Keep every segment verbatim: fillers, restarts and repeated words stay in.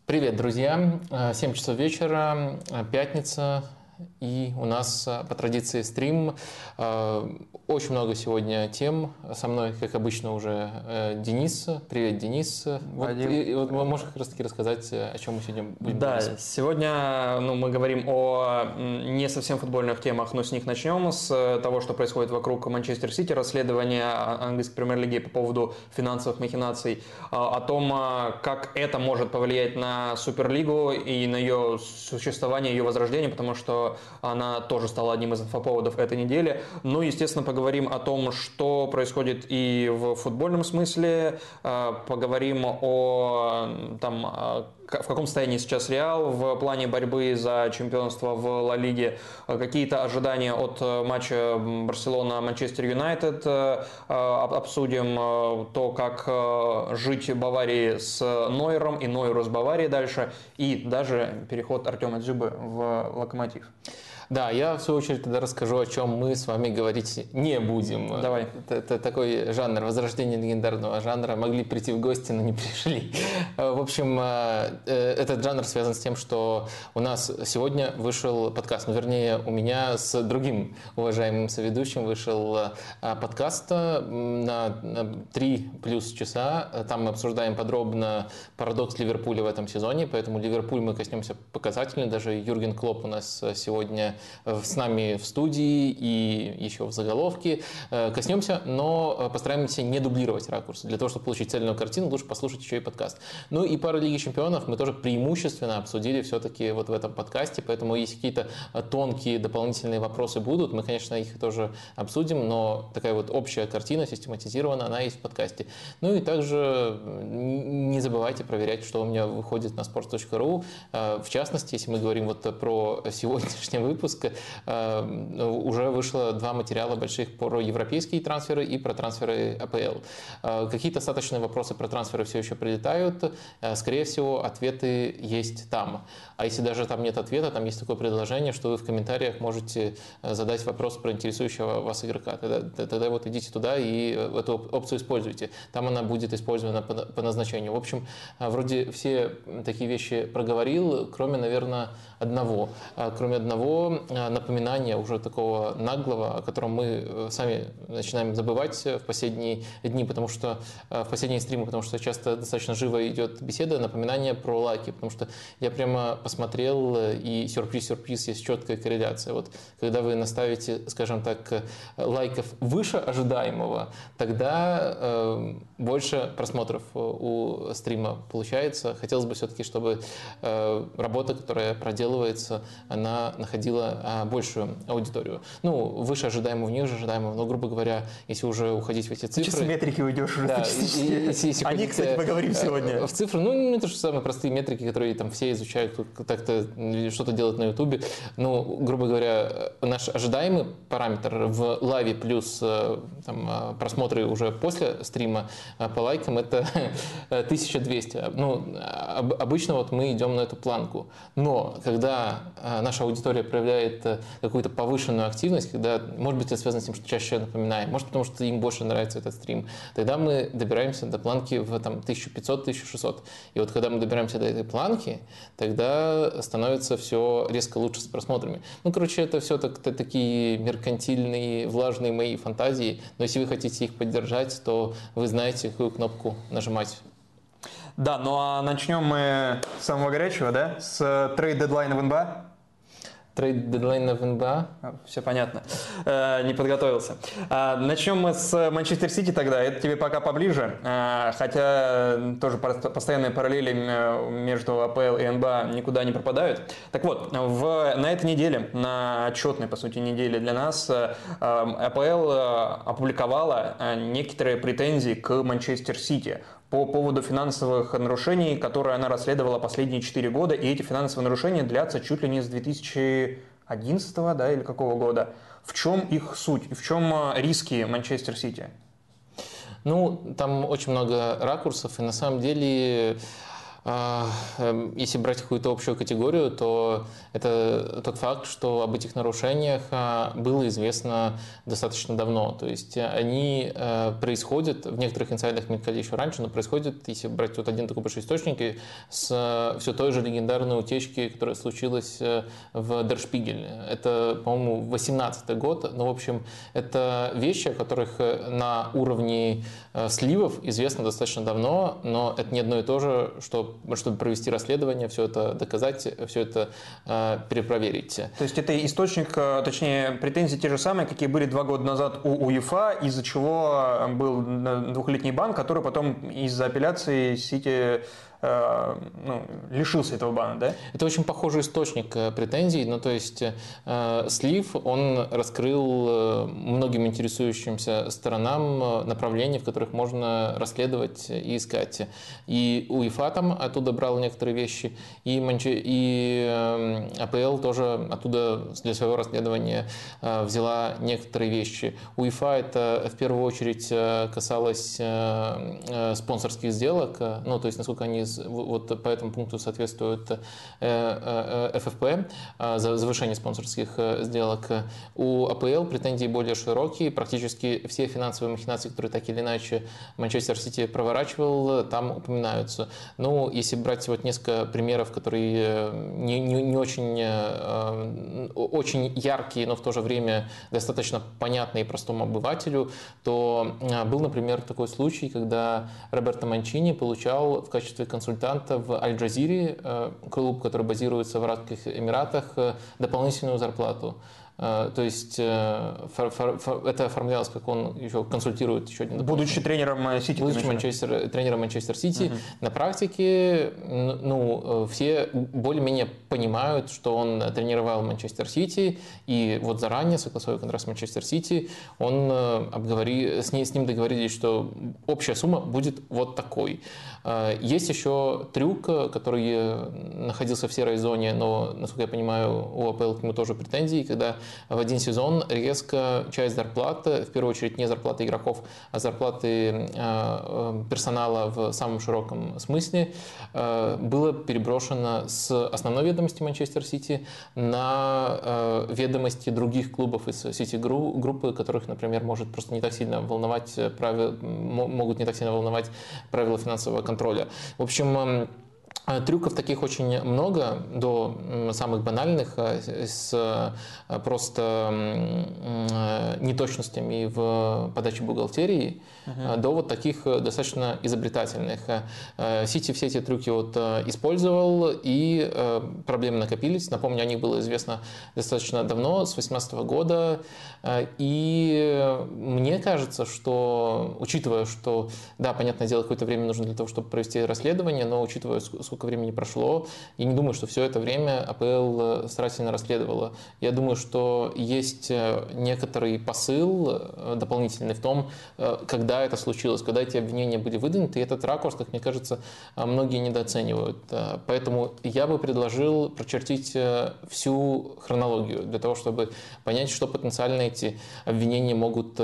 Привет, друзья! семь часов вечера, пятница, и у нас по традиции стрим. Очень много сегодня тем. Со мной, как обычно, уже Денис. Привет, Денис. Вот, и, и вот можешь как раз таки рассказать, о чем мы сегодня будем да, говорить? Да, сегодня ну, мы говорим о не совсем футбольных темах, но с них начнем, с того, что происходит вокруг Манчестер Сити, расследование английской премьер-лиги по поводу финансовых махинаций, о том, как это может повлиять на Суперлигу и на ее существование, ее возрождение, потому что она тоже стала одним из инфоповодов этой недели. Ну, естественно, поговорим о том, что происходит и в футбольном смысле, поговорим о там, в каком состоянии сейчас Реал в плане борьбы за чемпионство в Ла Лиге, какие-то ожидания от матча Барселона-Манчестер Юнайтед, обсудим то, как жить Баварии с Нойером и Нойеру с Баварией дальше, и даже переход Артема Дзюбы в Локомотив. Да, я в свою очередь тогда расскажу, о чем мы с вами говорить не будем. Давай. Это, это такой жанр, возрождение легендарного жанра. Могли прийти в гости, но не пришли. В общем, этот жанр связан с тем, что у нас сегодня вышел подкаст. Ну, вернее, у меня с другим уважаемым соведущим вышел подкаст на три плюс часа. Там мы обсуждаем подробно парадокс Ливерпуля в этом сезоне, поэтому Ливерпуль мы коснемся показательно. Даже Юрген Клопп у нас сегодня с нами в студии и еще в заголовке. Коснемся, но постараемся не дублировать ракурсы. Для того, чтобы получить цельную картину, лучше послушать еще и подкаст. Ну и пару Лиги Чемпионов мы тоже преимущественно обсудили все-таки вот в этом подкасте, поэтому если какие-то тонкие дополнительные вопросы будут, мы, конечно, их тоже обсудим, но такая вот общая картина, систематизированная, она есть в подкасте. Ну и также не забывайте проверять, что у меня выходит на sports точка ru. В частности, если мы говорим вот про сегодняшний выпуск, уже вышло два материала больших про европейские трансферы и про трансферы а пэ эл. Какие-то остаточные вопросы про трансферы все еще прилетают. Скорее всего, ответы есть там. А если даже там нет ответа, там есть такое предложение, что вы в комментариях можете задать вопрос про интересующего вас игрока. Тогда, тогда вот идите туда и эту опцию используйте. Там она будет использована по, по назначению. В общем, вроде все такие вещи проговорил, кроме, наверное, одного. Кроме одного напоминания уже такого наглого, о котором мы сами начинаем забывать в последние дни, потому что в последние стримы, потому что часто достаточно живо идет беседа, напоминание про лайки, потому что я прямо посмотрел, и сюрприз-сюрприз, есть четкая корреляция. Вот когда вы наставите, скажем так, лайков выше ожидаемого, тогда э, больше просмотров у стрима получается. Хотелось бы все-таки, чтобы э, работа, которая проделывается, она находила большую аудиторию. Ну, выше ожидаемого, ниже ожидаемого, но, грубо говоря, если уже уходить в эти цифры... Чисто метрики уйдешь уже. Да, если, если Они, кстати, поговорим сегодня. В цифры, ну, это же самые простые метрики, которые там все изучают, так-то что-то делают на Ютубе. Ну, грубо говоря, наш ожидаемый параметр в лайве плюс там, просмотры уже после стрима по лайкам — это тысяча двести. Ну, обычно вот мы идем на эту планку. Но когда наша аудитория проявляет какую-то повышенную активность, когда, может быть, это связано с тем, что чаще напоминаем, может, потому что им больше нравится этот стрим, тогда мы добираемся до планки в там, тысяча пятьсот — тысяча шестьсот. И вот когда мы добираемся до этой планки, тогда становится все резко лучше с просмотрами. Ну, короче, это все так, такие меркантильные, влажные мои фантазии, но если вы хотите их поддержать, то вы знаете, какую кнопку нажимать. Да, ну а начнем мы с самого горячего, да? С трейд-дедлайна в эн бэ а. Трейд-дедлайн в эн бэ а? Все понятно. Э, не подготовился. Э, начнем мы с Манчестер Сити тогда. Это тебе пока поближе. Э, хотя тоже постоянные параллели между а пэ эл и эн бэ а никуда не пропадают. Так вот, в, на этой неделе, на отчетной, по сути, неделе для нас, э, а пэ эл опубликовала некоторые претензии к Манчестер Сити по поводу финансовых нарушений, которые она расследовала последние четыре года, и эти финансовые нарушения длятся чуть ли не с две тысячи одиннадцатого, да, или какого года. В чем их суть? В чем риски Манчестер Сити? Ну, там очень много ракурсов, и на самом деле Если брать какую-то общую категорию, то это тот факт, что об этих нарушениях было известно достаточно давно. То есть они происходят, в некоторых инсайдах мелькали еще раньше, но происходят, если брать вот один такой большой источник, с все той же легендарной утечки, которая случилась в Der Spiegel. Это, по-моему, восемнадцатый год. Ну, в общем, это вещи, о которых на уровне сливов известно достаточно давно, но это не одно и то же, что чтобы провести расследование, все это доказать, все это э, перепроверить. То есть это источник, точнее, претензии те же самые, какие были два года назад у УЕФА, из-за чего был двухлетний бан, который потом из-за апелляции Сити э, ну, лишился этого бана, да? Это очень похожий источник претензий, ну то есть э, слив, он раскрыл многим интересующимся сторонам направления, в которых можно расследовать и искать. И УЕФА там оттуда брал некоторые вещи, и, Манче... и э, АПЛ тоже оттуда для своего расследования э, взяла некоторые вещи. УЕФА это в первую очередь касалось э, э, спонсорских сделок, ну то есть насколько они вот по этому пункту соответствует эф эф пэ, завышение спонсорских сделок. У АПЛ претензии более широкие. Практически все финансовые махинации, которые так или иначе Манчестер Сити проворачивал, там упоминаются. Ну, если брать вот несколько примеров, которые не, не, не очень, очень яркие, но в то же время достаточно понятные простому обывателю, то был, например, такой случай, когда Роберто Манчини получал в качестве консультанта в Аль-Джазире, клуб, который базируется в Арабских Эмиратах, дополнительную зарплату. То есть фор, фор, фор, это оформлялось, как он еще консультирует еще один. Будучи тренером Сити. Будучи Манчестер, тренером Манчестер Сити, угу. На практике ну, все более-менее понимают, что он тренировал Манчестер Сити, и вот заранее, согласуя контракт с Манчестер Сити, он обговори, с, ней, с ним договорились, что общая сумма будет вот такой. Есть еще трюк, который находился в серой зоне, но, насколько я понимаю, у АПЛ к нему тоже претензии, когда в один сезон резко часть зарплаты, в первую очередь не зарплаты игроков, а зарплаты персонала в самом широком смысле, было переброшено с основной ведомости Манчестер Сити на ведомости других клубов из Сити группы, которых, например, может просто не так сильно волновать правила, могут не так сильно волновать правила финансового контроля. В общем, трюков таких очень много, до самых банальных, с просто неточностями в подаче бухгалтерии, uh-huh. до вот таких достаточно изобретательных. Сити все эти трюки вот использовал, и проблемы накопились. Напомню, о них было известно достаточно давно, с две тысячи восемнадцатого года. И мне кажется, что, учитывая, что, да, понятное дело, какое-то время нужно для того, чтобы провести расследование, но учитывая, сколько времени прошло, я не думаю, что все это время АПЛ старательно расследовала. Я думаю, что есть некоторый посыл дополнительный в том, когда это случилось, когда эти обвинения были выдвинуты, и этот ракурс, как мне кажется, многие недооценивают. Поэтому я бы предложил прочертить всю хронологию для того, чтобы понять, что потенциально эти обвинения могут,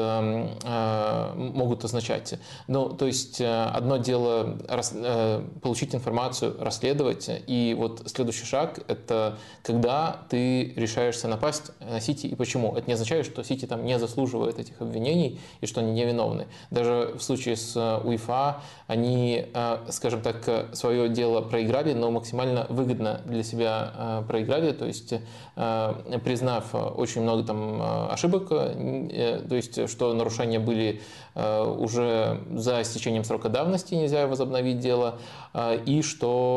могут означать. Ну, то есть одно дело получить информацию, расследовать, и вот следующий шаг – это когда ты решаешься напасть на Сити и почему. Это не означает, что Сити там не заслуживает этих обвинений и что они невиновны. Даже в случае с УЕФА они, скажем так, свое дело проиграли, но максимально выгодно для себя проиграли, то есть признав очень много там ошибок, то есть что нарушения были уже за истечением срока давности, нельзя возобновить дело, и что...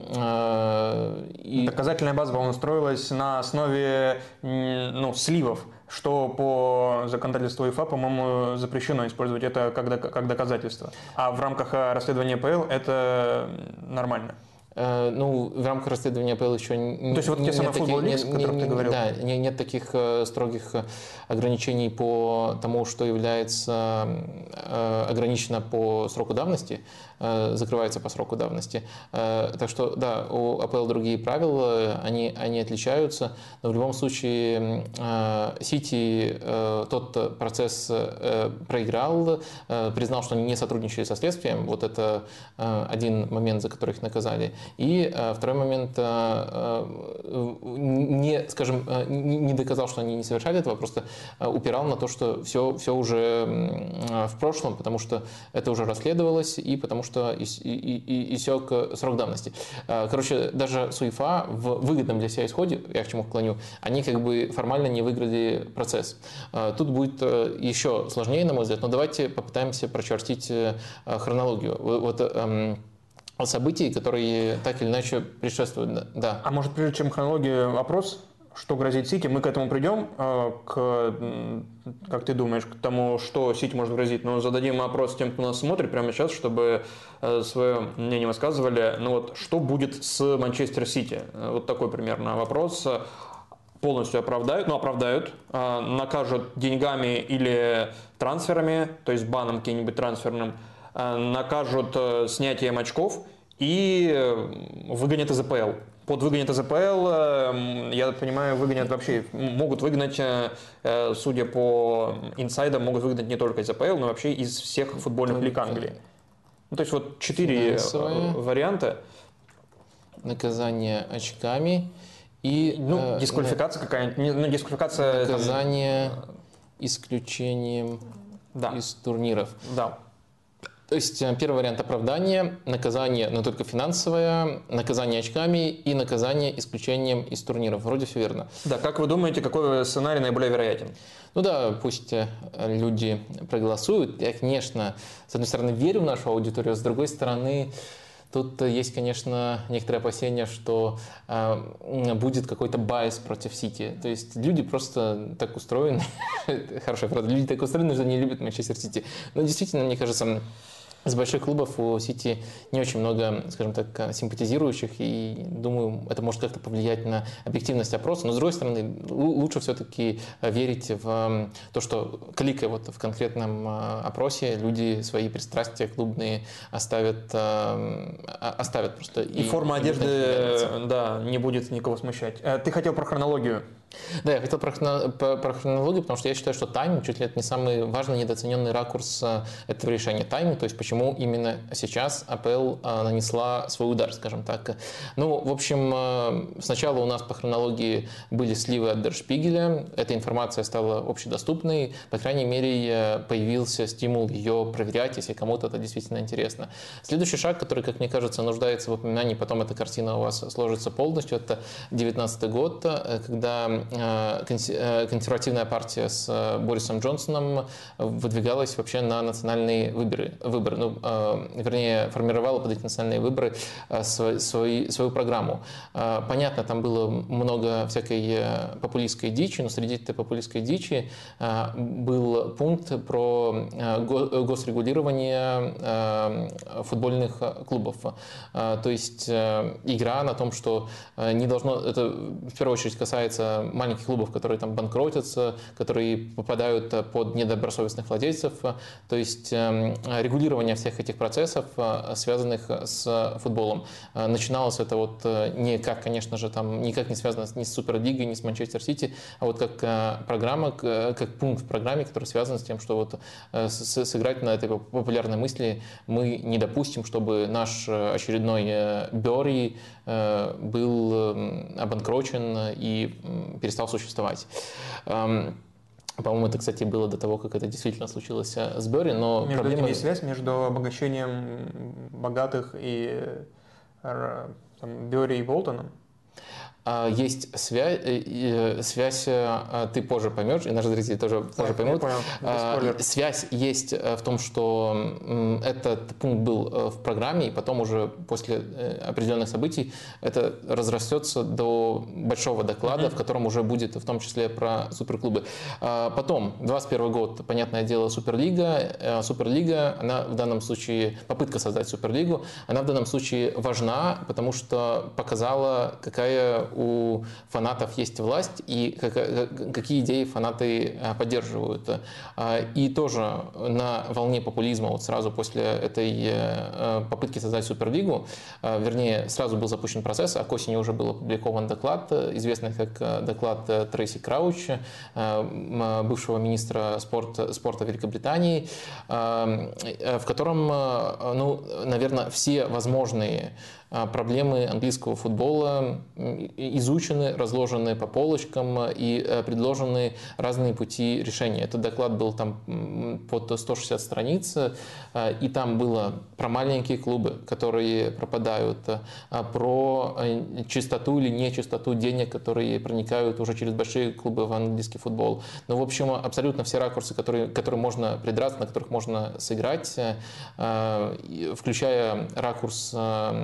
И... Доказательная база, по-моему, строилась на основе ну, сливов, что по законодательству УЕФА, по-моему, запрещено использовать это как, как доказательство. А в рамках расследования АПЛ это нормально. Ну, в рамках расследования АПЛ еще не... То есть вот те самые Football Leaks, о которых ты говорил? Да, не, нет таких э, строгих ограничений по тому, что является э, ограничено по сроку давности, э, закрывается по сроку давности. Э, так что, да, у АПЛ другие правила, они, они отличаются, но в любом случае Сити э, тот процесс э, проиграл, э, признал, что они не сотрудничали со следствием, вот это э, один момент, за который их наказали. И э, второй момент, э, не, скажем, не доказал, что они не совершали этого, просто упирал на то, что все, все уже в прошлом, потому что это уже расследовалось и потому что иссек срок давности. Короче, даже с УЕФА в выгодном для себя исходе, я к чему клоню, они как бы формально не выиграли процесс. Тут будет еще сложнее, на мой взгляд, но давайте попытаемся прочертить хронологию. Вот событий, которые так или иначе предшествуют. Да. А может, прежде чем хронология, вопрос, что грозит Сити? Мы к этому придем, к, как ты думаешь, к тому, что Сити может грозить. Но зададим вопрос тем, кто нас смотрит прямо сейчас, чтобы свое мнение высказывали. Ну вот, что будет с Манчестер Сити? Вот такой примерно вопрос. Полностью оправдают, ну оправдают, накажут деньгами или трансферами, то есть баном каким-нибудь трансферным, накажут снятием очков и выгонят из АПЛ. Под выгонят из АПЛ, я понимаю, выгонят вообще, могут выгнать, судя по инсайдам, могут выгнать не только из АПЛ, но вообще из всех футбольных лиг Англии. Ну, то есть вот четыре варианта. Наказание очками и... Ну, дисквалификация э, какая-нибудь, ну, дисквалификация... Наказание там... исключением да. из турниров. Да. То есть первый вариант оправдания, наказание, но только финансовое, наказание очками и наказание исключением из турниров. Вроде все верно. Да, как вы думаете, какой сценарий наиболее вероятен? Ну да, пусть люди проголосуют. Я, конечно, с одной стороны верю в нашу аудиторию, с другой стороны... Тут есть, конечно, некоторые опасения, что э, будет какой-то байс против Сити. То есть люди просто так устроены, хорошая фраза, люди так устроены, что они любят Манчестер Сити. Но действительно, мне кажется, из больших клубов у Сити не очень много, скажем так, симпатизирующих, и думаю, это может как-то повлиять на объективность опроса. Но, с другой стороны, лучше все-таки верить в то, что кликая вот в конкретном опросе, люди свои пристрастия клубные оставят, оставят просто. И, и форма одежды, да, не будет никого смущать. Ты хотел про хронологию? Да, я хотел про, про, про хронологию, потому что я считаю, что тайминг чуть ли это не самый важный, недооцененный ракурс этого решения. Тайминг, то есть почему именно сейчас АПЛ нанесла свой удар, скажем так. Ну, в общем, сначала у нас по хронологии были сливы от Der Spiegel, эта информация стала общедоступной, по крайней мере, появился стимул ее проверять, если кому-то это действительно интересно. Следующий шаг, который, как мне кажется, нуждается в упоминании, потом эта картина у вас сложится полностью, это девятнадцатый год, когда консервативная партия с Борисом Джонсоном выдвигалась вообще на национальные выборы, выборы, ну, вернее, формировала под эти национальные выборы свой, свой, свою программу. Понятно, там было много всякой популистской дичи, но среди этой популистской дичи был пункт про госрегулирование футбольных клубов. То есть игра на том, что не должно, это в первую очередь касается маленьких клубов, которые там банкротятся, которые попадают под недобросовестных владельцев. То есть регулирование всех этих процессов, связанных с футболом. Начиналось это вот не как, конечно же, там никак не связано ни с Суперлигой, ни с Манчестер Сити, а вот как программа, как пункт в программе, который связан с тем, что вот сыграть на этой популярной мысли мы не допустим, чтобы наш очередной Бёрри был обанкрочен и перестал существовать. По-моему, это, кстати, было до того, как это действительно случилось с Бёрри, но между проблема... этим есть связь между обогащением богатых и там, Бёрри и Болтоном? есть связь, связь, ты позже поймешь, и наши зрители тоже позже поймут. Связь есть в том, что этот пункт был в программе, и потом уже после определенных событий это разрастется до большого доклада, mm-hmm. в котором уже будет в том числе про суперклубы. Потом, двадцать первый год, понятное дело, Суперлига. Суперлига, она в данном случае, попытка создать Суперлигу, она в данном случае важна, потому что показала, какая у фанатов есть власть и какие идеи фанаты поддерживают. И тоже на волне популизма, вот сразу после этой попытки создать Суперлигу, вернее, сразу был запущен процесс, а к осени уже был опубликован доклад, известный как доклад Трейси Крауч, бывшего министра спорта, спорта Великобритании, в котором, ну, наверное, все возможные проблемы английского футбола изучены, разложены по полочкам и предложены разные пути решения. Этот доклад был там под сто шестьдесят страниц, и там было про маленькие клубы, которые пропадают, про чистоту или нечистоту денег, которые проникают уже через большие клубы в английский футбол. Ну, в общем, абсолютно все ракурсы, которые, которые можно придраться, на которых можно сыграть, включая ракурс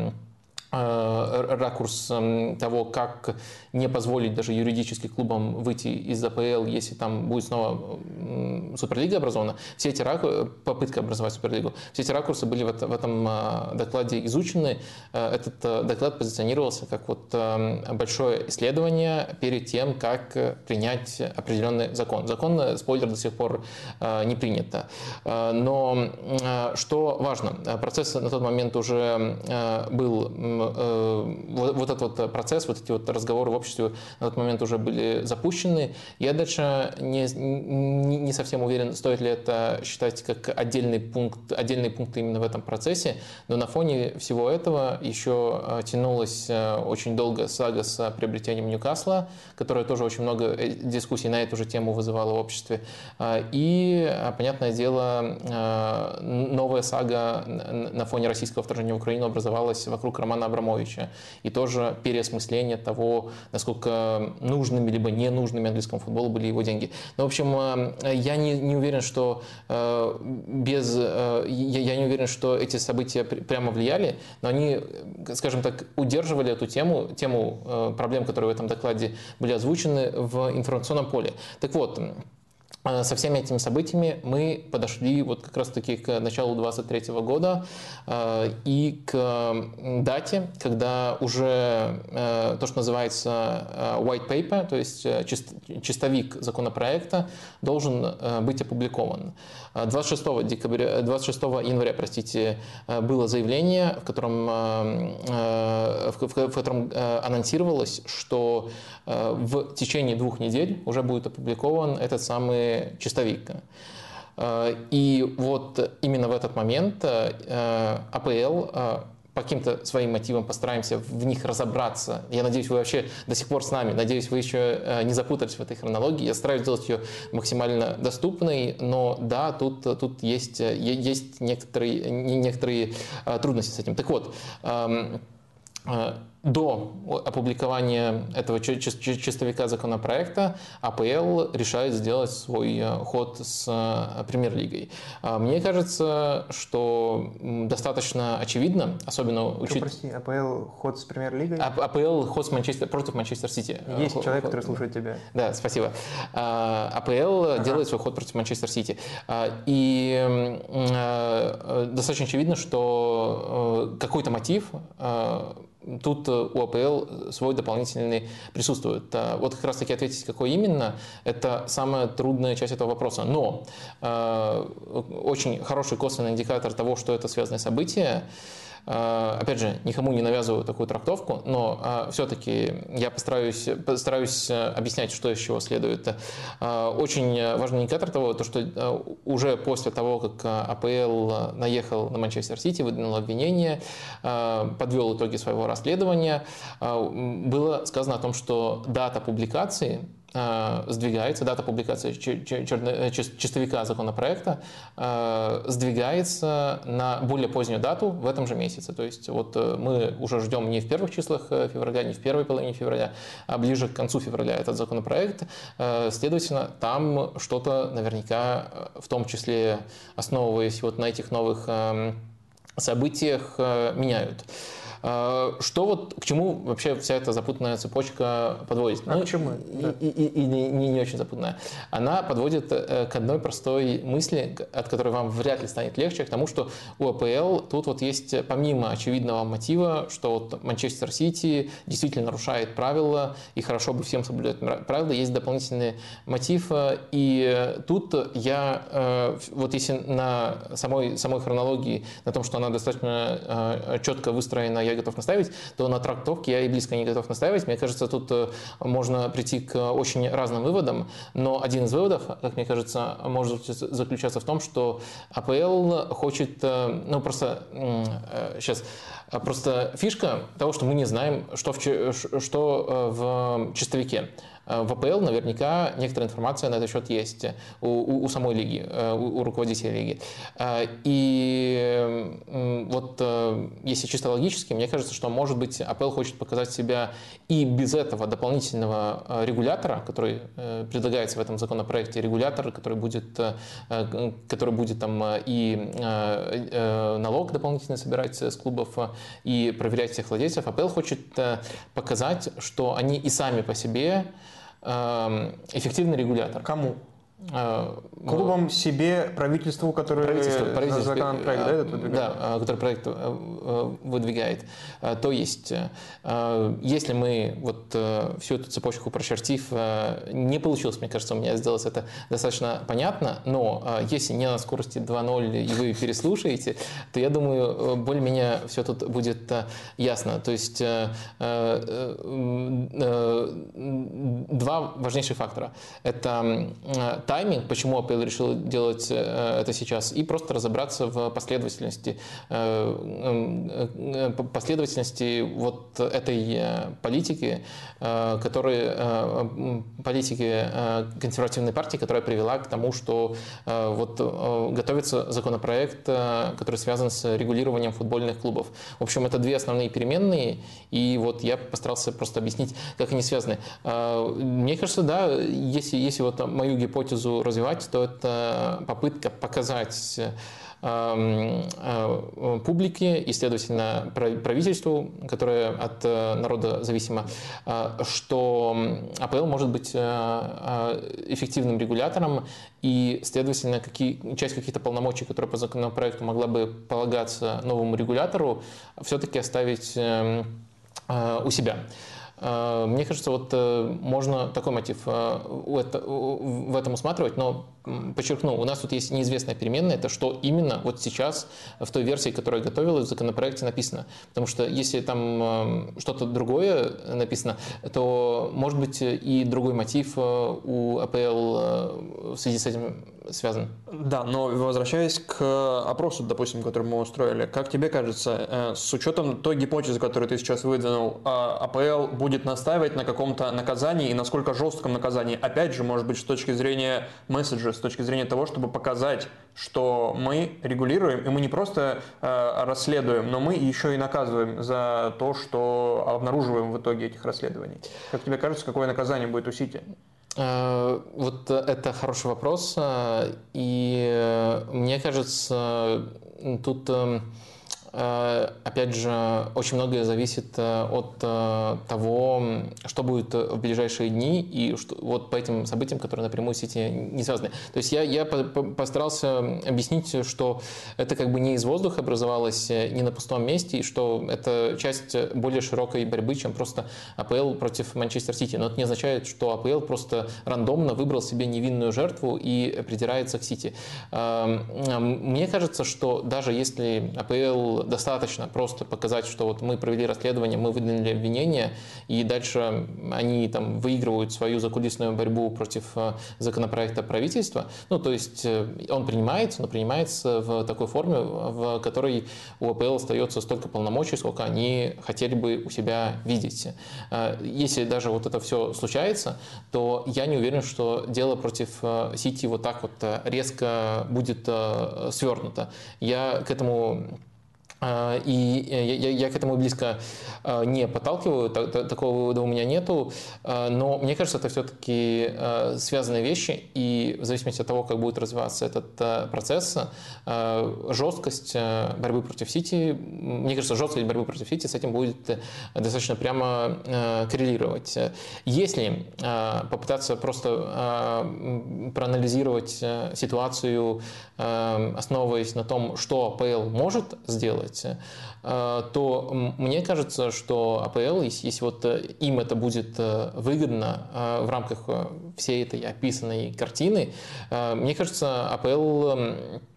ракурс того, как не позволить даже юридически клубам выйти из АПЛ, если там будет снова Суперлига образована. Все эти ракурсы, попытка образовать Суперлигу, все эти ракурсы были в этом докладе изучены. Этот доклад позиционировался как вот большое исследование перед тем, как принять определенный закон. Закон, спойлер, до сих пор не принят. Но что важно, процесс на тот момент уже был, вот этот вот процесс, вот эти вот разговоры в обществе на тот момент уже были запущены. Я дальше не, не, не совсем уверен, стоит ли это считать как отдельный пункт, отдельный пункт именно в этом процессе, но на фоне всего этого еще тянулась очень долго сага с приобретением Ньюкасла, которая тоже очень много дискуссий на эту же тему вызывала в обществе. И, понятное дело, новая сага на фоне российского вторжения в Украину образовалась вокруг Романа Абрамовича. И тоже переосмысление того, насколько нужными либо ненужными английскому футболу были его деньги. Но, в общем, я не, не уверен, что без... Я, я не уверен, что эти события прямо влияли, но они, скажем так, удерживали эту тему, тему проблем, которые в этом докладе были озвучены, в информационном поле. Так вот, со всеми этими событиями мы подошли вот как раз-таки к началу двадцать третьего года и к дате, когда уже то, что называется white paper, то есть чистовик законопроекта, должен быть опубликован. двадцать шестого декабря, двадцать шестого января, простите, было заявление, в котором, в, в котором анонсировалось, что в течение двух недель уже будет опубликован этот самый чистовик. И вот именно в этот момент АПЛ по каким-то своим мотивам постараемся в них разобраться. Я надеюсь, вы вообще до сих пор с нами. Надеюсь, вы еще не запутались в этой хронологии. Я стараюсь сделать ее максимально доступной, но да, тут, тут есть, есть некоторые, некоторые трудности с этим. Так вот, до опубликования этого чистовика законопроекта АПЛ решает сделать свой ход с Премьер-лигой. Мне кажется, что достаточно очевидно, особенно учитывая... Прости, АПЛ ход с Премьер-лигой? АПЛ ход с Манчестер, против Манчестер Сити. Есть ход, человек, ход, который слушает тебя. Да, спасибо. АПЛ ага. делает свой ход против Манчестер Сити. И достаточно очевидно, что какой-то мотив тут у АПЛ свой дополнительный присутствует. Вот как раз таки ответить, какой именно, это самая трудная часть этого вопроса. Но э, очень хороший косвенный индикатор того, что это связанное событие. Опять же, никому не навязываю такую трактовку, но все-таки я постараюсь, постараюсь объяснять, что из чего следует. Очень важный индикатор того, то, что уже после того, как АПЛ наехал на Манчестер Сити, выдвинул обвинение, подвел итоги своего расследования, было сказано о том, что дата публикации сдвигается, дата публикации чистовика законопроекта сдвигается на более позднюю дату в этом же месяце. То есть вот мы уже ждем не в первых числах февраля, не в первой половине февраля, а ближе к концу февраля этот законопроект. Следовательно, там что-то наверняка, в том числе основываясь вот на этих новых событиях, меняют. Что вот, к чему вообще вся эта запутанная цепочка подводит? А ну, к чему? И, Да. и, и, и не, не очень запутанная. Она подводит к одной простой мысли, от которой вам вряд ли станет легче, к тому, что у АПЛ тут вот есть, помимо очевидного мотива, что вот Манчестер Сити действительно нарушает правила, и хорошо бы всем соблюдать правила, есть дополнительный мотив. И тут я, вот если на самой, самой хронологии, на том, что она достаточно четко выстроена, я готов настаивать, то на трактовке я и близко не готов настаивать. Мне кажется, тут можно прийти к очень разным выводам, но один из выводов, как мне кажется, может заключаться в том, что АПЛ хочет, ну просто сейчас, просто фишка того, что мы не знаем, что в, что в чистовике. В АПЛ наверняка некоторая информация на этот счет есть у, у, у самой лиги, у, у руководителя лиги. И вот если чисто логически, мне кажется, что, может быть, АПЛ хочет показать себя и без этого дополнительного регулятора, который предлагается в этом законопроекте, регулятор, который будет, который будет там и налог дополнительно собирать с клубов и проверять всех владельцев. АПЛ хочет показать, что они и сами по себе эффективный регулятор. Кому? Клубам, себе, правительству, которое правительство, правительство, законопроект, да, этот выдвигает? Да, который проект выдвигает. То есть, если мы вот всю эту цепочку прочертив, не получилось, мне кажется, у меня сделать это достаточно понятно, но если не на скорости два ноль и вы переслушаете, то я думаю, более-менее все тут будет ясно. То есть, два важнейших фактора. Это тайминг, почему АПЛ решил делать это сейчас, и просто разобраться в последовательности, последовательности вот этой политики, которая, политики консервативной партии, которая привела к тому, что вот готовится законопроект, который связан с регулированием футбольных клубов. В общем, это две основные переменные, и вот я постарался просто объяснить, как они связаны. Мне кажется, да, если, если вот мою гипотезу развивать, то это попытка показать публике и, следовательно, правительству, которое от народа зависимо, что АПЛ может быть эффективным регулятором и, следовательно, какие, часть каких-то полномочий, которые по законопроекту могла бы полагаться новому регулятору, все-таки оставить у себя. Мне кажется, вот можно такой мотив в этом усматривать, но подчеркну, у нас тут есть неизвестная переменная, это что именно вот сейчас в той версии, которая готовилась, в законопроекте написано. Потому что если там что-то другое написано, то может быть и другой мотив у АПЛ в связи с этим связан. Да, но возвращаясь к опросу, допустим, который мы устроили, как тебе кажется, с учетом той гипотезы, которую ты сейчас выдвинул, АПЛ будет настаивать на каком-то наказании и насколько жестком наказании? Опять же, может быть, с точки зрения месседжа, с точки зрения того, чтобы показать, что мы регулируем, и мы не просто э, расследуем, но мы еще и наказываем за то, что обнаруживаем в итоге этих расследований. Как тебе кажется, какое наказание будет у Сити? Вот это хороший вопрос, и мне кажется, тут, опять же, очень многое зависит от того, что будет в ближайшие дни, и что, вот по этим событиям, которые напрямую с Сити не связаны. То есть я, я постарался объяснить, что это как бы не из воздуха образовалось, не на пустом месте, и что это часть более широкой борьбы, чем просто АПЛ против Манчестер Сити. Но это не означает, что АПЛ просто рандомно выбрал себе невинную жертву и придирается к Сити. Мне кажется, что даже если АПЛ АПЛ достаточно просто показать, что вот мы провели расследование, мы выдвинули обвинения, и дальше они там выигрывают свою закулисную борьбу против законопроекта правительства. Ну, то есть он принимается, но принимается в такой форме, в которой у АПЛ остается столько полномочий, сколько они хотели бы у себя видеть. Если даже вот это все случается, то я не уверен, что дело против Сити вот так вот резко будет свернуто. Я к этому И я, я к этому близко не подталкиваю, такого вывода у меня нету, но мне кажется, это все-таки связанные вещи, и в зависимости от того, как будет развиваться этот процесс, жесткость борьбы против Сити, мне кажется, жесткость борьбы против Сити с этим будет достаточно прямо коррелировать. Если попытаться просто проанализировать ситуацию, основываясь на том, что АПЛ может сделать, то мне кажется, что АПЛ, если вот им это будет выгодно в рамках всей этой описанной картины, мне кажется, АПЛ...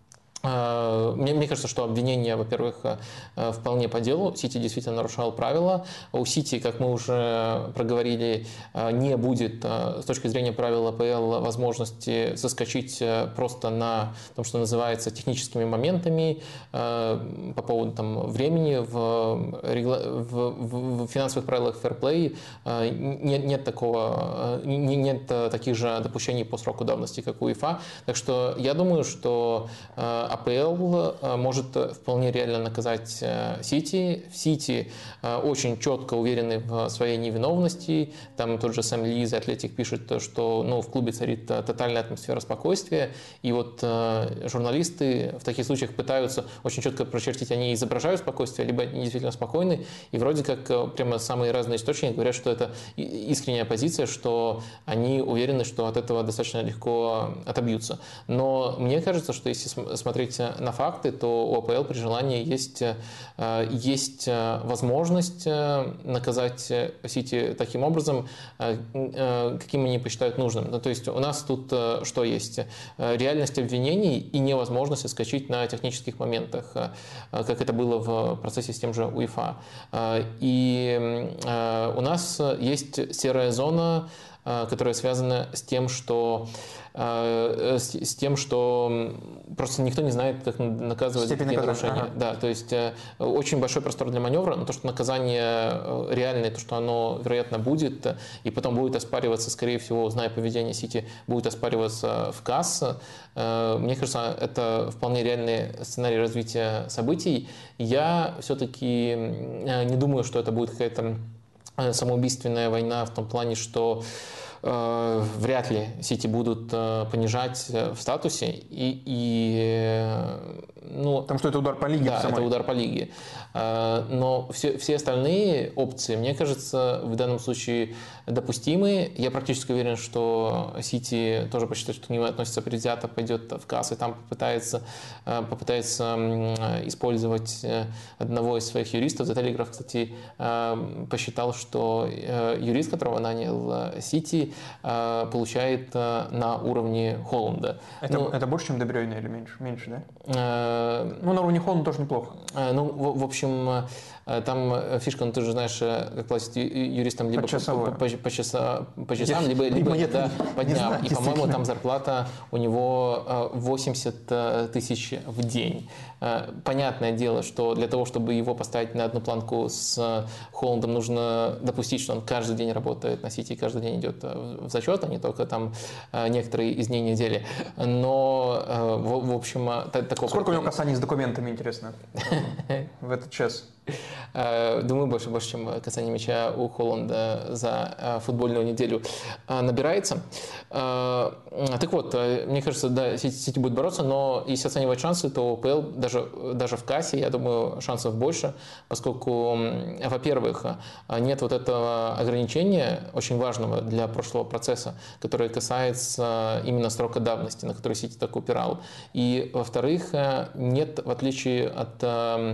Мне, мне кажется, что обвинение, во-первых, вполне по делу. Сити действительно нарушал правила. У Сити, как мы уже проговорили, не будет с точки зрения правил АПЛ возможности соскочить просто на том, что называется техническими моментами по поводу там, времени. В, в, в финансовых правилах фэрплей нет, нет, такого, нет таких же допущений по сроку давности, как у УЕФА. Так что я думаю, что АПЛ может вполне реально наказать Сити. В Сити очень четко уверены в своей невиновности. Там тот же Сэм Ли из Атлетик пишет, что ну, в клубе царит тотальная атмосфера спокойствия. И вот журналисты в таких случаях пытаются очень четко прочертить, они изображают спокойствие, либо они действительно спокойны. И вроде как прямо самые разные источники говорят, что это искренняя позиция, что они уверены, что от этого достаточно легко отобьются. Но мне кажется, что если смотреть на факты, то у АПЛ при желании есть, есть возможность наказать Сити таким образом, каким они посчитают нужным. Ну, то есть у нас тут что есть? Реальность обвинений и невозможность отскочить на технических моментах, как это было в процессе с тем же УЕФА. И у нас есть серая зона, которая связана с тем, что с, с тем, что просто никто не знает, как наказывать за такие нарушения. Ага. Да, то есть очень большой простор для маневра, но то, что наказание реальное, то, что оно, вероятно, будет, и потом будет оспариваться, скорее всего, зная поведение Сити, будет оспариваться в КАС, мне кажется, это вполне реальный сценарий развития событий. Я все-таки не думаю, что это будет какая-то самоубийственная война в том плане, что э, вряд ли Сити будут э, понижать в статусе. И, и, ну, Потому что это удар по лиге. Да, это удар по лиге. Э, но все, все остальные опции, мне кажется, в данном случае допустимы. Я практически уверен, что Сити тоже посчитает, что к нему относится предвзято, пойдет в КАС и там попытается, э, попытается э, использовать одного из своих юристов. The Telegraph, кстати, э, посчитал, что юрист, которого нанял Сити, получает на уровне Холланда. Это, ну, это больше, чем Де Брюйне или меньше? Меньше, да? Э, ну, на уровне Холланда тоже неплохо. Э, ну, в, в общем, там фишка, ну ты же знаешь, как платят юристам либо по, по, по, по, часа, по часам, либо, либо, либо да, по дням. Знаю, и, по-моему, там зарплата у него восемьдесят тысяч в день. Понятное дело, что для того, чтобы его поставить на одну планку с Холландом, нужно допустить, что он каждый день работает на Сити, каждый день идет в зачет, а не только там некоторые из дней недели. Но, в, в общем, такого... Сколько у него касаний с документами, интересно, в этот час? Думаю, больше, больше, чем касание мяча у Холланда за футбольную неделю набирается. Так вот, мне кажется, да, Сити будет бороться, но если оценивать шансы, то у АПЛ даже, даже в кассе, я думаю, шансов больше, поскольку, во-первых, нет вот этого ограничения, очень важного для прошлого прошлого процесса, который касается именно срока давности, на который Сити так упирал. И, во-вторых, нет, в отличие от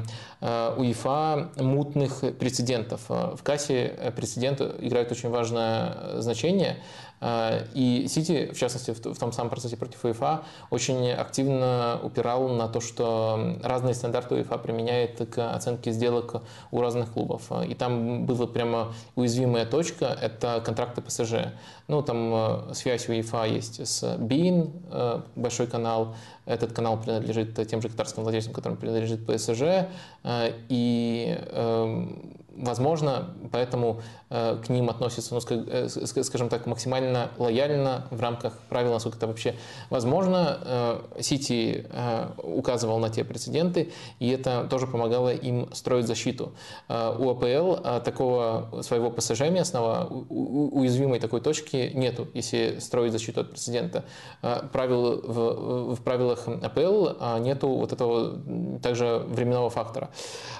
УЕФА, мутных прецедентов. В кассе прецедент играет очень важное значение. И Сити, в частности, в том самом процессе против УЕФА, очень активно упирал на то, что разные стандарты УЕФА применяет к оценке сделок у разных клубов. И там была прямо уязвимая точка – это контракты ПСЖ. Ну, там связь УЕФА есть с БИИН, большой канал. Этот канал принадлежит тем же катарским владельцам, которым принадлежит ПСЖ. И, возможно, поэтому к ним относятся, ну, скажем так, максимально лояльно в рамках правил, насколько это вообще возможно. Сити указывал на те прецеденты, и это тоже помогало им строить защиту. У АПЛ такого своего ПСЖ местного, уязвимой такой точки нету, если строить защиту от прецедента. Правил, в, в правилах АПЛ нету вот этого также временного фактора.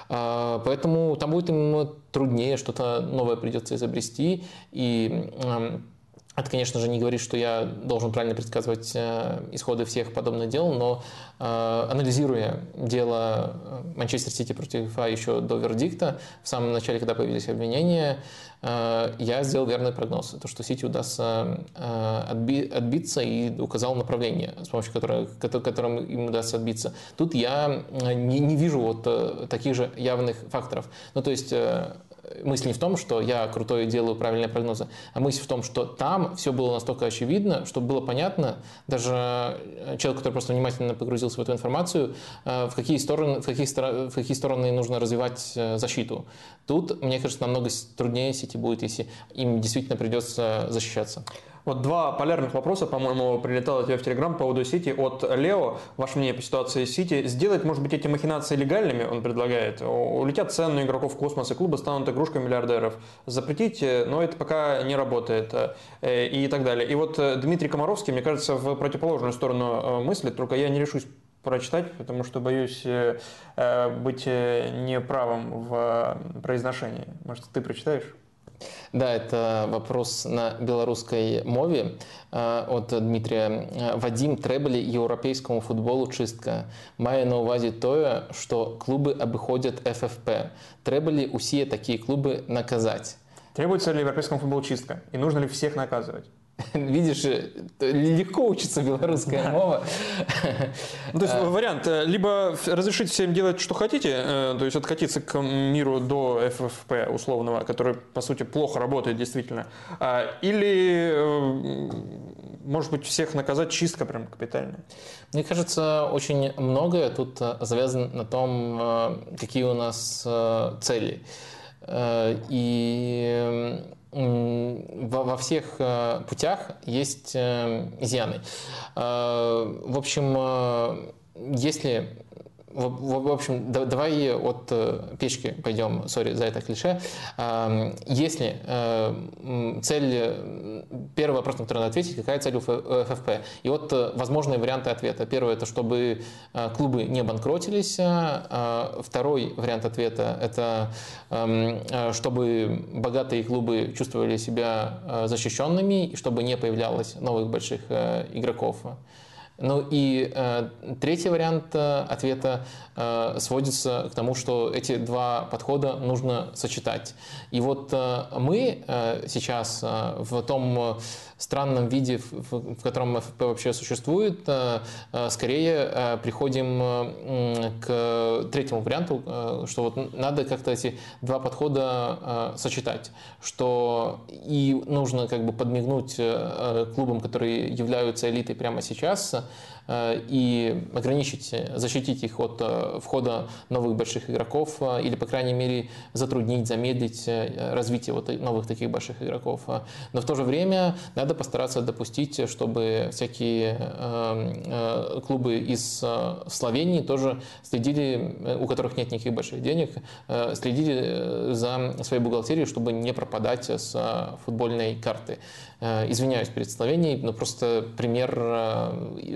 Поэтому там будет им труднее, что-то новое придется изобрести. И это, конечно же, не говорит, что я должен правильно предсказывать исходы всех подобных дел, но анализируя дело Манчестер Сити против УЕФА еще до вердикта, в самом начале, когда появились обвинения, я сделал верный прогноз. То, что Сити удастся отбиться, и указал направление, с помощью которого, которым им удастся отбиться. Тут я не, не вижу вот таких же явных факторов. Ну, то есть мысль не в том, что я крутой делаю правильные прогнозы, а мысль в том, что там все было настолько очевидно, что было понятно, даже человек, который просто внимательно погрузился в эту информацию, в какие стороны, в какие, в какие стороны нужно развивать защиту. Тут, мне кажется, намного труднее Сити будет, если им действительно придется защищаться. Вот два полярных вопроса, по-моему, прилетало тебе в Телеграм по поводу Сити от Лео. Ваше мнение по ситуации с Сити. Сделать, может быть, эти махинации легальными, он предлагает. Улетят цены на игроков в космос, и клубы станут игрушкой миллиардеров. Запретить, но это пока не работает. И так далее. И вот Дмитрий Комаровский, мне кажется, в противоположную сторону мыслит, только я не решусь прочитать, потому что боюсь быть неправым в произношении. Может, ты прочитаешь? Да, это вопрос на белорусской мове от Дмитрия. Вадим, треба ли європейському футболу чистка? Має на увазі тое, що клуби обиходять еф еф пе. Треба ли усі такі клуби наказать? Требуется ли европейскому футболу чистка? И нужно ли всех наказывать? Видишь, легко учится белорусская мова. Ну, то есть вариант, либо разрешить всем делать, что хотите, то есть откатиться к миру до эф эф пэ условного, который, по сути, плохо работает действительно, или, может быть, всех наказать, чистка прям капитальная. Мне кажется, очень многое тут завязано на том, какие у нас цели. И во всех путях есть изъяны. В общем, если... В, в общем, давай от печки пойдем, сори за это клише. Если цель, первый вопрос, на который надо ответить, какая цель у эф эф пэ? И вот возможные варианты ответа. Первый – это чтобы клубы не банкротились. Второй вариант ответа – это чтобы богатые клубы чувствовали себя защищенными и чтобы не появлялось новых больших игроков. Ну и э, третий вариант э, ответа э, сводится к тому, что эти два подхода нужно сочетать. И вот э, мы э, сейчас э, в том странном виде, в, в котором эф эф пэ вообще существует, э, э, скорее э, приходим э, к третьему варианту, э, что вот надо как-то эти два подхода э, сочетать, что и нужно как бы подмигнуть э, клубам, которые являются элитой прямо сейчас, и ограничить, защитить их от входа новых больших игроков или, по крайней мере, затруднить, замедлить развитие вот новых таких больших игроков. Но в то же время надо постараться допустить, чтобы всякие клубы из Словении тоже следили, у которых нет никаких больших денег, следили за своей бухгалтерией, чтобы не пропадать с футбольной карты. Извиняюсь перед Словенией, но просто пример, вот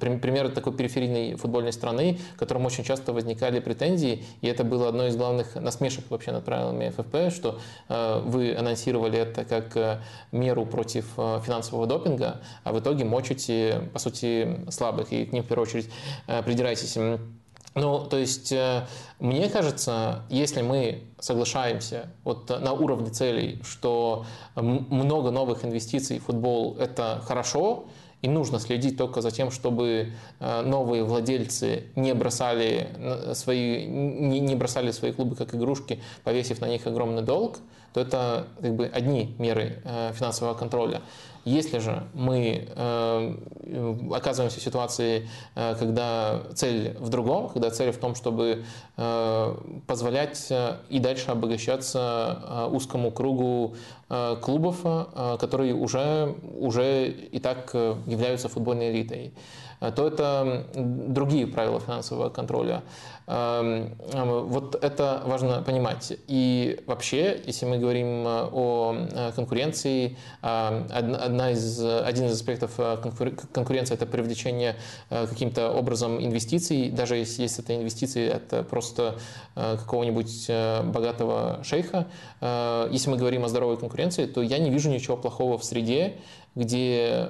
пример такой периферийной футбольной страны, в котором очень часто возникали претензии, и это было одной из главных насмешек вообще над правилами эф эф пэ, что вы анонсировали это как меру против финансового допинга, а в итоге мочите, по сути, слабых, и к ним в первую очередь придираетесь. Ну, то есть, мне кажется, если мы соглашаемся вот на уровне целей, что много новых инвестиций в футбол – это хорошо, и нужно следить только за тем, чтобы новые владельцы не бросали свои, не бросали свои клубы как игрушки, повесив на них огромный долг, то это как бы одни меры финансового контроля. Если же мы э, оказываемся в ситуации, э, когда цель в другом, когда цель в том, чтобы э, позволять и дальше обогащаться э, узкому кругу э, клубов, э, которые уже, уже и так являются футбольной элитой, то это другие правила финансового контроля. Вот это важно понимать. И вообще, если мы говорим о конкуренции, одна из, один из аспектов конкуренции – это привлечение каким-то образом инвестиций, даже если, если это инвестиции от просто какого-нибудь богатого шейха. Если мы говорим о здоровой конкуренции, то я не вижу ничего плохого в среде, где,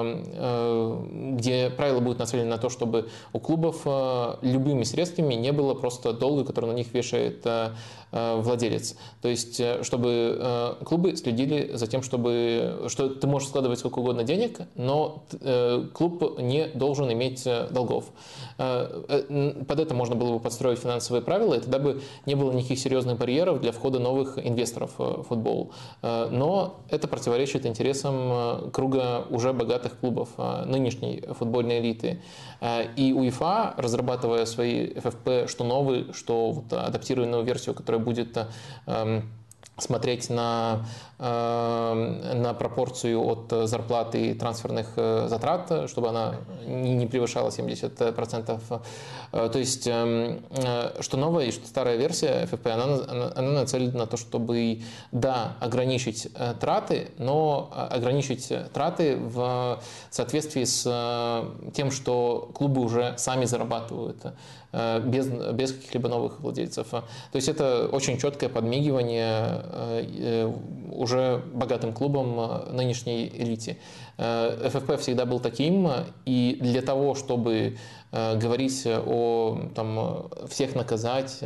где правила будут нацелены на то, чтобы у клубов любыми средствами не было просто долга, который на них вешает владелец. То есть, чтобы клубы следили за тем, чтобы, что ты можешь складывать сколько угодно денег, но клуб не должен иметь долгов. Под это можно было бы подстроить финансовые правила, и тогда бы не было никаких серьезных барьеров для входа новых инвесторов в футбол. Но это противоречит интересам круга уже богатых клубов нынешней футбольной элиты. И УЕФА, разрабатывая свои эф эф пэ, что новый, что вот адаптированную версию, которая будет смотреть на, на пропорцию от зарплаты и трансферных затрат, чтобы она не превышала семьдесят процентов. То есть, что новая и что старая версия эф эф пэ, она, она, она нацелена на то, чтобы, да, ограничить траты, но ограничить траты в соответствии с тем, что клубы уже сами зарабатывают, без, без каких-либо новых владельцев. То есть это очень четкое подмигивание уже богатым клубам нынешней элите. эф эф пэ всегда был таким, и для того, чтобы говорить о там, всех наказать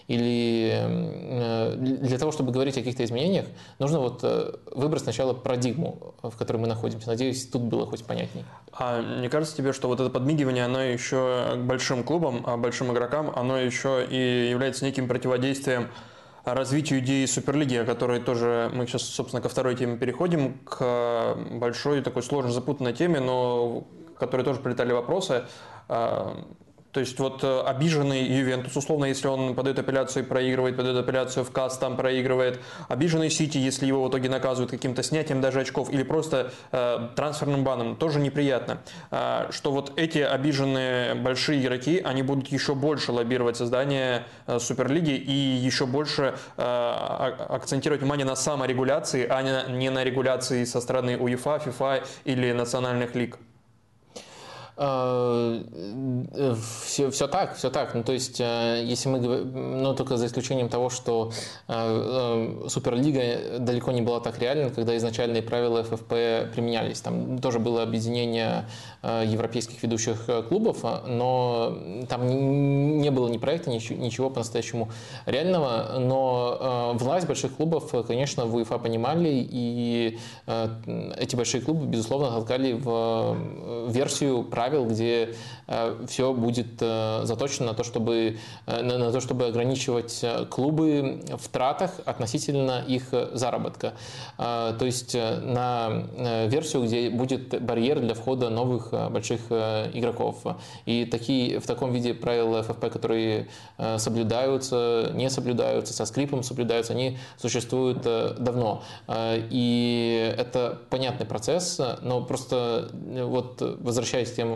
или для того, чтобы говорить о каких-то изменениях, нужно вот выбрать сначала парадигму, в которой мы находимся. Надеюсь, тут было хоть понятней. А не кажется тебе, что вот это подмигивание, оно еще к большим клубам, а большим игрокам, оно еще и является неким противодействием развитию идеи Суперлиги, о которой тоже мы сейчас, собственно, ко второй теме переходим, к большой такой сложной, запутанной теме, но к которой тоже прилетали вопросы. То есть вот обиженный Ювентус, условно, если он подает апелляцию и проигрывает, подает апелляцию в КАС, там проигрывает. Обиженный Сити, если его в итоге наказывают каким-то снятием даже очков или просто э, трансферным баном, тоже неприятно. Э, что вот эти обиженные большие игроки, они будут еще больше лоббировать создание э, Суперлиги и еще больше э, акцентировать внимание на саморегуляции, а не на регуляции со стороны УЕФА, ФИФА или национальных лиг. Все, все так, все так. Ну, то есть, если мы, ну, только за исключением того, что Суперлига далеко не была так реальна, когда изначальные правила эф эф пэ применялись. Там тоже было объединение европейских ведущих клубов, но там не было ни проекта, ничего по-настоящему реального. Но власть больших клубов, конечно, в УЕФА понимали, и эти большие клубы, безусловно, толкали в версию правил, где э, все будет э, заточено на то, чтобы, э, на, на то, чтобы ограничивать клубы в тратах относительно их заработка. Э, то есть э, на э, версию, где будет барьер для входа новых э, больших э, игроков. И такие, в таком виде правила эф эф пэ, которые э, соблюдаются, не соблюдаются, со скрипом соблюдаются, они существуют э, давно. Э, и это понятный процесс, но просто э, вот возвращаясь к тем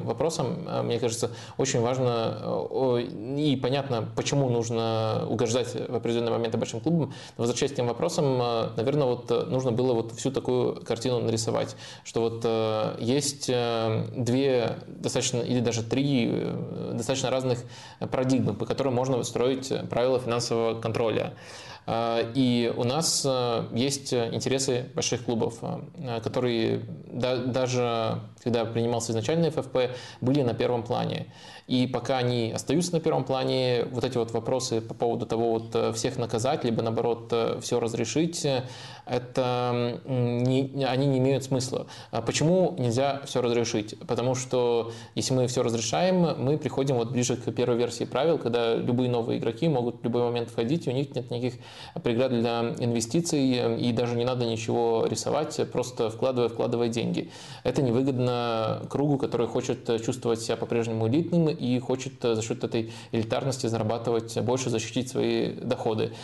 всем вопросам, мне кажется, очень важно и понятно, почему нужно угождать в определенные моменты большим клубам. Но возвращаясь к тем вопросам, наверное, вот нужно было вот всю такую картину нарисовать, что вот есть две достаточно, или даже три достаточно разных парадигмы, по которым можно строить правила финансового контроля. И у нас есть интересы больших клубов, которые даже когда принимался изначально эф эф пэ, были на первом плане. И пока они остаются на первом плане, вот эти вот вопросы по поводу того, вот всех наказать, либо наоборот все разрешить, это не, они не имеют смысла. Почему нельзя все разрешить? Потому что если мы все разрешаем, мы приходим вот ближе к первой версии правил, когда любые новые игроки могут в любой момент входить, и у них нет никаких преград для инвестиций, и даже не надо ничего рисовать, просто вкладывая, вкладывая деньги. Это невыгодно кругу, который хочет чувствовать себя по-прежнему элитным и хочет за счет этой элитарности зарабатывать больше, защитить свои доходы.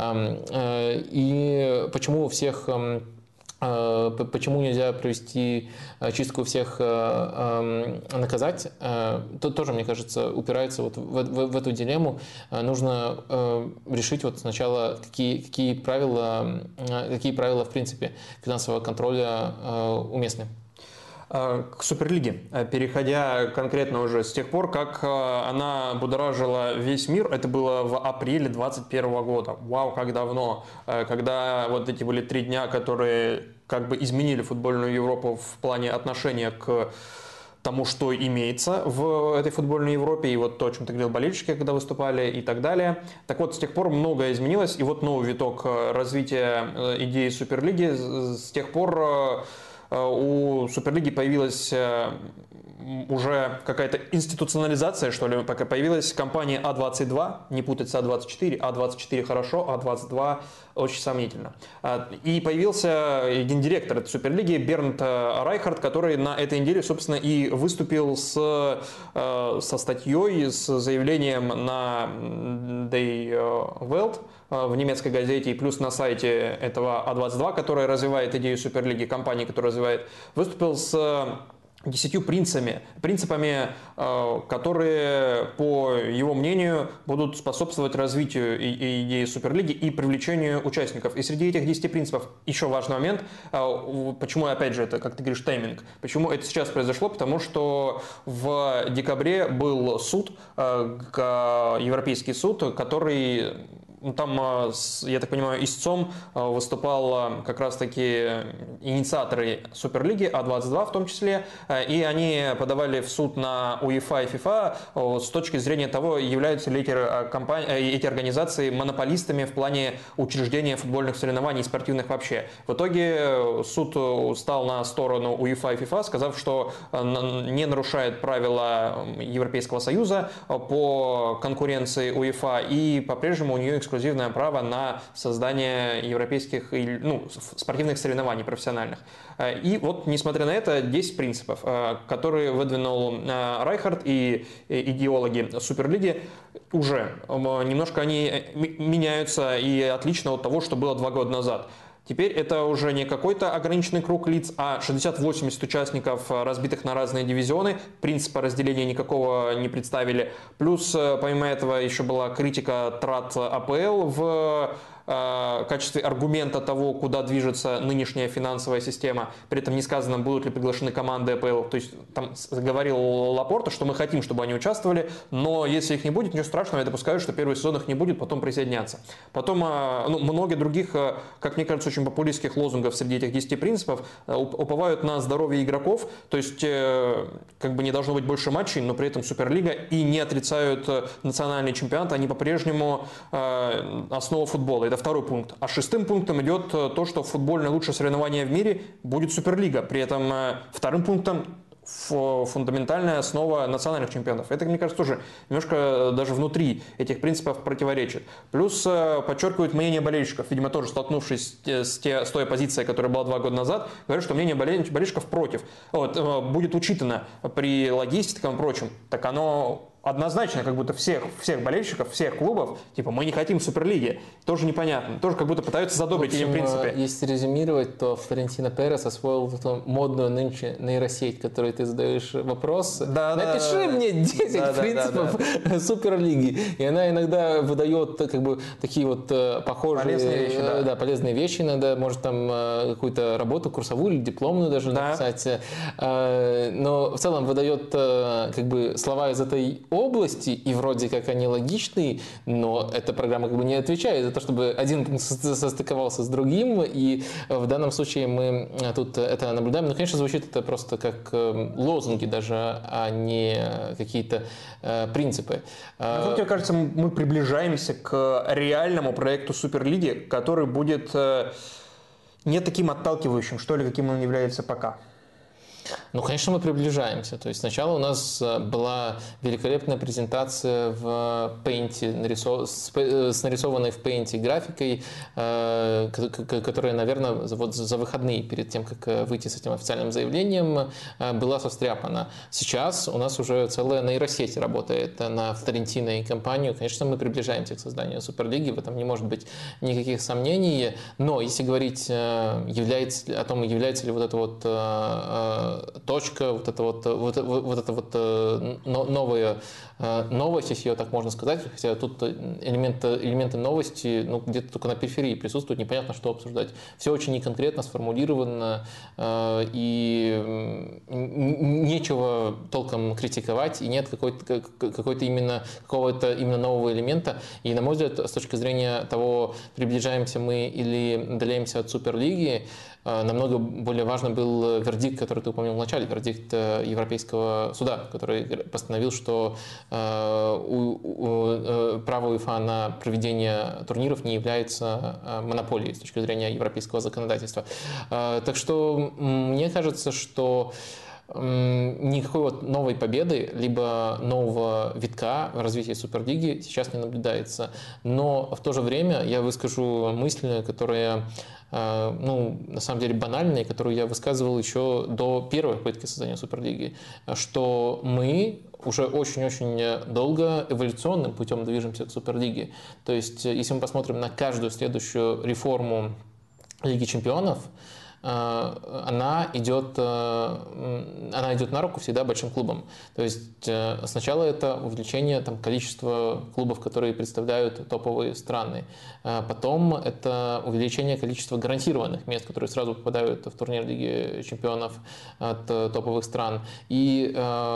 И почему всех Почему нельзя провести чистку всех, наказать, то тоже, мне кажется, упирается вот в, в, в эту дилемму. Нужно решить вот сначала, какие, какие, правила, какие правила, в принципе, финансового контроля уместны. К Суперлиге, переходя конкретно уже с тех пор, как она будоражила весь мир, это было в апреле двадцать первого года. Вау, как давно, когда вот эти были три дня, которые как бы изменили футбольную Европу в плане отношения к тому, что имеется в этой футбольной Европе, и вот то, о чем ты говорил, болельщики, когда выступали и так далее. Так вот, с тех пор многое изменилось, и вот новый виток развития идеи Суперлиги. С тех пор у Суперлиги появилась уже какая-то институционализация, что ли, пока появилась компания а двадцать два, не путать с а двадцать четыре, а двадцать четыре хорошо, а двадцать два очень сомнительно. И появился гендиректор этой Суперлиги Бернд Райхард, который на этой неделе, собственно, и выступил с, со статьей, с заявлением на Die Welt в немецкой газете и плюс на сайте этого а двадцать два, которая развивает идею Суперлиги, компании, которая развивает, выступил с десятью принципами, принципами, которые, по его мнению, будут способствовать развитию идеи Суперлиги и привлечению участников. И среди этих десяти принципов еще важный момент, почему, опять же, это, как ты говоришь, тайминг, почему это сейчас произошло, потому что в декабре был суд, Европейский суд, который... Там, я так понимаю, истцом выступал как раз-таки инициаторы Суперлиги, а двадцать два в том числе, и они подавали в суд на УЕФА и ФИФА с точки зрения того, являются ли эти, компании, эти организации монополистами в плане учреждения футбольных соревнований и спортивных вообще. В итоге суд стал на сторону УЕФА и ФИФА, сказав, что не нарушает правила Европейского Союза по конкуренции УЕФА, и по-прежнему у нее эксклюзивная эксклюзивное право на создание европейских, ну, спортивных соревнований профессиональных. И вот, несмотря на это, десять принципов, которые выдвинул Райхард и идеологи Суперлиги, уже немножко они меняются и отлично от того, что было два года назад. Теперь это уже не какой-то ограниченный круг лиц, а шестьдесят-восемьдесят участников, разбитых на разные дивизионы. Принципа разделения никакого не представили. Плюс, помимо этого, еще была критика трат а пэ эл в в качестве аргумента того, куда движется нынешняя финансовая система. При этом не сказано, будут ли приглашены команды а пэ эл. То есть там говорил Лапорта, что мы хотим, чтобы они участвовали, но если их не будет, ничего страшного, я допускаю, что первый сезон их не будет, потом присоединятся. Потом ну, много других, как мне кажется, очень популистских лозунгов среди этих десяти принципов уповают на здоровье игроков, то есть как бы не должно быть больше матчей, но при этом Суперлига, и не отрицают национальный чемпионат, они по-прежнему основа футбола. Это второй пункт. А шестым пунктом идет то, что футбольное лучшее соревнование в мире будет Суперлига. При этом вторым пунктом фундаментальная основа национальных чемпионатов. Это, мне кажется, тоже немножко даже внутри этих принципов противоречит. Плюс подчеркивают мнение болельщиков, видимо, тоже столкнувшись с, те, с той оппозицией, которая была два года назад, говорят, что мнение болельщиков против. Вот, будет учитано при логистике и прочем. Так оно однозначно, как будто всех, всех болельщиков, всех клубов, типа, мы не хотим Суперлиги. Тоже непонятно. Тоже как будто пытаются задобрить в общем, этим принципе. Если резюмировать, то Флорентино Перес освоил эту модную нынче нейросеть, которой ты задаешь вопрос. Да, Напиши да, мне десять да, принципов да, да, да. Суперлиги. И она иногда выдает как бы такие вот похожие полезные вещи, да. Да, полезные вещи. Иногда может там какую-то работу курсовую или дипломную даже да. написать. Но в целом выдает как бы слова из этой области, и вроде как они логичные, но эта программа как бы не отвечает за то, чтобы один пункт состыковался с другим, и в данном случае мы тут это наблюдаем. Но, конечно, звучит это просто как лозунги даже, а не какие-то принципы. А как тебе кажется, мы приближаемся к реальному проекту Суперлиги, который будет не таким отталкивающим, что ли, каким он является пока? Ну, конечно, мы приближаемся. То есть сначала у нас была великолепная презентация в Paint, нарисов... с нарисованной в Paint графикой, которая, наверное, вот за выходные, перед тем, как выйти с этим официальным заявлением, была состряпана. Сейчас у нас уже целая нейросеть работает на Флорентино и компанию. Конечно, мы приближаемся к созданию Суперлиги, в этом не может быть никаких сомнений. Но если говорить является, о том, является ли вот это вот точка, вот это вот, вот, вот это вот новая новость, если ее так можно сказать, хотя тут элементы, элементы новости ну, где-то только на периферии присутствуют, непонятно, что обсуждать. Все очень неконкретно сформулировано, и нечего толком критиковать, и нет какой-то, какой-то именно, какого-то именно нового элемента. И, на мой взгляд, с точки зрения того, приближаемся мы или удаляемся от Суперлиги, намного более важным был вердикт, который ты упомянул в начале, вердикт Европейского суда, который постановил, что право УЕФА на проведение турниров не является монополией с точки зрения европейского законодательства. Так что мне кажется, что никакой вот новой победы, либо нового витка в развитии Суперлиги сейчас не наблюдается. Но в то же время я выскажу мысль, которая ну, на самом деле банальные, которую я высказывал еще до первой попытки создания Суперлиги, что мы уже очень-очень долго эволюционным путем движемся к Суперлиге. То есть, если мы посмотрим на каждую следующую реформу Лиги Чемпионов, она идет, она идет на руку всегда большим клубам. То есть сначала это увеличение там, количества клубов, которые представляют топовые страны. Потом это увеличение количества гарантированных мест, которые сразу попадают в турнир Лиги Чемпионов от топовых стран. И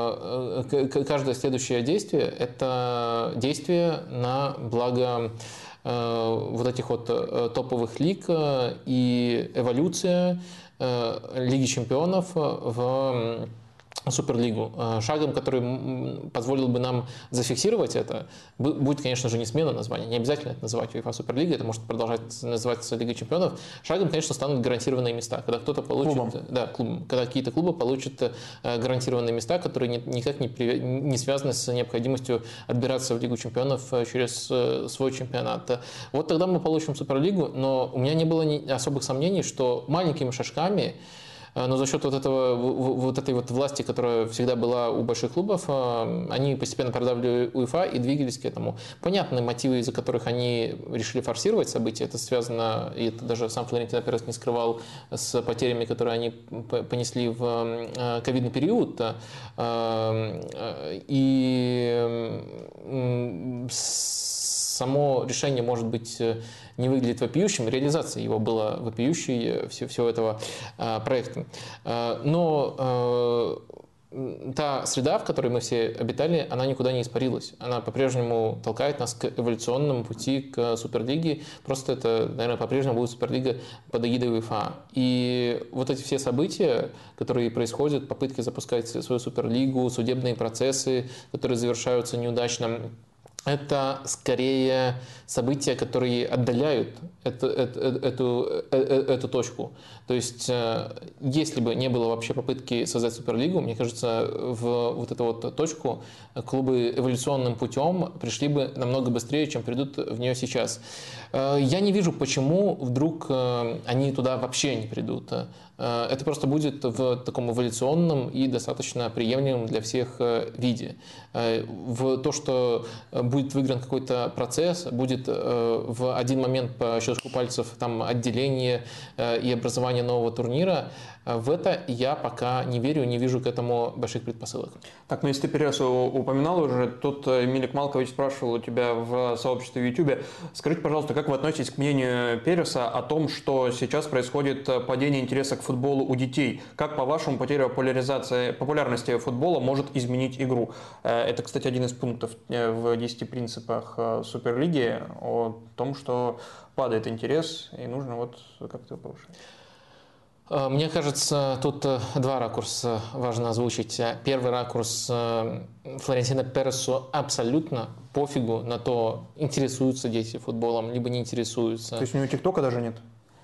каждое следующее действие – это действие на благо вот этих вот топовых лиг и эволюция Лиги Чемпионов в Суперлигу. Шагом, который позволил бы нам зафиксировать это, будет, конечно же, не смена названия. Не обязательно это называть УЕФА Суперлига, это может продолжать называться Лига Чемпионов. Шагом, конечно, станут гарантированные места. Когда кто-то получит... Клубом. Да, клубом. Когда какие-то клубы получат гарантированные места, которые никак не, при, не связаны с необходимостью отбираться в Лигу Чемпионов через свой чемпионат. Вот тогда мы получим Суперлигу, но у меня не было особых сомнений, что маленькими шажками, но за счет вот, этого, вот этой вот власти, которая всегда была у больших клубов, они постепенно продавливали УЕФА и двигались к этому. Понятны мотивы, из-за которых они решили форсировать события. Это связано, и это даже сам Флорентино Перес не скрывал, с потерями, которые они понесли в ковидный период. И само решение, может быть, не выглядит вопиющим, реализация его была вопиющей всего этого проекта. Но та среда, в которой мы все обитали, она никуда не испарилась. Она по-прежнему толкает нас к эволюционному пути к Суперлиге. Просто это, наверное, по-прежнему будет Суперлига под эгидой УЕФА. И вот эти все события, которые происходят, попытки запускать свою Суперлигу, судебные процессы, которые завершаются неудачно, это скорее события, которые отдаляют эту, эту, эту, эту точку. То есть, если бы не было вообще попытки создать Суперлигу, мне кажется, в вот эту вот точку клубы эволюционным путем пришли бы намного быстрее, чем придут в нее сейчас. Я не вижу, почему вдруг они туда вообще не придут. Это просто будет в таком эволюционном и достаточно приемлемом для всех виде. В то, что будет выигран какой-то процесс, будет в один момент по щелчку пальцев там отделение и образование нового турнира, в это я пока не верю, не вижу к этому больших предпосылок. Так, ну если ты Переса упоминал уже, тут Милик Малкович спрашивал у тебя в сообществе в Ютубе. Скажите, пожалуйста, как вы относитесь к мнению Переса о том, что сейчас происходит падение интереса к футболу у детей? Как, по-вашему, потеря популяризации, популярности футбола может изменить игру? Это, кстати, один из пунктов в десяти принципах Суперлиги о том, что падает интерес и нужно вот как-то повышать. Мне кажется, тут два ракурса важно озвучить. Первый ракурс: Флорентино Пересу абсолютно пофигу на то, интересуются дети футболом, либо не интересуются. То есть у него ТикТока даже нет?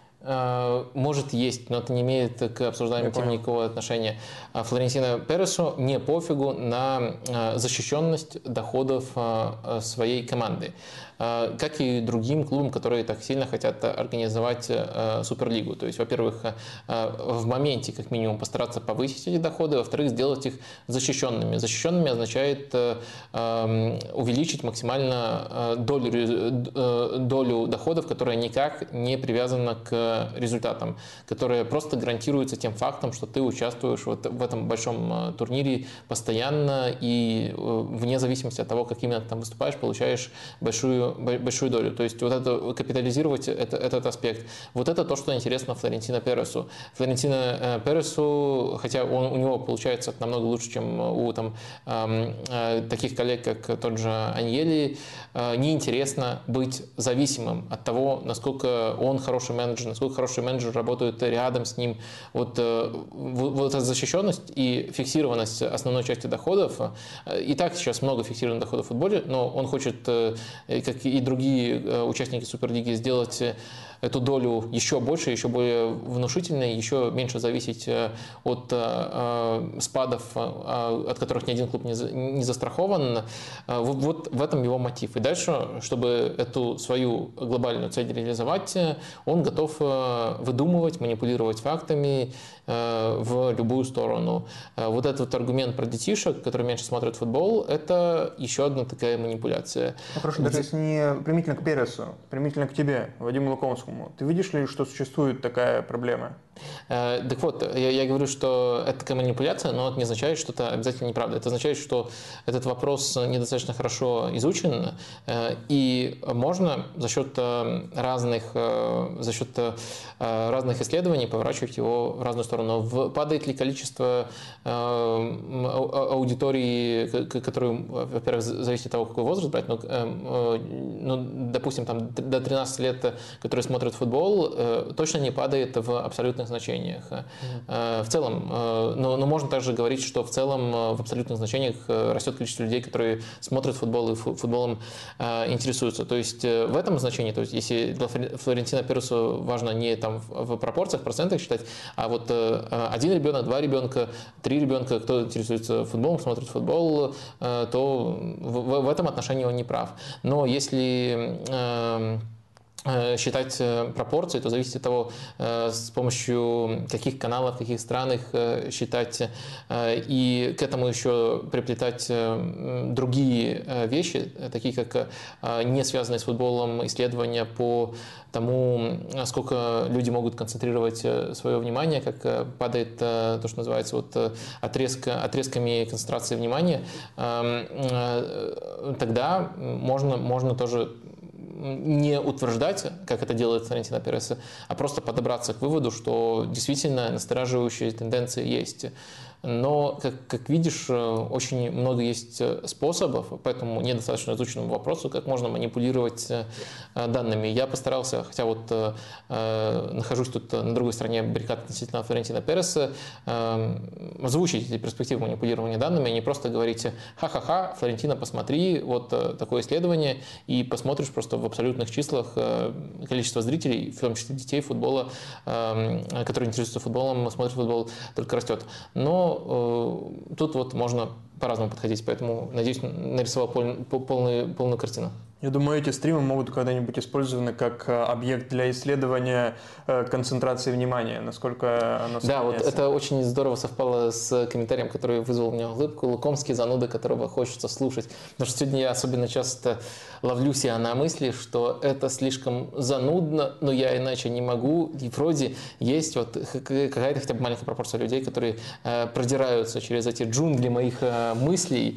Может, есть, но это не имеет к обсуждаемой теме никакого отношения. Флорентино Пересу не пофигу на защищенность доходов своей команды, как и другим клубам, которые так сильно хотят организовать Суперлигу. То есть, во-первых, в моменте, как минимум, постараться повысить эти доходы, во-вторых, сделать их защищенными. Защищенными означает увеличить максимально долю, долю доходов, которая никак не привязана к результатам, которые просто гарантируются тем фактом, что ты участвуешь вот в этом большом турнире постоянно и вне зависимости от того, как именно ты там выступаешь, получаешь большую, большую долю. То есть вот это капитализировать это, этот аспект. Вот это то, что интересно Флорентино Пересу. Флорентино Пересу, хотя он, у него получается намного лучше, чем у там, таких коллег, как тот же Аньели, неинтересно быть зависимым от того, насколько он хороший менеджер, насколько хороший менеджер работает рядом с ним. Вот, вот эта защищенность и фиксированность основной части доходов. И так сейчас много фиксированных доходов в футболе, но он хочет, как и другие участники Суперлиги, сделать эту долю еще больше, еще более внушительной, еще меньше зависеть от э, спадов, э, от которых ни один клуб не, не застрахован. Вот, вот в этом его мотив. И дальше, чтобы эту свою глобальную цель реализовать, он готов выдумывать, манипулировать фактами э, в любую сторону. Вот этот вот аргумент про детишек, которые меньше смотрят футбол, это еще одна такая манипуляция. Ну, хорошо, даже если не примительно к Пересу, примительно к тебе, Вадиму Лукомскому, ты видишь ли, что существует такая проблема? Так вот, я, я говорю, что это такая манипуляция, но это не означает, что это обязательно неправда. Это означает, что этот вопрос недостаточно хорошо изучен, и можно за счет разных, за счет разных исследований поворачивать его в разную сторону. Падает ли количество аудитории, которые, во-первых, зависит от того, какой возраст брать, но, ну, допустим, там, до тринадцати лет, которые смотрят футбол, точно не падает в абсолютных значениях. Mm-hmm. В целом, но, но можно также говорить, что в целом в абсолютных значениях растет количество людей, которые смотрят футбол и футболом интересуются. То есть в этом значении, то есть если для Флорентино Пересу важно не там в пропорциях, процентах считать, а вот один ребенок, два ребенка, три ребенка, кто интересуется футболом, смотрит футбол, то в, в этом отношении он не прав. Но если считать пропорции, то зависит от того, с помощью каких каналов, в каких странах считать, и к этому еще приплетать другие вещи, такие как не связанные с футболом исследования по тому, сколько люди могут концентрировать свое внимание, как падает то, что называется вот отрезка, отрезками концентрации внимания, тогда можно, можно тоже не утверждать, как это делает Флорентино Перес, а просто подобраться к выводу, что действительно настораживающие тенденции есть. Но, как, как видишь, очень много есть способов, поэтому недостаточно изученному вопросу, как можно манипулировать данными. Я постарался, хотя вот э, нахожусь тут на другой стороне баррикад относительно Флорентино Переса, э, озвучить эти перспективы манипулирования данными, а не просто говорить: ха-ха-ха, Флорентино, посмотри, вот такое исследование, и посмотришь просто в абсолютных числах количество зрителей, в том числе детей футбола, которые интересуются футболом, смотрят футбол, только растет. Но э, тут вот можно по-разному подходить, поэтому, надеюсь, нарисовал пол, полную, полную картину. Я думаю, эти стримы могут когда-нибудь использованы как объект для исследования концентрации внимания, насколько оно сохраняется. Да, вот это очень здорово совпало с комментарием, который вызвал у меня улыбку. Лукомский, зануда, которого хочется слушать. Потому что сегодня я особенно часто ловлю себя на мысли, что это слишком занудно, но я иначе не могу. И вроде есть вот какая-то хотя бы маленькая пропорция людей, которые продираются через эти джунгли моих мыслей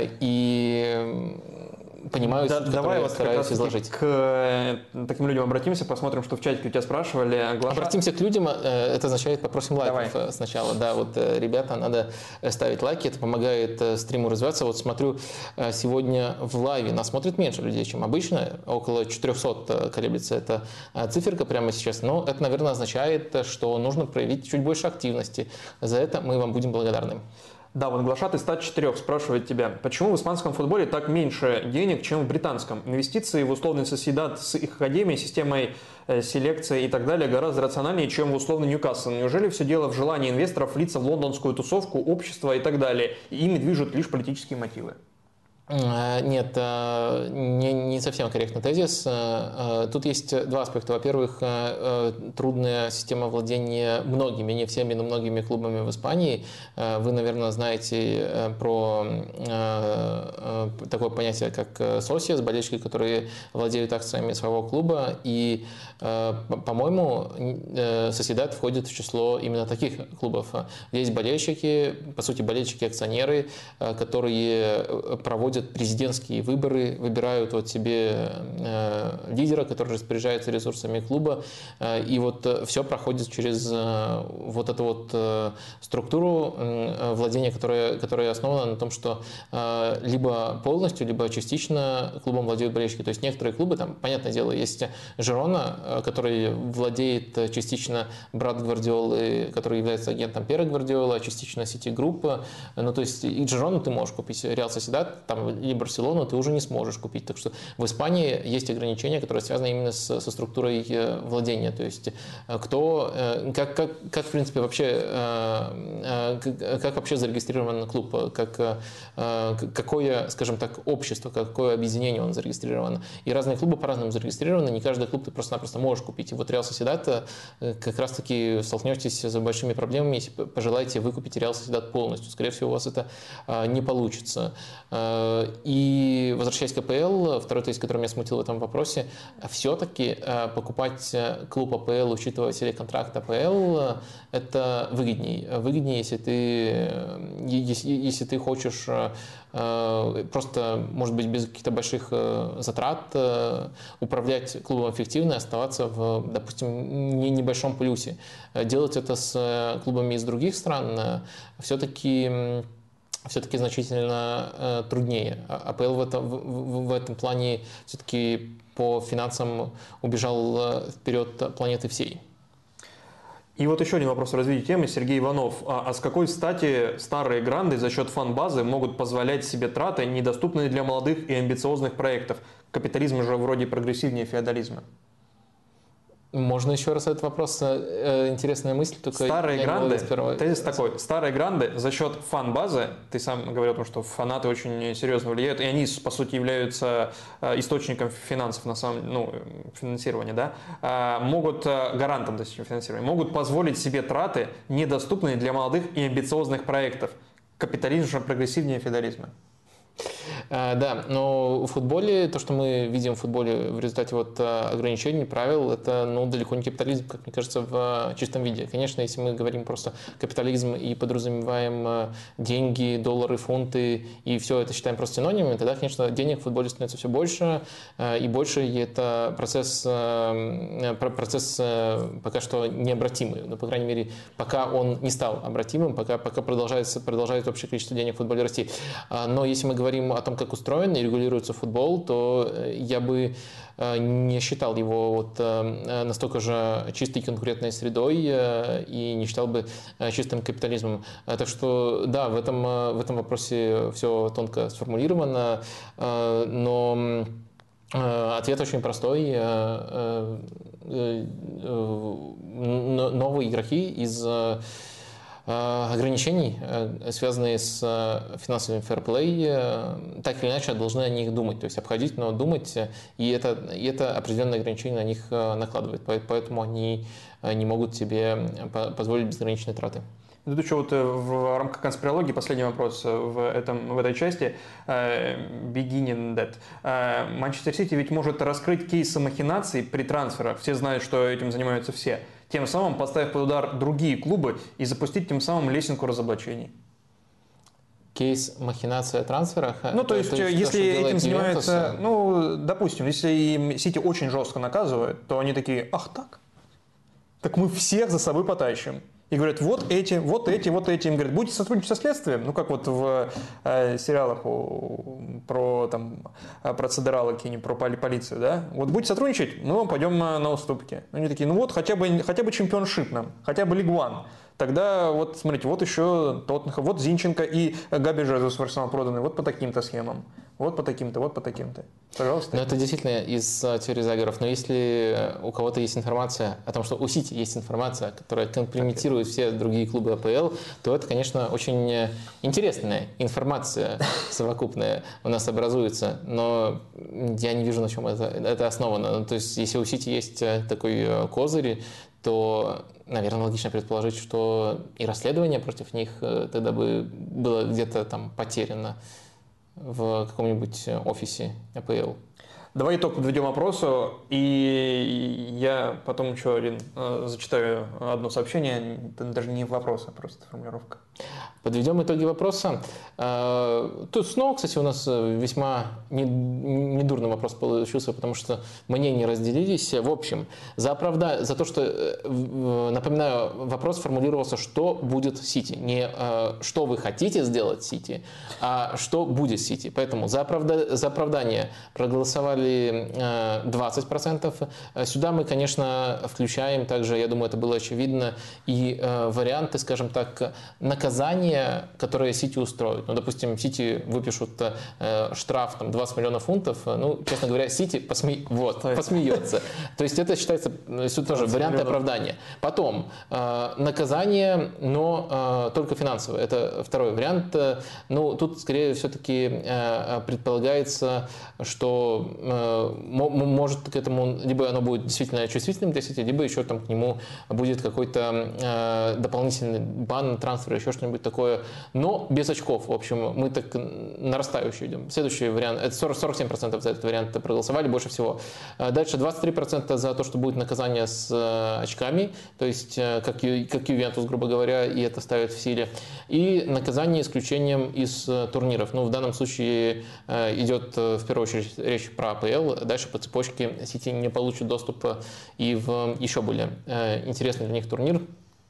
и понимаю, да, давай я вот стараюсь изложить. К таким людям обратимся, посмотрим, что в чатике у тебя спрашивали. Глаша... Обратимся к людям, это означает попросим лайков давай. Сначала. Да, вот, ребята, надо ставить лайки, это помогает стриму развиваться. Вот смотрю, сегодня в лайве нас смотрит меньше людей, чем обычно, около четырехсот колеблется эта циферка прямо сейчас. Но это, наверное, означает, что нужно проявить чуть больше активности. За это мы вам будем благодарны. Да, вот Глашатый сто четыре спрашивает тебя, почему в испанском футболе так меньше денег, чем в британском? Инвестиции в условный Соседат с их академией, системой селекции и так далее гораздо рациональнее, чем в условный Ньюкасл. Неужели все дело в желании инвесторов влиться в лондонскую тусовку, общество и так далее? И ими движут лишь политические мотивы? Нет, не, не совсем корректный тезис. Тут есть два аспекта. Во-первых, трудная система владения многими, не всеми, но многими клубами в Испании. Вы, наверное, знаете про такое понятие, как сосиас, болельщики, которые владеют акциями своего клуба. И, по-моему, Соседат входит в число именно таких клубов. Есть болельщики, по сути, болельщики-акционеры, которые проводят президентские выборы, выбирают вот себе э, лидера, который распоряжается ресурсами клуба, э, и вот э, все проходит через э, вот эту вот э, структуру э, владения, которая, которая основана на том, что э, либо полностью, либо частично клубом владеют болельщики. То есть некоторые клубы, там, понятное дело, есть Жирона, э, который владеет частично брат Гвардиолы, который является агентом Пьера Гвардиола, а частично Сити Групп. Ну, то есть и Жирону ты можешь купить, Реал Соседат, там, и Барселону ты уже не сможешь купить. Так что в Испании есть ограничения, которые связаны именно с, со структурой владения. То есть кто, как, как, как в принципе вообще, как вообще зарегистрирован клуб, как, какое, скажем так, общество, какое объединение он зарегистрировано. И разные клубы по-разному зарегистрированы, не каждый клуб ты просто-напросто можешь купить. И вот Реал Соседат как раз-таки столкнетесь с большими проблемами, если пожелаете выкупить Реал Соседат полностью. Скорее всего, у вас это не получится. И возвращаясь к АПЛ, второй тезис, который меня смутил в этом вопросе, все-таки покупать клуб АПЛ, учитывая серию контракт АПЛ, это выгоднее. Выгоднее, если ты, если, если ты хочешь просто, может быть, без каких-то больших затрат управлять клубом эффективно и оставаться в, допустим, небольшом плюсе. Делать это с клубами из других стран все-таки все-таки значительно э, труднее. АПЛ в этом, в, в этом плане все-таки по финансам убежал вперед планеты всей. И вот еще один вопрос в развитии темы. Сергей Иванов. А, а с какой стати старые гранды за счет фан-базы могут позволять себе траты, недоступные для молодых и амбициозных проектов? Капитализм же вроде прогрессивнее феодализма. Можно еще раз этот вопрос? Интересная мысль. Только старые гранды, тезис такой, старые гранды за счет фан-базы, ты сам говорил о том, что фанаты очень серьезно влияют, и они, по сути, являются источником финансов, на самом, ну, финансирования, да, могут, гарантом финансирования, могут позволить себе траты, недоступные для молодых и амбициозных проектов. Капитализм же прогрессивнее феодализма. Да, но в футболе, то, что мы видим в футболе в результате вот ограничений, правил, это ну, далеко не капитализм, как мне кажется, в чистом виде. Конечно, если мы говорим просто капитализм и подразумеваем деньги, доллары, фунты, и все это считаем просто синонимами, тогда, конечно, денег в футболе становится все больше и больше, и это процесс, процесс пока что необратимый. Но, по крайней мере, пока он не стал обратимым, пока, пока продолжается, продолжает общее количество денег в футболе расти. Но если мы говорим о том, как устроен и регулируется футбол, то я бы не считал его вот настолько же чистой конкурентной средой и не считал бы чистым капитализмом. Так что да, в этом, в этом вопросе все тонко сформулировано, но ответ очень простой. Новые игроки из ограничений, связанные с финансовым фэрплей, так или иначе должны о них думать, то есть обходить, но думать, и это, и это определенные ограничения на них накладывает, поэтому они не могут себе позволить безграничные траты. Тут еще вот в рамках конспирологии последний вопрос в, этом, в этой части. Beginning that. Манчестер Сити ведь может раскрыть кейсы махинаций при трансферах. Все знают, что этим занимаются все. Тем самым поставив под удар другие клубы и запустить тем самым лесенку разоблачений. Кейс махинации о трансферах? Ну, то есть, то есть если то, этим занимаются, ну, допустим, если Сити очень жестко наказывают, то они такие, ах так? Так мы всех за собой потащим. И говорят, вот эти, вот эти, вот эти. Им говорят, будете сотрудничать со следствием? Ну, как вот в э, сериалах у, про, там, процедуралы какие-нибудь, про полицию, да? Вот будете сотрудничать, мы вам пойдем на уступки. Они такие, ну вот, хотя бы, хотя бы чемпионшип нам, хотя бы Лиг Ван. Тогда вот, смотрите, вот еще Тоттенхэм, вот Зинченко и Габи Жезус в Арсенал проданы, вот по таким-то схемам. Вот по таким-то, вот по таким-то. Пожалуйста. Но это действительно из теории заговоров. Но если у кого-то есть информация о том, что у Сити есть информация, которая компрометирует все другие клубы АПЛ, то это, конечно, очень интересная информация совокупная у нас образуется. Но я не вижу, на чем это, это основано. То есть, если у Сити есть такой козырь, то, наверное, логично предположить, что и расследование против них тогда бы было где-то там потеряно в каком-нибудь офисе АПЛ. Давай итог подведем опросу, и я потом еще один зачитаю одно сообщение, это даже не вопрос, а просто формулировка. Подведем итоги вопроса. Тут снова, кстати, у нас весьма недурный вопрос получился, потому что мнения разделились. В общем, за, оправда... за то, что, напоминаю, вопрос формулировался, что будет Сити. Не что вы хотите сделать Сити, а что будет Сити. Поэтому за, оправда... за оправдание проголосовали двадцать процентов. Сюда мы, конечно, включаем также, я думаю, это было очевидно, и варианты, скажем так, наказания, которые Сити устроят. Ну, допустим, Сити выпишут э, штраф там, двадцать миллионов фунтов, ну, честно говоря, Сити посме... вот, посмеется. То есть это считается тоже варианты оправдания. Потом, э, наказание, но э, только финансовое. Это второй вариант. Ну, тут скорее все-таки э, предполагается, что э, может к этому, либо оно будет действительно чувствительным для Сити, либо еще там к нему будет какой-то э, дополнительный бан, трансфер, еще что-нибудь такое, но без очков. В общем, мы так нарастающий идем. Следующий вариант, это сорок, сорок семь процентов за этот вариант проголосовали больше всего. Дальше двадцать три процента за то, что будет наказание с очками, то есть как, Ю, как Ювентус, грубо говоря, и это ставит в силе. И наказание исключением из турниров. Ну, в данном случае идет в первую очередь речь про АПЛ. Дальше по цепочке Сити не получит доступ и в еще более интересный для них турнир,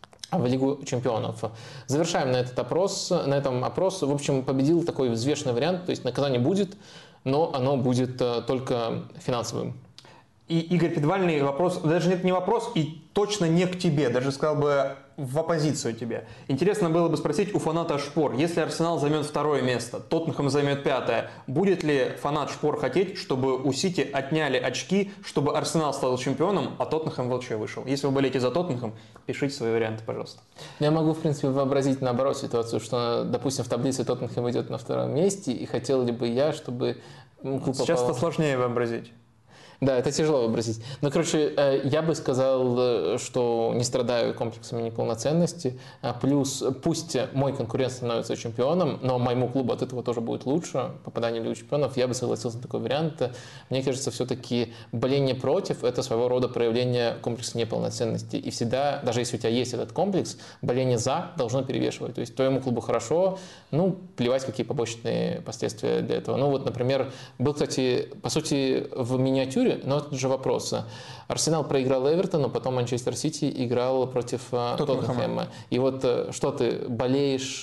в Лигу чемпионов. Завершаем на этот опрос, на этом опрос. В общем, победил такой взвешенный вариант, то есть наказание будет, но оно будет только финансовым. И, Игорь, Педвальный вопрос, даже нет, не вопрос, и точно не к тебе, даже сказал бы в оппозицию тебе. Интересно было бы спросить у фаната Шпор, если Арсенал займет второе место, Тоттенхэм займет пятое, будет ли фанат Шпор хотеть, чтобы у Сити отняли очки, чтобы Арсенал стал чемпионом, а Тоттенхэм вообще вышел? Если вы болеете за Тоттенхэм, пишите свои варианты, пожалуйста. Я могу, в принципе, вообразить наоборот ситуацию, что, допустим, в таблице Тоттенхэм идет на втором месте, и хотел ли бы я, чтобы клуб Сейчас попал... это сложнее вообразить. Да, это тяжело вообразить. Но, короче, я бы сказал, что не страдаю комплексами неполноценности. Плюс, пусть мой конкурент становится чемпионом, но моему клубу от этого тоже будет лучше, попадание в Лигу чемпионов, я бы согласился на такой вариант. Мне кажется, все-таки боление против – это своего рода проявление комплекса неполноценности. И всегда, даже если у тебя есть этот комплекс, боление за должно перевешивать. То есть твоему клубу хорошо, ну, плевать, какие побочные последствия для этого. Ну, вот, например, был, кстати, по сути, в миниатюре, но это же вопрос. Арсенал проиграл Эвертону, потом Манчестер Сити играл против Тоттенхэма. И вот что ты, болеешь,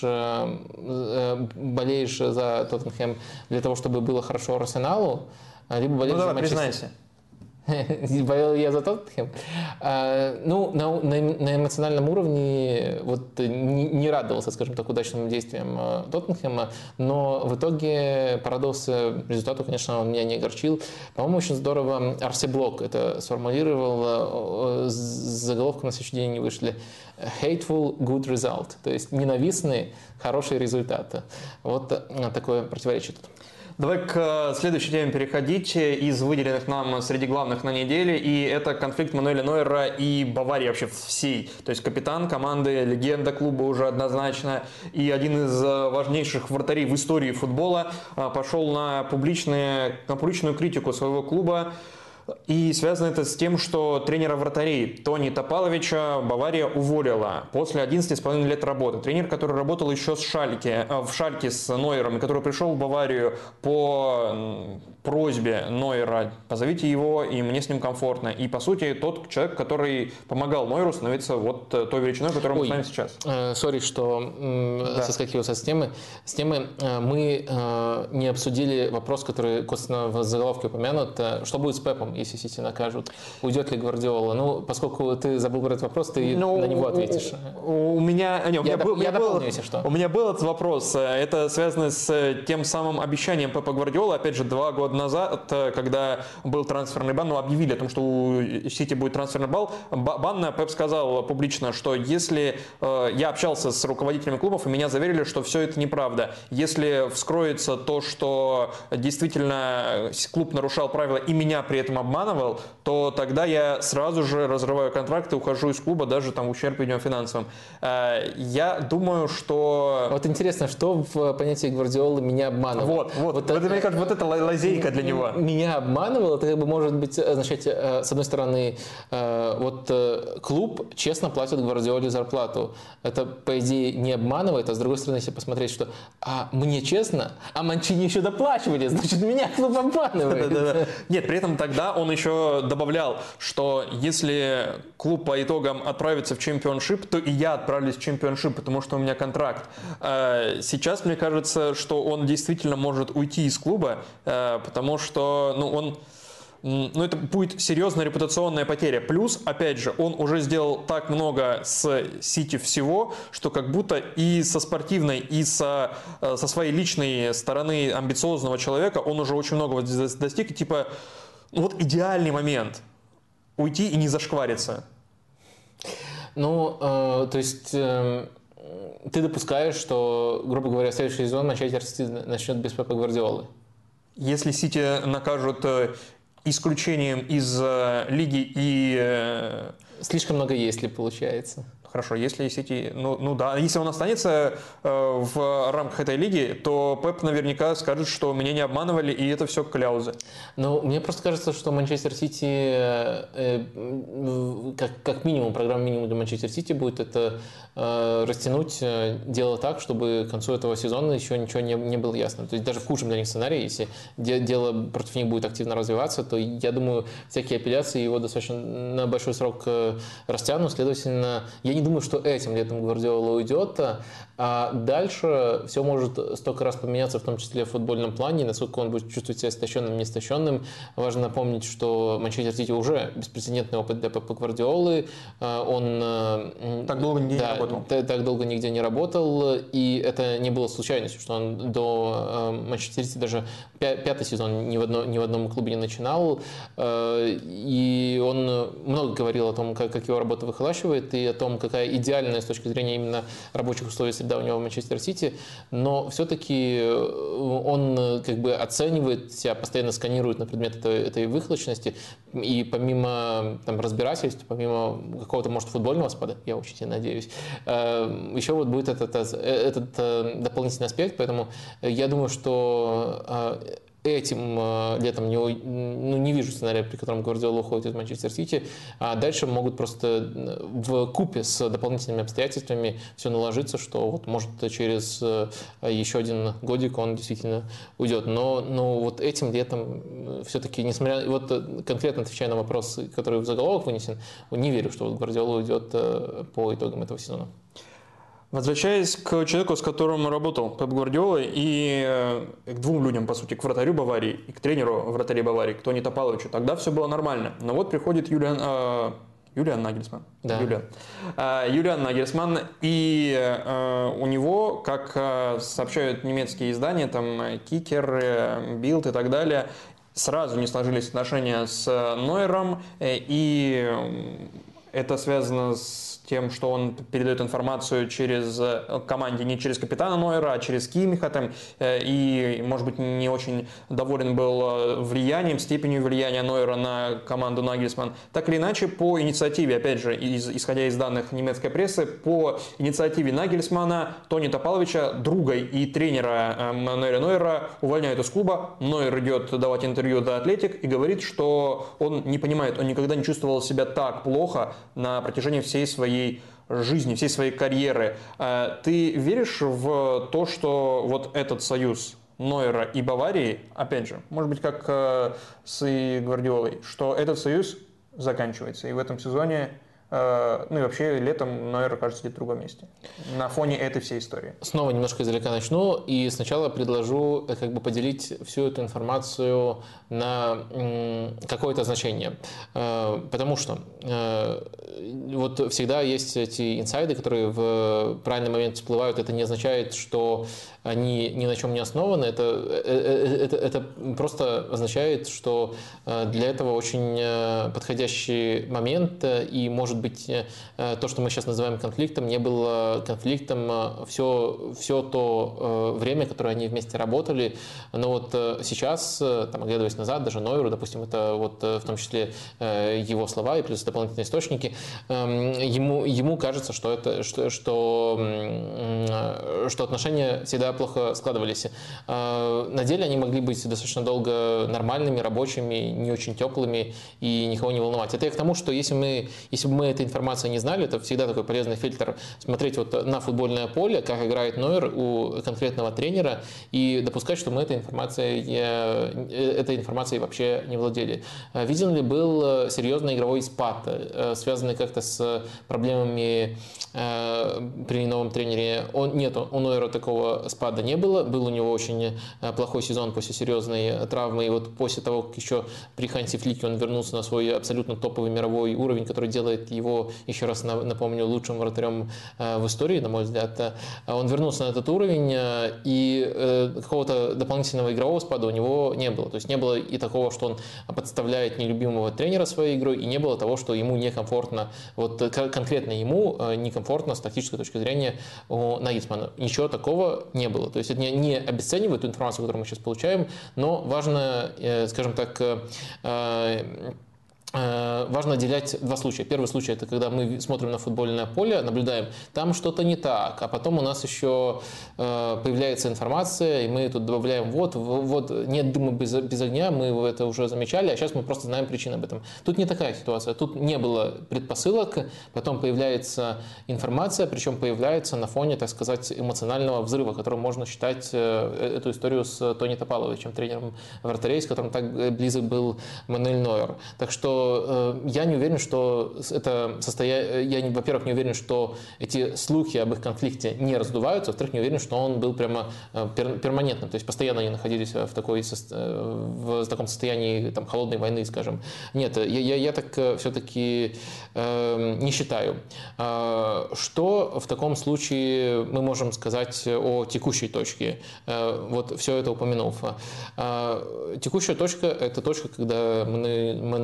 болеешь за Тоттенхэм для того, чтобы было хорошо Арсеналу, либо болеешь ну, давай, за Манчестер? Признайся. Болел я за Тоттенхэм. А, ну, на, на, на эмоциональном уровне вот не, не радовался, скажем так, удачным действиям Тоттенхэма, но в итоге порадовался результату, конечно, он меня не огорчил. По-моему, очень здорово Арсеблок это сформулировал, с заголовком на следующий день не вышли. Hateful good result, то есть ненавистные хорошие результаты. Вот такое противоречие тут. Давай к следующей теме переходить из выделенных нам среди главных на неделе. И это конфликт Мануэля Нойера и Баварии вообще всей. То есть капитан команды, легенда клуба уже однозначно. И один из важнейших вратарей в истории футбола пошел на, публичные, на публичную критику своего клуба. И связано это с тем, что тренера вратарей Тони Топаловича Бавария уволила после одиннадцати с половиной лет работы. Тренер, который работал еще с Шальке, в Шальке с Нойером, который пришел в Баварию по просьбе Нойера, позовите его, и мне с ним комфортно. И, по сути, тот человек, который помогал Нойеру становиться вот той величиной, которую мы знаем сейчас. Сори, что да. соскакивался с темы. С темы мы э, не обсудили вопрос, который косвенно в заголовке упомянут. Что будет с Пепом, если Сити накажут? Уйдет ли Гвардиола? Ну, поскольку ты забыл про этот вопрос, ты ну, на него ответишь. У, у меня, не, у меня, я был, я был, дополню, если что. У меня был этот вопрос. Это связано с тем самым обещанием Пепа Гвардиолы. Опять же, два года назад, когда был трансферный бан, ну, объявили о том, что у Сити будет трансферный бан, бан, Пеп сказал публично, что если э, я общался с руководителями клубов, и меня заверили, что все это неправда. Если вскроется то, что действительно клуб нарушал правила и меня при этом обманывал, то тогда я сразу же разрываю контракт и ухожу из клуба, даже там в ущерб идем финансовым. Э, я думаю, что... Вот интересно, что в понятии Гвардиолы меня обманывало? Вот, вот, вот, это, мне кажется, вот это лазейка для него. Меня обманывало, это как бы может быть означать, с одной стороны, вот клуб честно платит Гвардиоле зарплату. Это, по идее, не обманывает, а с другой стороны, если посмотреть, что а мне честно, а Манчини еще доплачивали, значит, меня клуб обманывает. Да, да, да. Нет, при этом тогда он еще добавлял, что если клуб по итогам отправится в чемпионшип, то и я отправлюсь в чемпионшип, потому что у меня контракт. Сейчас мне кажется, что он действительно может уйти из клуба, потому что ну, он... Ну, это будет серьезная репутационная потеря. Плюс, опять же, он уже сделал так много с Сити всего, что как будто и со спортивной, и со, со своей личной стороны амбициозного человека он уже очень многого достиг. И типа, ну вот идеальный момент уйти и не зашквариться. Ну, э, то есть... Э... Ты допускаешь, что, грубо говоря, следующий сезон Манчестер Сити начнет без Пепа Гвардиолы? Если Сити накажут исключением из лиги и... Слишком много если получается. Хорошо, если Сити, ну, ну да, если он останется э, в рамках этой лиги, то Пеп наверняка скажет, что меня не обманывали, и это все кляузы. Ну, мне просто кажется, что Манчестер Сити, э, э, как, как минимум, программа минимум для Манчестер Сити будет это э, растянуть э, дело так, чтобы к концу этого сезона еще ничего не, не было ясно. То есть даже в худшем для них сценарии, если де, дело против них будет активно развиваться, то я думаю, всякие апелляции его достаточно на большой срок э, растянут. Следовательно, я не думаю, что этим летом Гвардиола уйдет, а дальше все может столько раз поменяться, в том числе в футбольном плане, насколько он будет чувствовать себя истощенным, не истощенным. Важно напомнить, что Манчестер Сити уже беспрецедентный опыт для Пепа Гвардиолы. Он так долго нигде да, не работал. Так долго нигде не работал, и это не было случайностью, что он до Манчестер Сити даже пятый сезон ни в, одно, ни в одном клубе не начинал, и он много говорил о том, как, как его работа выхолащивает, и о том, какая идеальная с точки зрения именно рабочих условий среда у него в Манчестер Сити, но все-таки он как бы оценивает себя, постоянно сканирует на предмет этой, этой выхолощенности, и помимо там, разбирательств, помимо какого-то, может, футбольного спада, я очень сильно надеюсь, еще вот будет этот, этот дополнительный аспект, поэтому я думаю, что этим летом не, ну, не вижу сценария, при котором Гвардиола уходит из Манчестер Сити, а дальше могут просто в купе с дополнительными обстоятельствами все наложиться, что вот может через еще один годик он действительно уйдет. Но, но вот этим летом все-таки, несмотря, вот конкретно отвечая на вопрос, который в заголовок вынесен, не верю, что вот Гвардиола уйдет по итогам этого сезона. Возвращаясь к человеку, с которым работал Пеп Гвардиола, и к двум людям, по сути, к вратарю Баварии и к тренеру вратарей Баварии, к Тони Топаловичу, тогда все было нормально. Но вот приходит Юлиан, э, Юлиан Нагельсман. Да. Юлиан. Э, Юлиан Нагельсман, и э, у него, как сообщают немецкие издания, там Кикер, Билд и так далее, сразу не сложились отношения с Нойером, и это связано с тем, что он передает информацию через команде, не через капитана Нойера, а через Кимиха, там, и, может быть, не очень доволен был влиянием, степенью влияния Нойера на команду Нагельсман. Так или иначе, по инициативе, опять же, из, исходя из данных немецкой прессы, по инициативе Нагельсмана, Тони Топаловича, друга и тренера Мануэля Нойера, увольняют из клуба. Нойер идет давать интервью The Athletic и говорит, что он не понимает, он никогда не чувствовал себя так плохо на протяжении всей своей жизни, всей своей карьеры. Ты веришь в то, что вот этот союз Нойера и Баварии, опять же, может быть, как с Гвардиолой, что этот союз заканчивается, и в этом сезоне, ну и вообще летом Нойер окажется где-то в другом месте на фоне этой всей истории? Снова немножко издалека начну, и сначала предложу как бы поделить всю эту информацию на какое-то значение. Потому что вот всегда есть эти инсайды, которые в правильный момент всплывают. Это не означает, что они ни на чем не основаны. Это, это, это просто означает, что для этого очень подходящий момент, и, может быть, то, что мы сейчас называем конфликтом, не было конфликтом все, все то время, которое они вместе работали. Но вот сейчас, там, оглядываясь назад, даже Нойеру, допустим, это вот в том числе его слова и плюс дополнительные источники, ему, ему кажется, что, это, что, что, что отношения всегда плохо складывались. На деле они могли быть достаточно долго нормальными, рабочими, не очень теплыми и никого не волновать. Это я к тому, что если мы, если бы мы этой информации не знали, это всегда такой полезный фильтр смотреть вот на футбольное поле, как играет Нойер у конкретного тренера, и допускать, что мы этой информацией, этой информацией вообще не владели. Виден ли был серьезный игровой спад, связанный как-то с проблемами при новом тренере? Он, нет, у Нойера такого спада не было. Был у него очень плохой сезон после серьезной травмы. И вот после того, как еще при Ханси Флике он вернулся на свой абсолютно топовый мировой уровень, который делает его, еще раз напомню, лучшим вратарем в истории, на мой взгляд, он вернулся на этот уровень, и какого-то дополнительного игрового спада у него не было. То есть не было и такого, что он подставляет нелюбимого тренера своей игрой, и не было того, что ему некомфортно, вот конкретно ему некомфортно с тактической точки зрения у Нагельсмана. Ничего такого не было. То есть это не обесценивает ту информацию, которую мы сейчас получаем, но важно, скажем так, важно отделять два случая. Первый случай – это когда мы смотрим на футбольное поле, наблюдаем, там что-то не так, а потом у нас еще появляется информация, и мы тут добавляем, вот, вот нет дыма без, без огня, мы это уже замечали, а сейчас мы просто знаем причину об этом. Тут не такая ситуация, тут не было предпосылок, потом появляется информация, причем появляется на фоне, так сказать, эмоционального взрыва, которым можно считать эту историю с Тони Топаловичем, тренером вратарей, с которым так близок был Мануэль Нойер. Так что я не уверен, что это состояние, я, во-первых, не уверен, что эти слухи об их конфликте не раздуваются, во-вторых, не уверен, что он был прямо перманентным, то есть постоянно они находились в, такой, в таком состоянии там, холодной войны, скажем. Нет, я, я, я так все-таки э, не считаю. Что в таком случае мы можем сказать о текущей точке, вот все это упомянув? Текущая точка – это точка, когда Мануэль Нойер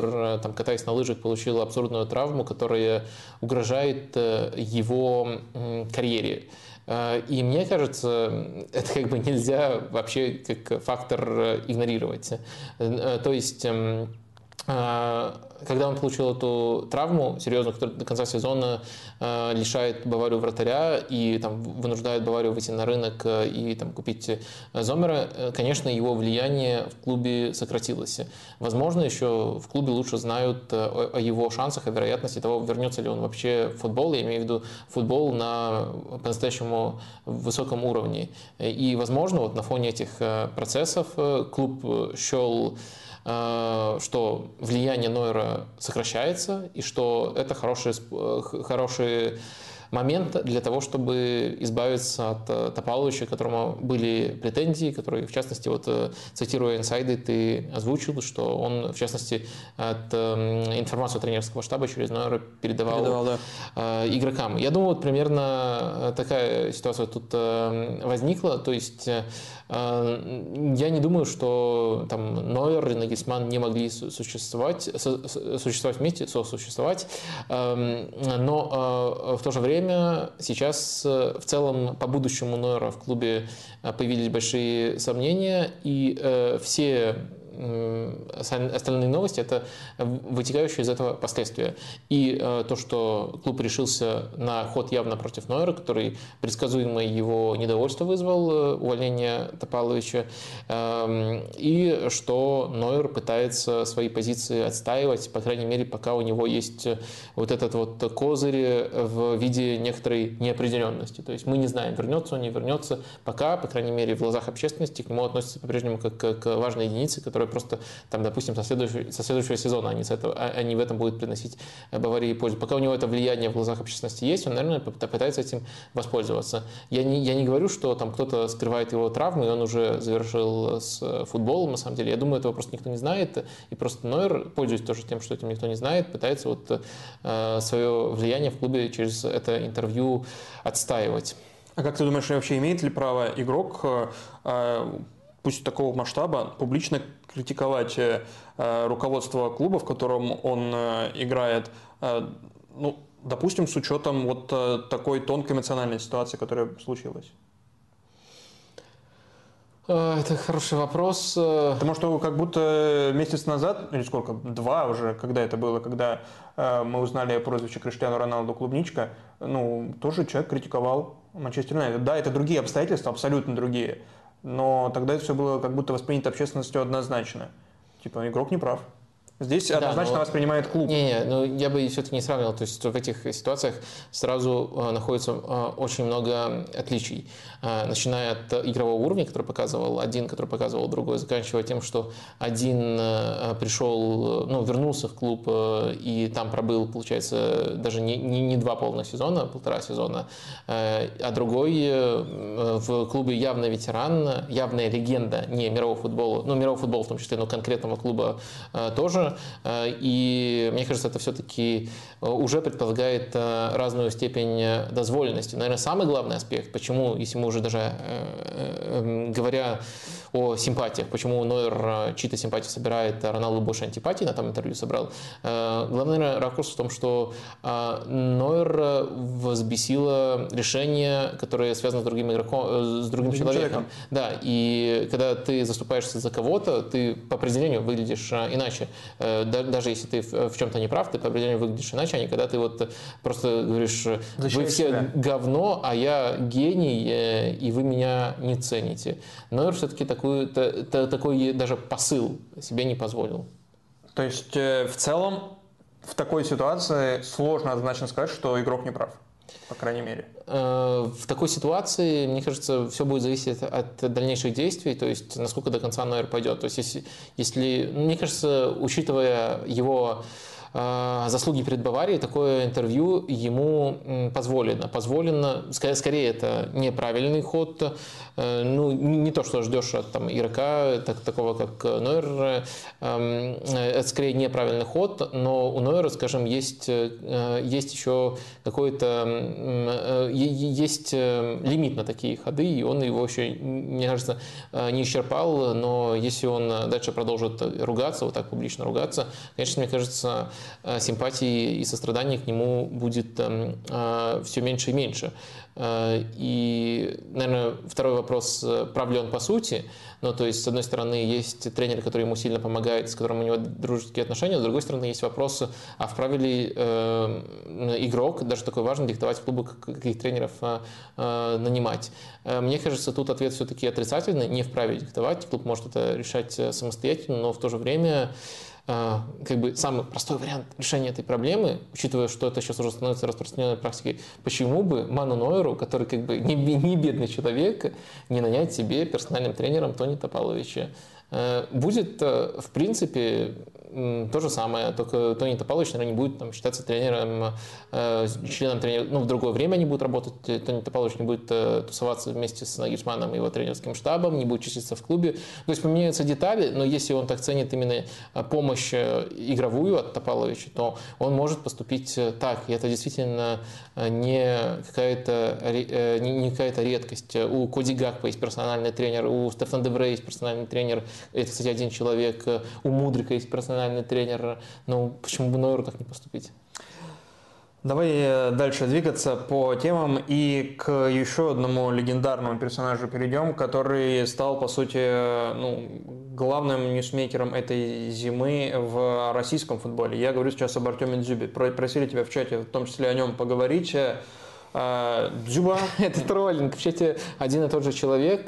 Нойер, там, катаясь на лыжах, получил абсурдную травму, которая угрожает его карьере. И мне кажется, это как бы нельзя вообще как фактор игнорировать. То есть, когда он получил эту травму серьезную, которая до конца сезона э, лишает Баварию вратаря и там, вынуждает Баварию выйти на рынок и там, купить Зоммера, конечно, его влияние в клубе сократилось. Возможно, еще в клубе лучше знают о, о его шансах, о вероятности того, вернется ли он вообще в футбол, я имею в виду футбол на по-настоящему высоком уровне. И, возможно, вот на фоне этих процессов клуб счел, что влияние Нойера сокращается и что это хороший, хороший момент для того, чтобы избавиться от Топаловича, к которому были претензии, которые, в частности, вот цитируя инсайды, ты озвучил, что он, в частности, от информацию тренерского штаба через Нойера передавал, передавал да. игрокам. Я думаю, вот примерно такая ситуация тут возникла, то есть я не думаю, что там Нойер и Нагельсманн не могли существовать, существовать вместе, сосуществовать, но в то же время сейчас в целом по будущему Нойера в клубе появились большие сомнения, и все остальные новости – это вытекающие из этого последствия. И э, то, что клуб решился на ход явно против Нойера, который предсказуемо его недовольство вызвал, э, увольнение Топаловича, э, и что Нойер пытается свои позиции отстаивать, по крайней мере, пока у него есть вот этот вот козырь в виде некоторой неопределенности. То есть мы не знаем, вернется он, не вернется, пока, по крайней мере, в глазах общественности к нему относятся по-прежнему как к важной единице, которая просто, там, допустим, со следующего, со следующего сезона они, с этого, они в этом будут приносить Баварии пользу. Пока у него это влияние в глазах общественности есть, он, наверное, пытается этим воспользоваться. Я не, я не говорю, что там кто-то скрывает его травмы, и он уже завершил с футболом, на самом деле. Я думаю, этого просто никто не знает, и просто Нойер, пользуясь тоже тем, что этим никто не знает, пытается вот э, свое влияние в клубе через это интервью отстаивать. А как ты думаешь, вообще имеет ли право игрок, э, пусть такого масштаба, публично критиковать э, руководство клуба, в котором он э, играет, э, ну, допустим, с учетом вот э, такой тонкой эмоциональной ситуации, которая случилась? Это хороший вопрос. Потому что как будто месяц назад, или сколько, два уже, когда это было, когда э, мы узнали прозвище Криштиану Роналду «Клубничка», ну, тоже человек критиковал Манчестер Юнайтед. Да, это другие обстоятельства, абсолютно другие. Но тогда это все было как будто воспринято общественностью однозначно. Типа, игрок не прав. Здесь да, однозначно но, воспринимает клуб. Не-не, ну я бы все-таки не сравнивал. То есть в этих ситуациях сразу э, находится э, очень много отличий. Э, начиная от игрового уровня, который показывал один, который показывал другой, заканчивая тем, что один э, пришел, ну, вернулся в клуб э, и там пробыл, получается, даже не, не, не два полных сезона, а полтора сезона, э, а другой э, в клубе явно ветеран, явная легенда не мирового футбола, ну, мирового футбола в том числе, но конкретного клуба э, тоже. И мне кажется, это все-таки уже предполагает разную степень дозволенности. Наверное, самый главный аспект, почему, если мы уже даже говоря о симпатиях, почему Нойер чьи-то симпатии собирает, а Роналду больше антипатий на том интервью собрал. Главный, наверное, ракурс в том, что Нойер взбесило решение, которое связано с другим игроком, с другим человеком. человеком. Да, и когда ты заступаешься за кого-то, ты по определению выглядишь иначе. Даже если ты в чем-то не прав, ты по определению выглядишь иначе, а не когда ты вот просто говоришь, защищай вы все себя. Говно, а я гений, и вы меня не цените. Нойер все-таки такой, такой даже посыл себе не позволил. То есть в целом в такой ситуации сложно однозначно сказать, что игрок не прав. По крайней мере. В такой ситуации, мне кажется, все будет зависеть от дальнейших действий, то есть насколько до конца Нойер пойдет. То есть если, если мне кажется, учитывая его заслуги перед Баварией, такое интервью ему позволено. Позволено, скорее, это неправильный ход. Ну, не то, что ждешь от там, игрока, так, такого как Нойер, это скорее неправильный ход, но у Нойера, скажем, есть, есть еще какой-то, есть лимит на такие ходы, и он его еще, мне кажется, не исчерпал, но если он дальше продолжит ругаться, вот так публично ругаться, конечно, мне кажется, симпатии и сострадания к нему будет все меньше и меньше. И, наверное, второй вопрос, прав ли он по сути. Ну, то есть, с одной стороны, есть тренер, который ему сильно помогает, с которым у него дружеские отношения, с другой стороны, есть вопрос, а вправе ли э, игрок, даже такой важный, диктовать клубу, каких тренеров э, нанимать. Мне кажется, тут ответ все-таки отрицательный, не вправе диктовать, клуб может это решать самостоятельно, но в то же время как бы самый простой вариант решения этой проблемы, учитывая, что это сейчас уже становится распространенной практикой, почему бы Ману Нойеру, который как бы не, не бедный человек, не нанять себе персональным тренером Тони Топаловича? Будет, в принципе, то же самое, только Тони Топалович, наверное, не будет там, считаться тренером, членом тренера, ну, в другое время они будут работать, Тони Топалович не будет тусоваться вместе с Нагельсманом и его тренерским штабом, не будет числиться в клубе. То есть поменяются детали, но если он так ценит именно помощь игровую от Топаловича, то он может поступить так, и это действительно не какая-то, не какая-то редкость. У Коди Гакпо есть персональный тренер, у Стефана де Врей есть персональный тренер, это, кстати, один человек, у Мудрика есть персональный тренер, ну почему бы Нойеру так не поступить? Давай дальше двигаться по темам и к еще одному легендарному персонажу перейдем, который стал, по сути, ну, главным ньюсмейкером этой зимы в российском футболе. Я говорю сейчас об Артеме Дзюбе. Просили тебя в чате в том числе о нем поговорить. Дзюба. Это троллинг. В чате один и тот же человек,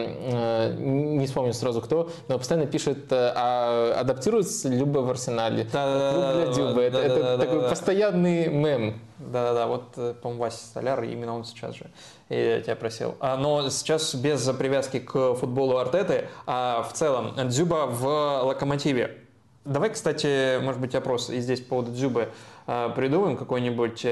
не вспомню сразу кто, но постоянно пишет, а адаптируется Люба в Арсенале. Да, Клуб для Дзюба. Это, да, это да, такой да, постоянный мем. Да-да-да, вот, по-моему, Вася Столяр, именно он сейчас же, я тебя просил. Но сейчас без привязки к футболу Артеты, а в целом Дзюба в Локомотиве. Давай, кстати, может быть, опрос и здесь по поводу Дзюбы придумаем какой-нибудь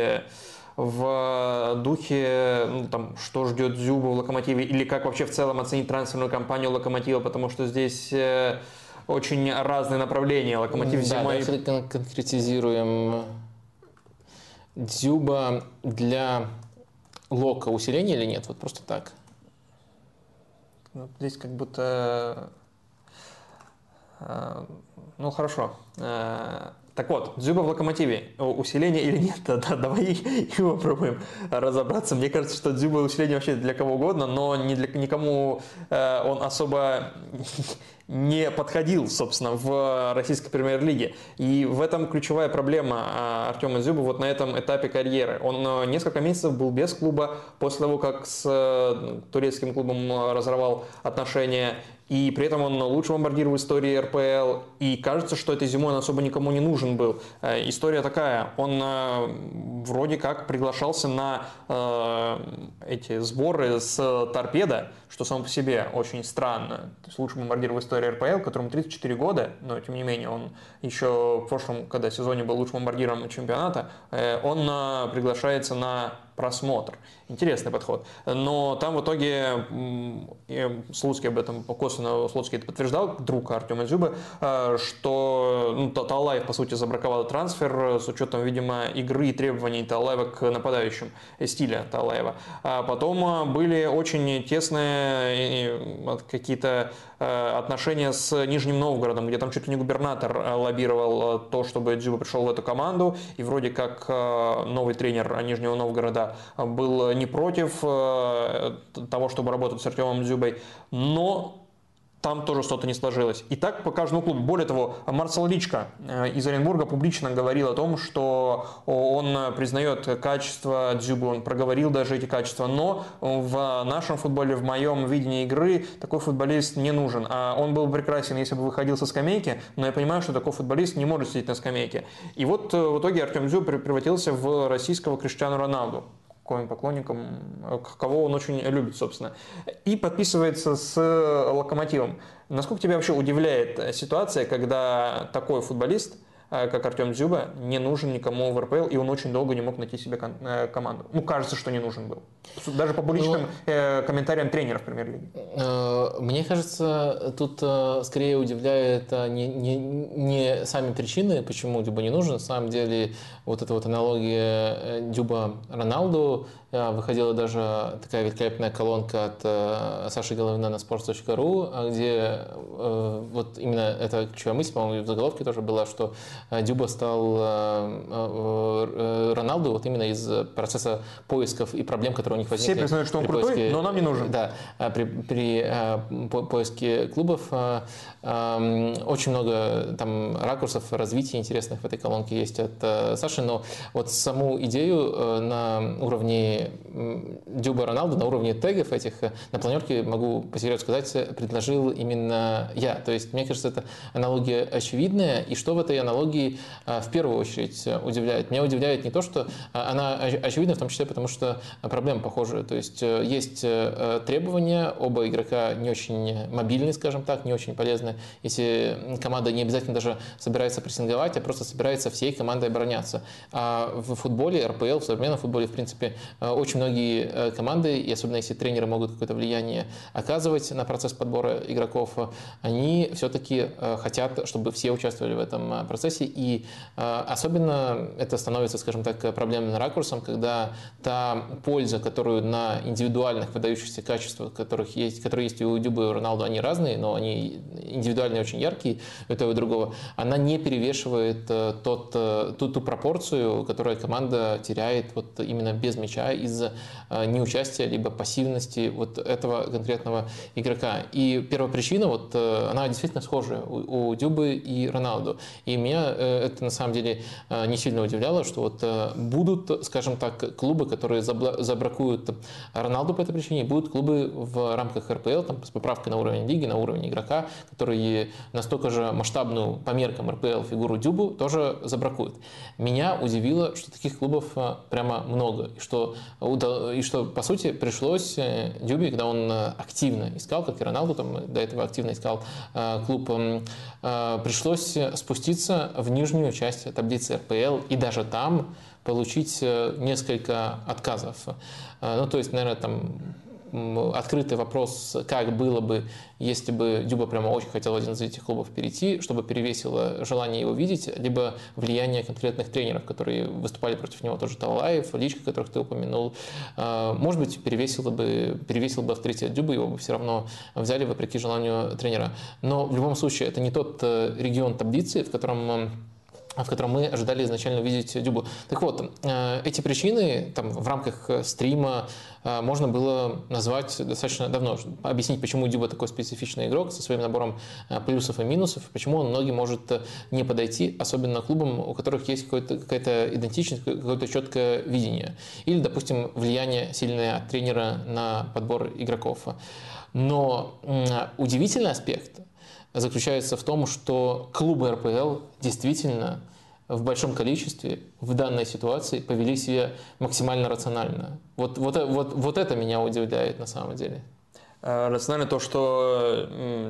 в духе, ну, там, что ждет Дзюбу в Локомотиве, или как вообще в целом оценить трансферную кампанию Локомотива, потому что здесь очень разные направления. Локомотив да, зимой... Да, конкретизируем. Дзюба для Лока усиление или нет? Вот просто так. Здесь как будто... Ну, хорошо. Так вот, Дзюба в Локомотиве. Усиление или нет? Да, да, давай его попробуем разобраться. Мне кажется, что Дзюба усиление вообще для кого угодно, но не для никому он особо не подходил, собственно, в российской премьер-лиге. И в этом ключевая проблема Артема Дзюбы вот на этом этапе карьеры. Он несколько месяцев был без клуба после того, как с турецким клубом разорвал отношения. И при этом он лучший бомбардир в истории эр пэ эл. И кажется, что этой зимой он особо никому не нужен был. История такая. Он вроде как приглашался на эти сборы с Торпедо, что само по себе очень странно. То есть лучший бомбардир в истории эр пэ эл, которому тридцать четыре года, но тем не менее он еще в прошлом, когда сезоне был лучшим бомбардиром чемпионата, он приглашается на просмотр. Интересный подход. Но там в итоге Слуцкий об этом косвенно, Слуцкий это подтверждал, друг Артема Дзюбы, что ну, Таллаев, по сути, забраковал трансфер с учетом, видимо, игры и требований Таллаева к нападающим, стиля Таллаева. А потом были очень тесные какие-то отношения с Нижним Новгородом, где там чуть ли не губернатор лоббировал то, чтобы Дзюба пришел в эту команду, и вроде как новый тренер Нижнего Новгорода был не против того, чтобы работать с Артемом Дзюбой, но там тоже что-то не сложилось. И так по каждому клубу. Более того, Марцел Личко из Оренбурга публично говорил о том, что он признает качество Дзюбы, он проговорил даже эти качества, но в нашем футболе, в моем видении игры, такой футболист не нужен. А он был бы прекрасен, если бы выходил со скамейки, но я понимаю, что такой футболист не может сидеть на скамейке. И вот в итоге Артем Дзюба превратился в российского Криштиану Роналду. Поклонником, кого он очень любит, собственно. И подписывается с Локомотивом. Насколько тебя вообще удивляет ситуация, когда такой футболист как Артем Дзюба, не нужен никому в эр пэ эл, и он очень долго не мог найти себе команду. Ну, кажется, что не нужен был. Даже по публичным ну, комментариям тренеров премьер-лиги. Мне кажется, тут скорее удивляет не, не, не сами причины, почему Дзюба не нужен. На самом деле, вот эта вот аналогия Дзюба-Роналду, выходила даже такая великолепная колонка от Саши Головина на sports точка ру, где вот именно эта ключевая мысль, по-моему, в заголовке тоже была, что Дзюба стал Роналду вот именно из процесса поисков и проблем, которые у них возникли. Все признают, что он крутой, поиске, но нам не нужен. Да, при, при по, поиске клубов очень много там ракурсов развития интересных в этой колонке есть от Саши, но вот саму идею на уровне Дзюба Роналду, на уровне тегов этих на планерке, могу по секрету сказать, предложил именно я. То есть, мне кажется, это аналогия очевидная. И что в этой аналогии в первую очередь удивляет? Меня удивляет не то, что она очевидна, в том числе потому, что проблемы похожие. То есть, есть требования, оба игрока не очень мобильные, скажем так, не очень полезны. Если команда не обязательно даже собирается прессинговать, а просто собирается всей командой обороняться. А в футболе, эр пэ эл, в современном футболе, в принципе, очень многие команды, и особенно если тренеры могут какое-то влияние оказывать на процесс подбора игроков, они все-таки хотят, чтобы все участвовали в этом процессе. И особенно это становится, скажем так, проблемным ракурсом, когда та польза, которую на индивидуальных выдающихся качествах, которых есть, которые есть и у Дзюбы, и у Роналду, они разные, но они индивидуальные, очень яркие, у того и другого, она не перевешивает тот, ту, ту пропорцию, которую команда теряет вот именно без мяча из-за неучастия либо пассивности вот этого конкретного игрока. И первопричина, вот, она действительно схожая у, у Дзюбы и Роналду. И меня это на самом деле не сильно удивляло, что вот будут, скажем так, клубы, которые забракуют Роналду по этой причине, и будут клубы в рамках эр пэ эл, там, с поправкой на уровень лиги, на уровень игрока, которые настолько же масштабную по меркам эр пэ эл фигуру Дзюбу тоже забракуют. Меня удивило, что таких клубов прямо много, и что, и что по сути пришлось Дзюбе, когда он активно искал, как и Роналду, там, до этого активно искал клуб, пришлось спуститься в нижнюю часть таблицы эр пэ эл и даже там получить несколько отказов. Ну, то есть, наверное, там открытый вопрос, как было бы, если бы Дзюба прямо очень хотел в один из этих клубов перейти, чтобы перевесило желание его видеть, либо влияние конкретных тренеров, которые выступали против него, тоже Талалаев, Личко, которых ты упомянул. Может быть, перевесило бы, перевесил бы авторитет Дзюбы, его бы все равно взяли вопреки желанию тренера. Но в любом случае, это не тот регион таблицы, в котором в котором мы ожидали изначально увидеть Дзюбу. Так вот, эти причины там, в рамках стрима можно было назвать достаточно давно, объяснить, почему Дзюба такой специфичный игрок со своим набором плюсов и минусов, почему он многим может не подойти, особенно клубам, у которых есть какая-то идентичность, какое-то четкое видение. Или, допустим, влияние сильное от тренера на подбор игроков. Но удивительный аспект заключается в том, что клубы эр пэ эл действительно в большом количестве в данной ситуации повели себя максимально рационально. Вот, вот, вот, вот это меня удивляет на самом деле. Рационально то, что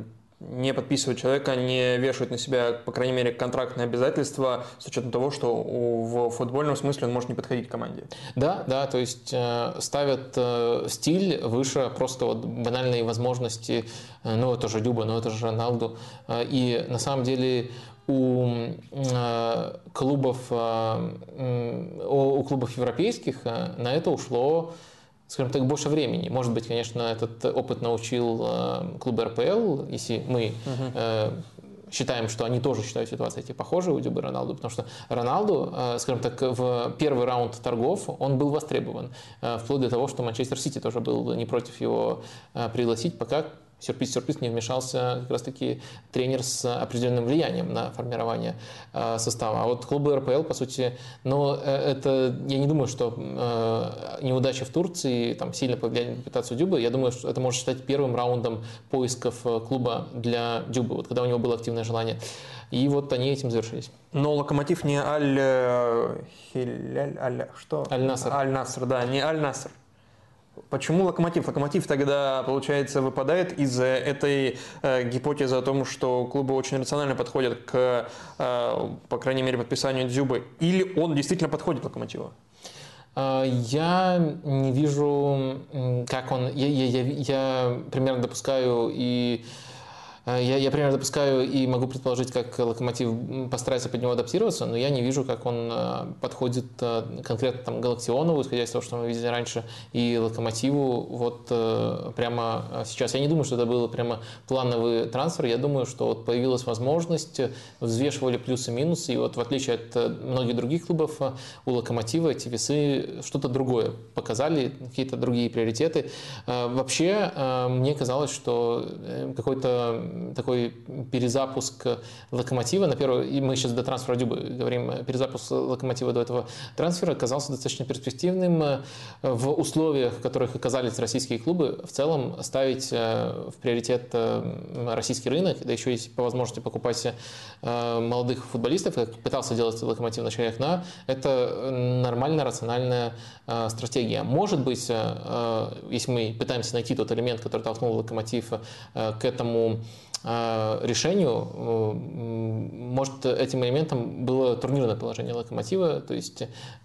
не подписывают человека, не вешают на себя, по крайней мере, контрактные обязательства с учетом того, что в футбольном смысле он может не подходить к команде. Да, да, то есть э, ставят э, стиль выше просто вот банальные возможности, э, ну это же Дзюба, ну это же Роналду. Э, и на самом деле у э, клубов, э, у клубов европейских э, на это ушло, скажем так, больше времени. Может быть, конечно, этот опыт научил э, клубы эр пэ эл, если мы э, считаем, что они тоже считают ситуации эти похожие у Дзюбы и Роналду, потому что Роналду, э, скажем так, в первый раунд торгов он был востребован, э, вплоть до того, что Манчестер Сити тоже был не против его э, пригласить, пока сюрприз-сюрприз, не вмешался как раз-таки тренер с определенным влиянием на формирование э, состава. А вот клубы эр пэ эл, по сути, но э, это, я не думаю, что э, неудача в Турции там, сильно повлияли на репутацию Дзюбы. Я думаю, что это может стать первым раундом поисков клуба для Дзюбы, вот, когда у него было активное желание. И вот они этим завершились. Но Локомотив не Аль... Хиляль... Аль... Что? Аль-Наср. Аль-Наср, да, не Аль-Наср. Почему Локомотив? Локомотив тогда, получается, выпадает из этой э, гипотезы о том, что клубы очень рационально подходят к, э, по крайней мере, подписанию Дзюбы. Или он действительно подходит Локомотиву? Я не вижу, как он... Я, я, я, я примерно допускаю и... Я, я примерно допускаю и могу предположить, как Локомотив постарается под него адаптироваться, но я не вижу, как он подходит конкретно там, Галактионову, исходя из того, что мы видели раньше, и Локомотиву вот прямо сейчас. Я не думаю, что это был прямо плановый трансфер, я думаю, что вот появилась возможность, взвешивали плюсы и минусы, и вот в отличие от многих других клубов, у Локомотива эти весы что-то другое показали, какие-то другие приоритеты. Вообще, мне казалось, что какой-то такой перезапуск Локомотива, на первый, и мы сейчас до трансфера Дзюбы говорим, перезапуск Локомотива до этого трансфера оказался достаточно перспективным в условиях, в которых оказались российские клубы, в целом ставить в приоритет российский рынок, да еще и по возможности покупать молодых футболистов, как пытался делать Локомотив в начале окна, это нормальная, рациональная стратегия. Может быть, если мы пытаемся найти тот элемент, который толкнул Локомотив к этому решению, может, этим элементом было турнирное положение Локомотива, то есть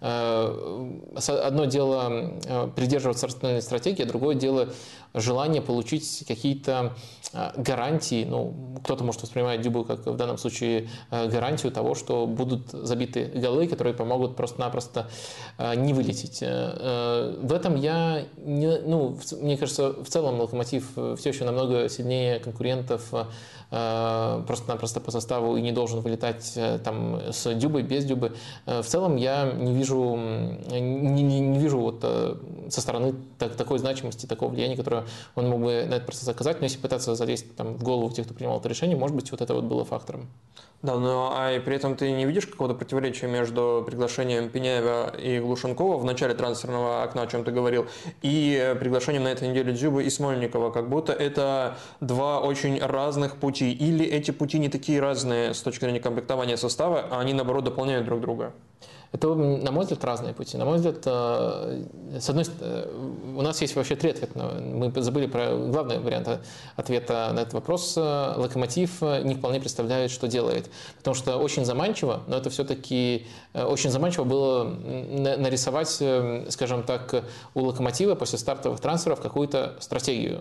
одно дело придерживаться рациональной стратегии, а другое дело желание получить какие-то гарантии, ну, кто-то может воспринимать Дзюбу как в данном случае гарантию того, что будут забиты голы, которые помогут просто-напросто не вылететь. В этом я, не, ну, мне кажется, в целом Локомотив все еще намного сильнее конкурентов просто-напросто по составу и не должен вылетать там с Дзюбой, без Дзюбы. В целом я не вижу, не, не, не вижу вот со стороны так, такой значимости, такого влияния, которое он мог бы на этот процесс оказать, но если пытаться залезть там, в голову тех, кто принимал это решение, может быть, вот это вот было фактором. Да, но а и при этом ты не видишь какого-то противоречия между приглашением Пеняева и Глушенкова в начале трансферного окна, о чем ты говорил, и приглашением на этой неделе Дзюбы и Смольникова, как будто это два очень разных пути, или эти пути не такие разные с точки зрения комплектования состава, а они, наоборот, дополняют друг друга? Это, на мой взгляд, разные пути. На мой взгляд, с одной стороны, у нас есть вообще три ответа. Мы забыли про главный вариант ответа на этот вопрос. Локомотив не вполне представляет, что делает. Потому что очень заманчиво, но это все-таки очень заманчиво было нарисовать, скажем так, у Локомотива после стартовых трансферов какую-то стратегию.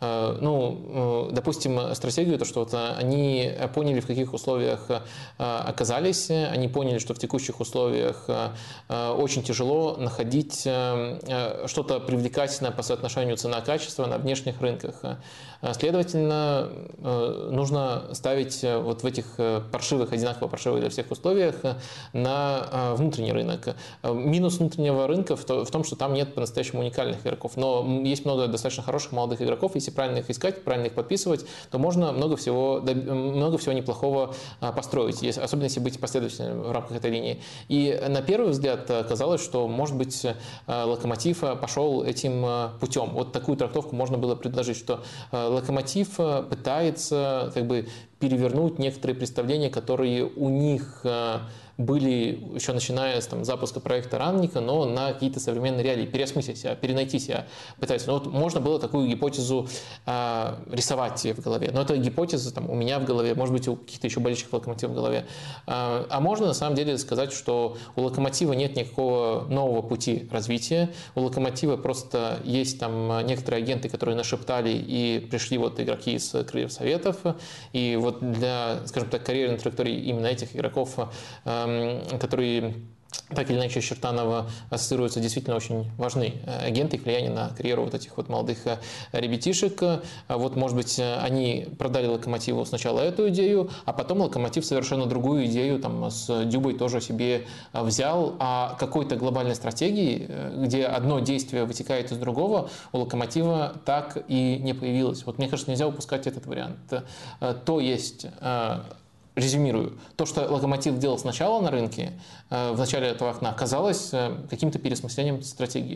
Ну, допустим, стратегию, то, что вот они поняли, в каких условиях оказались, они поняли, что в текущих условиях очень тяжело находить что-то привлекательное по соотношению цена-качество на внешних рынках. Следовательно, нужно ставить вот в этих паршивых, одинаково паршивых для всех условиях на внутренний рынок. Минус внутреннего рынка в том, что там нет по-настоящему уникальных игроков. Но есть много достаточно хороших молодых игроков. Если правильно их искать, правильно их подписывать, то можно много всего, много всего неплохого построить, особенно если быть последовательным в рамках этой линии. И на первый взгляд казалось, что, может быть, Локомотив пошел этим путем. Вот такую трактовку можно было предложить, что Локомотив пытается как бы перевернуть некоторые представления, которые у них были еще начиная с там, запуска проекта Ранника, но на какие-то современные реалии, переосмыслить себя, перенайти себя пытаются. Но вот можно было такую гипотезу э, рисовать в голове, но это гипотеза там, у меня в голове, может быть, у каких-то еще болельщиков Локомотива в голове. А, а можно на самом деле сказать, что у Локомотива нет никакого нового пути развития, у Локомотива просто есть там некоторые агенты, которые нашептали и пришли вот игроки из Крыльев Советов, и вот для, скажем так, карьерной траектории именно этих игроков э, которые так или иначе Чертанова ассоциируются, действительно очень важны агенты, их влияние на карьеру вот этих вот молодых ребятишек. Вот, может быть, они продали Локомотиву сначала эту идею, а потом Локомотив совершенно другую идею там, с Дзюбой тоже себе взял. А какой-то глобальной стратегии, где одно действие вытекает из другого, у Локомотива так и не появилось. Вот мне кажется, нельзя упускать этот вариант. То есть... Резюмирую. То, что Локомотив делал сначала на рынке, в начале этого окна, казалось каким-то переосмыслением стратегии.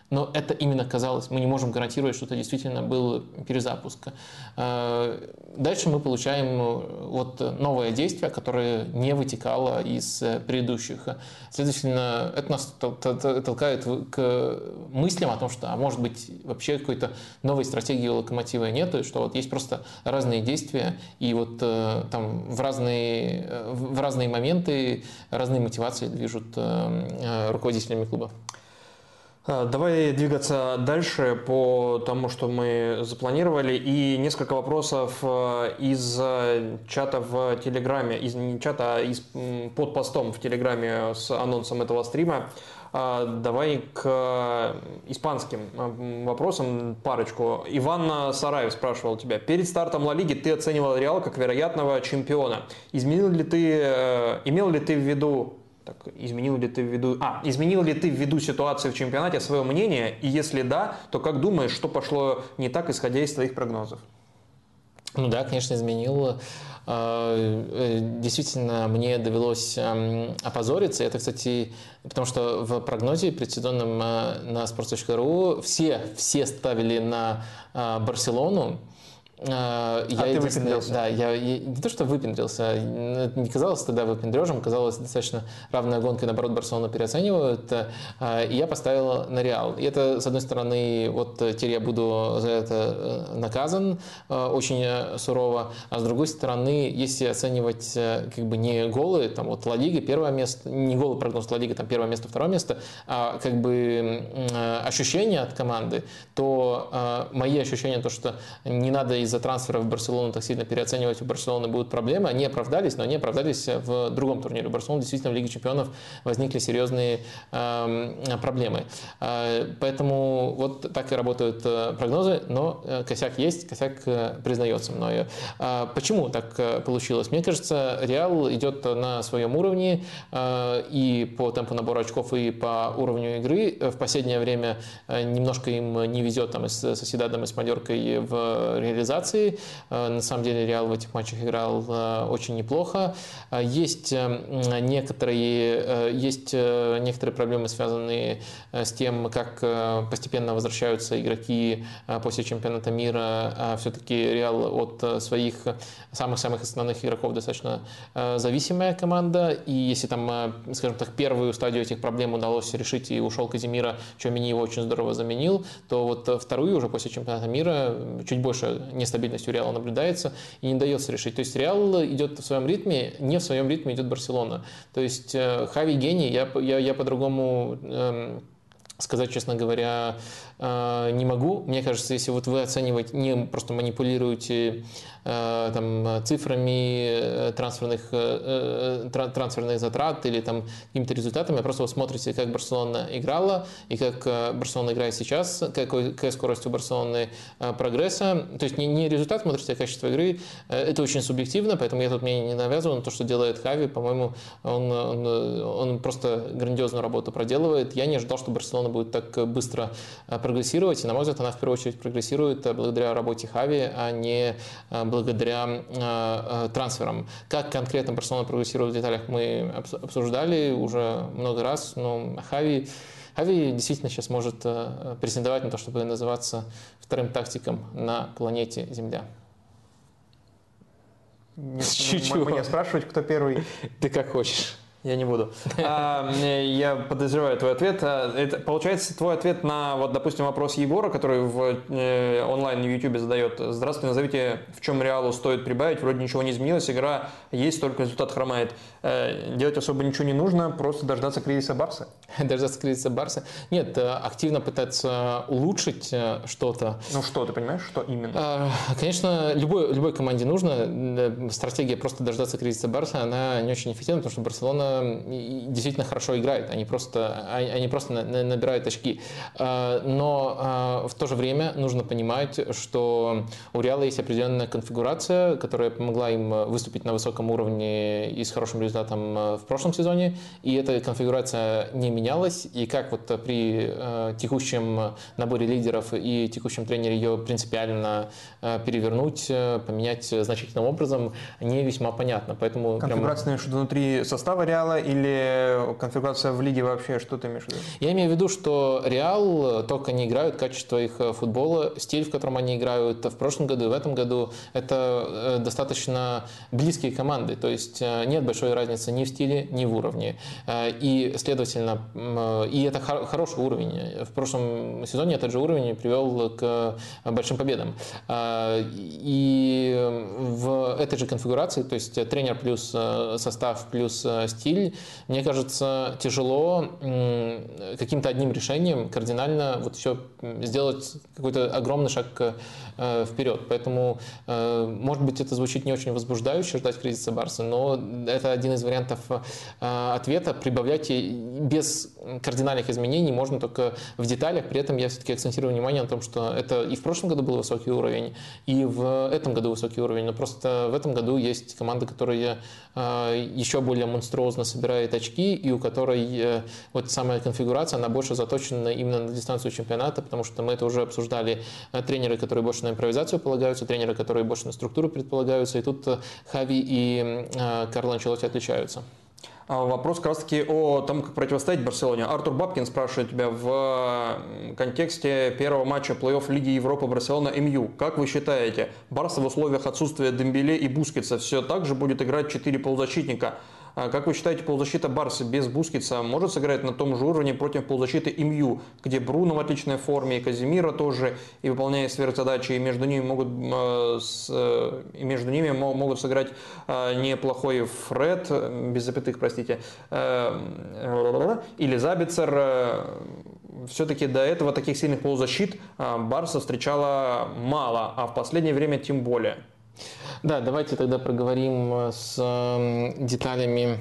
но это именно казалось. Мы не можем гарантировать, что это действительно был перезапуск. Дальше мы получаем вот новое действие, которое не вытекало из предыдущих. Следовательно, это нас толкает к мыслям о том, что, а может быть, вообще какой-то новой стратегии у Локомотива нет, и что вот есть просто разные действия, и вот там в разные, в разные моменты разные мотивации движут руководителями клуба. Давай двигаться дальше по тому, что мы запланировали. И несколько вопросов из чата в Телеграме, из не чата, а из, под постом в Телеграме с анонсом этого стрима. Давай к испанским вопросам парочку. Иван Сараев спрашивал тебя. Перед стартом Ла Лиги ты оценивал Реал как вероятного чемпиона. Изменил ли ты, имел ли ты в виду Так, изменил ли ты ввиду... А, изменил ли ты ввиду ситуации в чемпионате свое мнение? И если да, то как думаешь, что пошло не так, исходя из твоих прогнозов? Ну да, конечно, изменил. Действительно, мне довелось опозориться. Это, кстати, потому что в прогнозе предсезонном на спорт точка ру все, все ставили на Барселону. Я а ты выпендрился? Да, я, я не то, что выпендрился, не казалось тогда выпендрежем, казалось достаточно равная гонка, и наоборот Барселону переоценивают, и я поставил на Реал. И это, с одной стороны, вот теперь я буду за это наказан очень сурово, а с другой стороны, если оценивать как бы не голы, там вот Ла Лига первое место, не голый прогноз Ла Лига, там первое место, второе место, а как бы ощущения от команды, то мои ощущения, то, что не надо из-за трансфера в Барселону так сильно переоценивать, у Барселоны будут проблемы. Они оправдались, но они оправдались в другом турнире. У Барселоны действительно в Лиге чемпионов возникли серьезные э, проблемы. Э, поэтому вот так и работают прогнозы, но косяк есть, косяк признается мною. Э, почему так получилось? Мне кажется, Реал идет на своем уровне э, и по темпу набора очков, и по уровню игры. В последнее время немножко им не везет там, и с Соседадом, и с Мальоркой в реализации. На самом деле Реал в этих матчах играл очень неплохо. Есть некоторые, есть некоторые проблемы, связанные с тем, как постепенно возвращаются игроки после чемпионата мира. Все-таки Реал от своих самых-самых основных игроков достаточно зависимая команда. И если там, скажем так, первую стадию этих проблем удалось решить и ушел Казимира, Чуамени его очень здорово заменил, то вот вторую уже после чемпионата мира чуть больше нестабильность у Реала наблюдается и не дается решить. То есть Реал идет в своем ритме, не в своем ритме идет Барселона. То есть Хави гений, я, я, я по-другому эм, сказать, честно говоря, э, не могу. Мне кажется, если вот вы оцениваете, не просто манипулируете э, там, цифрами трансферных, э, трансферных затрат или там, какими-то результатами, а просто вы смотрите, как Барселона играла и как Барселона играет сейчас, какой, какая скорость у Барселоны э, прогресса. То есть не, не результат смотрите, а качество игры. Это очень субъективно, поэтому я тут мнение не навязываю, но то, что делает Хави, по-моему, он, он, он просто грандиозную работу проделывает. Я не ожидал, что Барселона будет так быстро прогрессировать. И, на мой взгляд, она в первую очередь прогрессирует благодаря работе Хави, а не благодаря трансферам. Как конкретно Барселона прогрессирует в деталях, мы обсуждали уже много раз, но Хави, Хави действительно сейчас может претендовать на то, чтобы называться вторым тактиком на планете Земля. Мне спрашивать, кто первый? Ты как хочешь. Я не буду. А, я подозреваю твой ответ. Это, получается, твой ответ на, вот, допустим, вопрос Егора, который в э, онлайн в YouTube задает. Здравствуйте, назовите, в чем Реалу стоит прибавить? Вроде ничего не изменилось, игра есть, только результат хромает. Э, делать особо ничего не нужно, просто дождаться кризиса Барса? Дождаться кризиса Барса? Нет, активно пытаться улучшить что-то. Ну что, ты понимаешь, что именно? Конечно, любой, любой команде нужно. Стратегия просто дождаться кризиса Барса, она не очень эффективна, потому что Барселона действительно хорошо играет, они просто, они просто набирают очки. Но в то же время нужно понимать, что у Реала есть определенная конфигурация, которая помогла им выступить на высоком уровне и с хорошим результатом в прошлом сезоне, и эта конфигурация не менялась, и как вот при текущем наборе лидеров и текущем тренере ее принципиально перевернуть, поменять значительным образом, не весьма понятно. Поэтому конфигурация прям... внутри состава Реала Реала или конфигурация в лиге вообще? Что ты имеешь в виду? Я имею в виду, что Реал, то, как они играют, качество их футбола, стиль, в котором они играют в прошлом году и в этом году, это достаточно близкие команды. То есть нет большой разницы ни в стиле, ни в уровне. И, следовательно, и это хороший уровень. В прошлом сезоне этот же уровень привел к большим победам. И в этой же конфигурации, то есть тренер плюс состав плюс стиль, мне кажется, тяжело каким-то одним решением кардинально вот все сделать какой-то огромный шаг вперед. Поэтому, может быть, это звучит не очень возбуждающе, ждать кризиса Барса, но это один из вариантов ответа. Прибавлять без кардинальных изменений можно только в деталях. При этом я все-таки акцентирую внимание на том, что это и в прошлом году был высокий уровень, и в этом году высокий уровень. Но просто в этом году есть команда, которая еще более монструозно собирает очки, и у которой вот самая конфигурация, она больше заточена именно на дистанцию чемпионата, потому что мы это уже обсуждали. Тренеры, которые больше на импровизацию полагаются, тренеры, которые больше на структуру предполагаются, и тут Хави и Карло Анчелотти отличаются. Вопрос как раз таки о том, как противостоять Барселоне. Артур Бабкин спрашивает тебя в контексте первого матча плей-офф Лиги Европы Барселона-МЮ. Как вы считаете, Барса в условиях отсутствия Дембеле и Бускетса все так же будет играть четыре полузащитника? Как вы считаете, полузащита Барсы без Бускетса может сыграть на том же уровне против полузащиты МЮ, где Бруно в отличной форме, и Казимира тоже, и выполняя сверхзадачи, и между ними могут, и между ними могут сыграть неплохой Фред, без запятых, простите, или Забицер. Все-таки до этого таких сильных полузащит Барса встречала мало, а в последнее время тем более. Да, давайте тогда проговорим с деталями.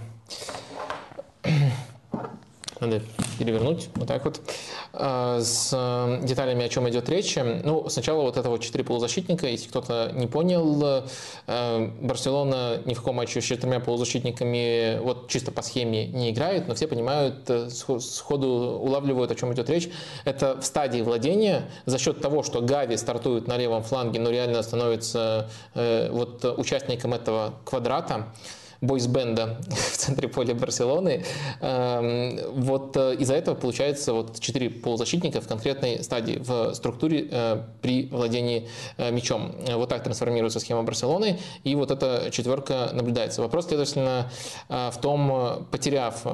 Надо перевернуть вот так вот. С деталями, о чем идет речь. Ну, сначала вот это вот четыре полузащитника. Если кто-то не понял, Барселона ни в каком матче с четырьмя полузащитниками вот чисто по схеме не играет, но все понимают, сходу улавливают, о чем идет речь. Это в стадии владения за счет того, что Гави стартует на левом фланге, но реально становится вот участником этого квадрата, бойсбенда в центре поля Барселоны. Вот из-за этого получается вот четыре полузащитника в конкретной стадии в структуре при владении мячом. Вот так трансформируется схема Барселоны, и вот эта четверка наблюдается. Вопрос, следовательно, в том, потеряв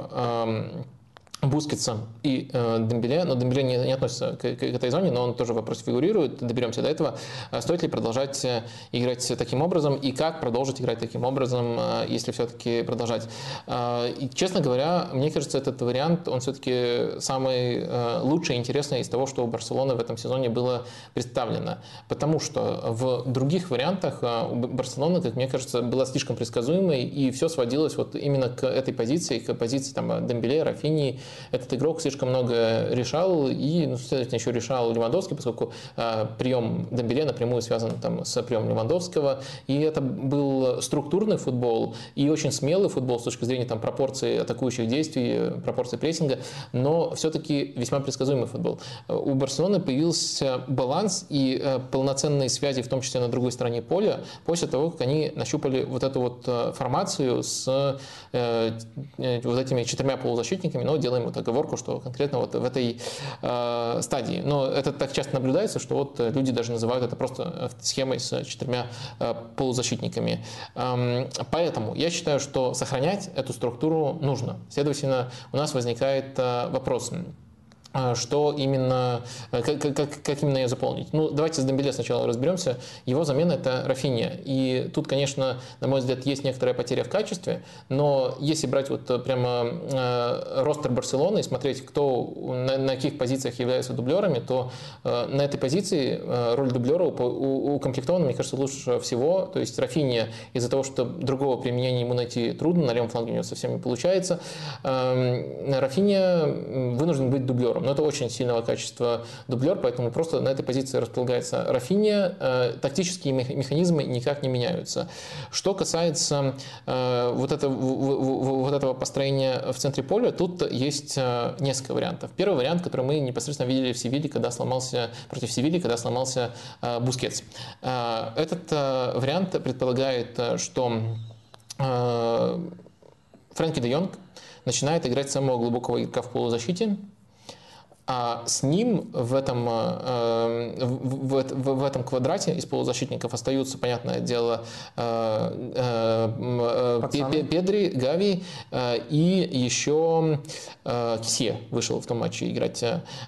Бускетса и э, Дембеле, но Дембеле не, не относится к, к этой зоне, но он тоже в вопросе фигурирует, доберемся до этого. Стоит ли продолжать играть таким образом и как продолжить играть таким образом, если все-таки продолжать? И, честно говоря, мне кажется, этот вариант, он все-таки самый лучший и интересный из того, что у Барселоны в этом сезоне было представлено. Потому что в других вариантах у Барселоны, как мне кажется, была слишком предсказуемой, и все сводилось вот именно к этой позиции, к позиции там, Дембеле, Рафини. Этот игрок слишком много решал, и, ну, следовательно, еще решал Левандовский, поскольку э, прием Дембеле напрямую связан там, с приемом Левандовского. И это был структурный футбол и очень смелый футбол с точки зрения там, пропорции атакующих действий, пропорции прессинга, но все-таки весьма предсказуемый футбол. У Барселоны появился баланс и э, полноценные связи, в том числе на другой стороне поля, после того, как они нащупали вот эту вот формацию с э, вот этими четырьмя полузащитниками, но делаем вот оговорку, что конкретно вот в этой э, стадии. Но это так часто наблюдается, что вот люди даже называют это просто схемой с четырьмя э, полузащитниками. Эм, поэтому я считаю, что сохранять эту структуру нужно. Следовательно, у нас возникает э, вопрос. Что именно, как, как, как именно ее заполнить? Ну, давайте с Дембеле сначала разберемся. Его замена – это Рафинья. И тут, конечно, на мой взгляд, есть некоторая потеря в качестве, но если брать вот прямо э, ростер Барселоны и смотреть, кто на, на каких позициях являются дублерами, то э, на этой позиции э, роль дублера укомплектована, мне кажется, лучше всего. То есть Рафинья из-за того, что другого применения ему найти трудно, на левом фланге у него совсем не получается, э, Рафинья вынужден быть дублером. Но это очень сильного качества дублер, поэтому просто на этой позиции располагается Рафинья. Э, тактические механизмы никак не меняются. Что касается э, вот, это, вот этого построения в центре поля, тут есть э, несколько вариантов. Первый вариант, который мы непосредственно видели в Севилье, когда сломался, против Севильи, когда сломался э, Бускетс. Э, этот э, вариант предполагает, что э, Фрэнки де Йонг начинает играть самого глубокого игрока в полузащите, а с ним в этом, в, в, в, в этом квадрате из полузащитников остаются, понятное дело, Пацаны. Педри, Гави и еще Кисье вышел в том матче играть.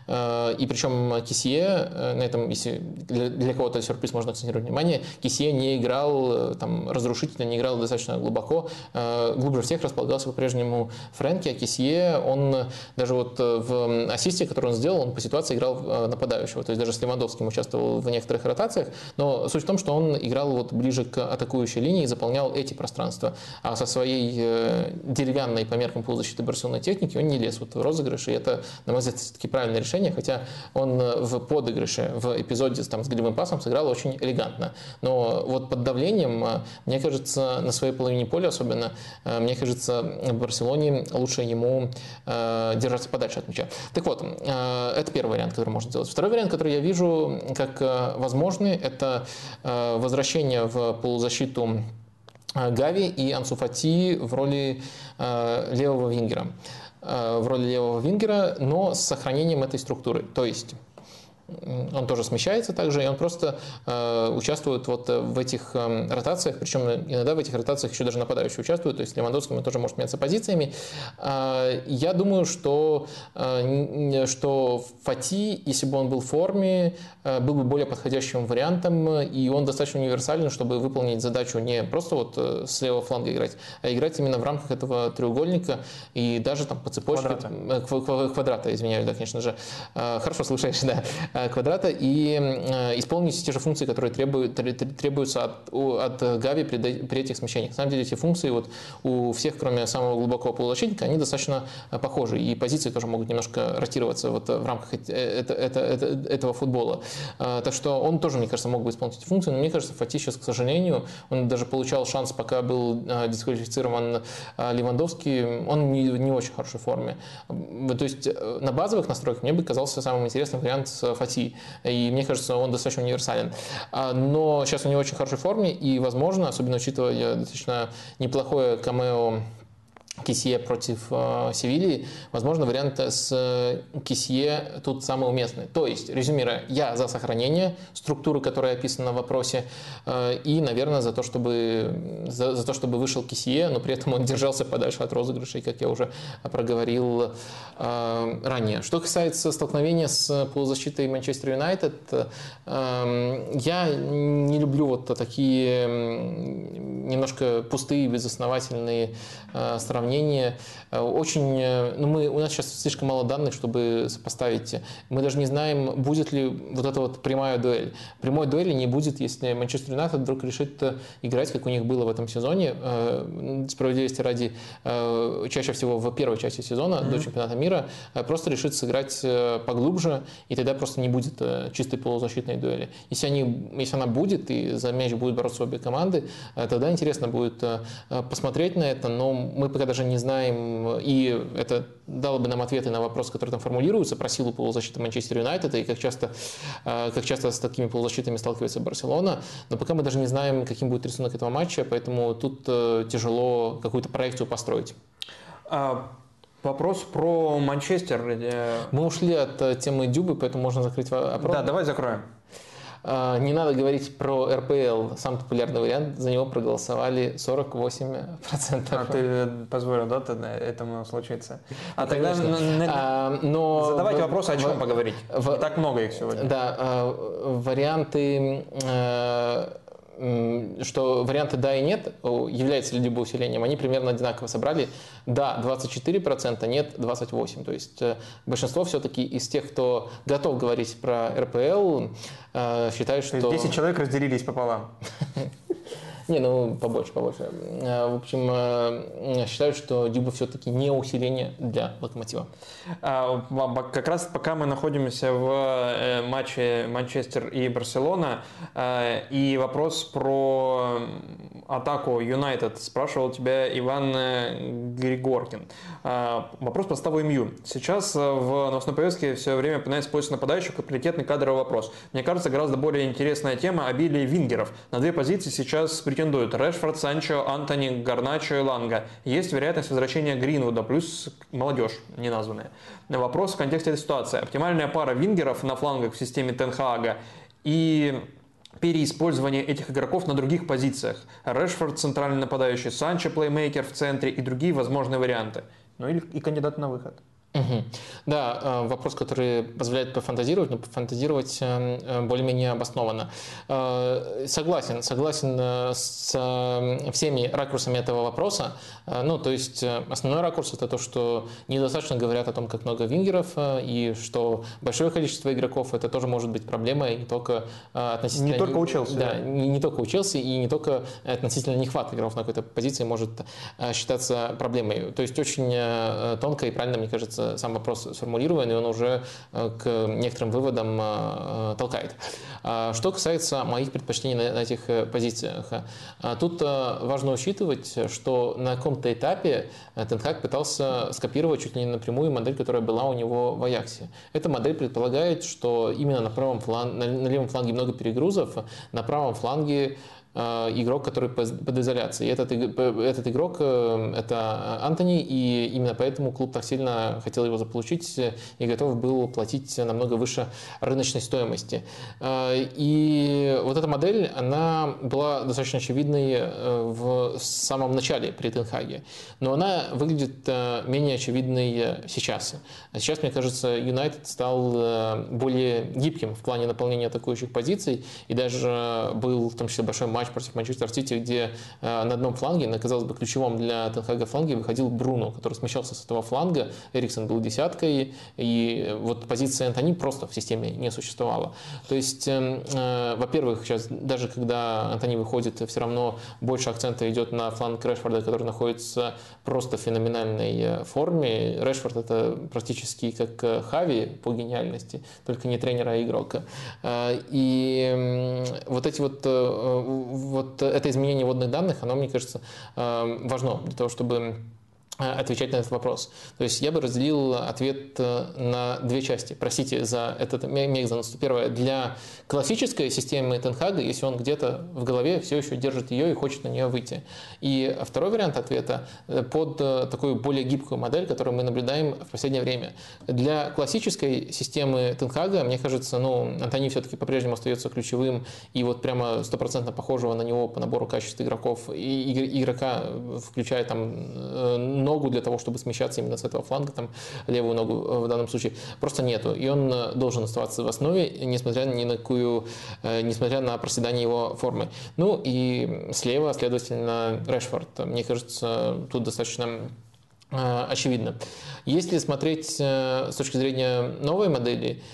И причем Кисье, на этом, если для, для кого-то сюрприз можно акцентировать внимание, Кисье не играл там разрушительно, не играл достаточно глубоко, глубже всех располагался по-прежнему Фрэнки, а Кисье, он даже вот в ассисте, который он сделал, он по ситуации играл нападающего, то есть даже с Левандовским участвовал в некоторых ротациях, но суть в том, что он играл вот ближе к атакующей линии и заполнял эти пространства, а со своей деревянной по меркам полузащиты Барселоны техники он не лез вот в розыгрыш, и это, на мой взгляд, все-таки правильное решение, хотя он в подыгрыше, в эпизоде там, с голевым пасом сыграл очень элегантно, но вот под давлением, мне кажется, на своей половине поля особенно, мне кажется, в Барселоне лучше ему держаться подальше от мяча. Так вот, это первый вариант, который можно сделать. Второй вариант, который я вижу как возможный, это возвращение в полузащиту Гави и Ансу Фати в роли левого вингера. В роли левого вингера, но с сохранением этой структуры. То есть он тоже смещается также, и он просто э, участвует вот в этих э, ротациях, причем иногда в этих ротациях еще даже нападающий участвует, то есть Левандовский тоже может меняться позициями. Э, я думаю, что, э, что Фати, если бы он был в форме, э, был бы более подходящим вариантом, и он достаточно универсален, чтобы выполнить задачу не просто вот с левого фланга играть, а играть именно в рамках этого треугольника и даже там по цепочке квадрата, квадрата извиняюсь, да, конечно же. Э, хорошо слушаешь, да. Квадрата и исполнить те же функции, которые требуют, требуются от, от Гави при, при этих смещениях. На самом деле эти функции вот у всех, кроме самого глубокого полузащитника, они достаточно похожи. И позиции тоже могут немножко ротироваться вот в рамках это, это, это, этого футбола. Так что он тоже, мне кажется, мог бы исполнить эти функции. Но мне кажется, Фати сейчас, к сожалению, он даже получал шанс, пока был дисквалифицирован Левандовский, он не, не в очень хорошей форме. То есть на базовых настройках мне бы казался самым интересным вариант с Фати. И мне кажется, он достаточно универсален. Но сейчас у него очень хорошей форме, и, возможно, особенно учитывая достаточно неплохое камео Кисье против э, Севильи, возможно, вариант с э, Кисье тут самый уместный. То есть, резюмируя, я за сохранение структуры, которая описана в вопросе, э, и, наверное, за то, чтобы, за, за то, чтобы вышел Кисье, но при этом он держался подальше от розыгрышей, как я уже проговорил э, ранее. Что касается столкновения с полузащитой Манчестер Юнайтед, э, я не люблю вот такие немножко пустые, безосновательные э, сравнения. Очень, ну мы, у нас сейчас слишком мало данных, чтобы сопоставить. Мы даже не знаем, будет ли вот эта вот прямая дуэль. Прямой дуэли не будет, если Манчестер Юнайтед вдруг решит играть, как у них было в этом сезоне. Справедливости ради, чаще всего в первой части сезона, mm-hmm. до чемпионата мира, просто решит сыграть поглубже, и тогда просто не будет чистой полузащитной дуэли. Если, они, если она будет, и за мяч будут бороться обе команды, тогда интересно будет посмотреть на это, но мы пока даже не знаем, и это дало бы нам ответы на вопросы, которые там формулируются, про силу полузащиты Манчестер Юнайтед и как часто, как часто с такими полузащитами сталкивается Барселона. Но пока мы даже не знаем, каким будет рисунок этого матча, поэтому тут тяжело какую-то проекцию построить. А... Вопрос про Манчестер. Мы ушли от темы Дюбы, поэтому можно закрыть вопрос. Да, давай закроем. Не надо говорить про эр пэ эл, самый популярный вариант, за него проголосовали сорок восемь процентов. А ты позволил, да, этому случиться? А тогда а, но задавайте в, вопросы, о чем в, поговорить. В, Не так много их сегодня. Да, варианты... что варианты «да» и «нет», является ли Дюба усилением, они примерно одинаково собрали. «Да» двадцать четыре процента, «нет» двадцать восемь процентов. То есть большинство все-таки из тех, кто готов говорить про эр пэ эл, считают, что... То есть десять человек разделились пополам. Не, ну побольше, побольше. В общем, считают, что Дюба все-таки не усиление для Локомотива. Как раз пока мы находимся в матче Манчестер и Барселона, и вопрос про атаку Юнайтед спрашивал тебя Иван Григоркин. Вопрос по составу эм ю. Сейчас в новостной повестке все время упоминается поиск нападающих и приоритетный кадровый вопрос. Мне кажется, гораздо более интересная тема обилие вингеров. На две позиции сейчас претендуют Решфорд, Санчо, Антони, Гарначо и Ланга. Есть вероятность возвращения Гринвуда, плюс молодежь не названная. Вопрос в контексте этой ситуации. Оптимальная пара вингеров на флангах в системе Тен Хага и переиспользование этих игроков на других позициях. Решфорд центральный нападающий, Санчо плеймейкер в центре и другие возможные варианты. Ну или и кандидат на выход. Угу. Да, вопрос, который позволяет пофантазировать, но пофантазировать более-менее обоснованно. Согласен, согласен с всеми ракурсами этого вопроса. Ну, то есть основной ракурс — это то, что недостаточно говорят о том, как много вингеров, и что большое количество игроков — это тоже может быть проблемой, не только относительно... Не только у Челси. Да, не, не только у Челси, и не только относительно нехватки игроков на какой-то позиции может считаться проблемой. То есть очень тонко и правильно, мне кажется, сам вопрос сформулирован, и он уже к некоторым выводам толкает. Что касается моих предпочтений на этих позициях, тут важно учитывать, что на каком-то этапе Тен Хаг пытался скопировать чуть ли не напрямую модель, которая была у него в Аяксе. Эта модель предполагает, что именно на правом фланге, на левом фланге много перегрузов, на правом фланге игрок, который под изоляцией. Этот, этот игрок — это Антони, и именно поэтому клуб так сильно хотел его заполучить и готов был платить намного выше рыночной стоимости. И вот эта модель, она была достаточно очевидной в самом начале при Тен Хаге, но она выглядит менее очевидной сейчас. Сейчас, мне кажется, Юнайтед стал более гибким в плане наполнения атакующих позиций, и даже был в том числе большой матч против Манчестер Сити, где э, на одном фланге, на, казалось бы, ключевом для Тен Хага фланге выходил Бруно, который смещался с этого фланга. Эриксон был десяткой, и вот позиция Антони просто в системе не существовала. То есть, э, э, во-первых, сейчас даже когда Антони выходит, все равно больше акцента идет на фланг Решфорда, который находится просто в феноменальной форме. Решфорд — это практически как Хави по гениальности, только не тренера, а игрока. Э, и э, вот эти вот вот это изменение вводных данных, оно, мне кажется, важно для того, чтобы отвечать на этот вопрос. То есть я бы разделил ответ на две части. Простите за этот мега-занос. Первое, для классической системы Тен Хага, если он где-то в голове все еще держит ее и хочет на нее выйти. И второй вариант ответа под такую более гибкую модель, которую мы наблюдаем в последнее время. Для классической системы Тен Хага, мне кажется, ну, Антони все-таки по-прежнему остается ключевым, и вот прямо стопроцентно похожего на него по набору качеств игроков, и игрока, включая там ногу для того, чтобы смещаться именно с этого фланга, там левую ногу в данном случае, просто нету. И он должен оставаться в основе, несмотря ни на какую, несмотря на проседание его формы. Ну и слева, следовательно, Решфорд. Мне кажется, тут достаточно очевидно. Если смотреть с точки зрения новой модели,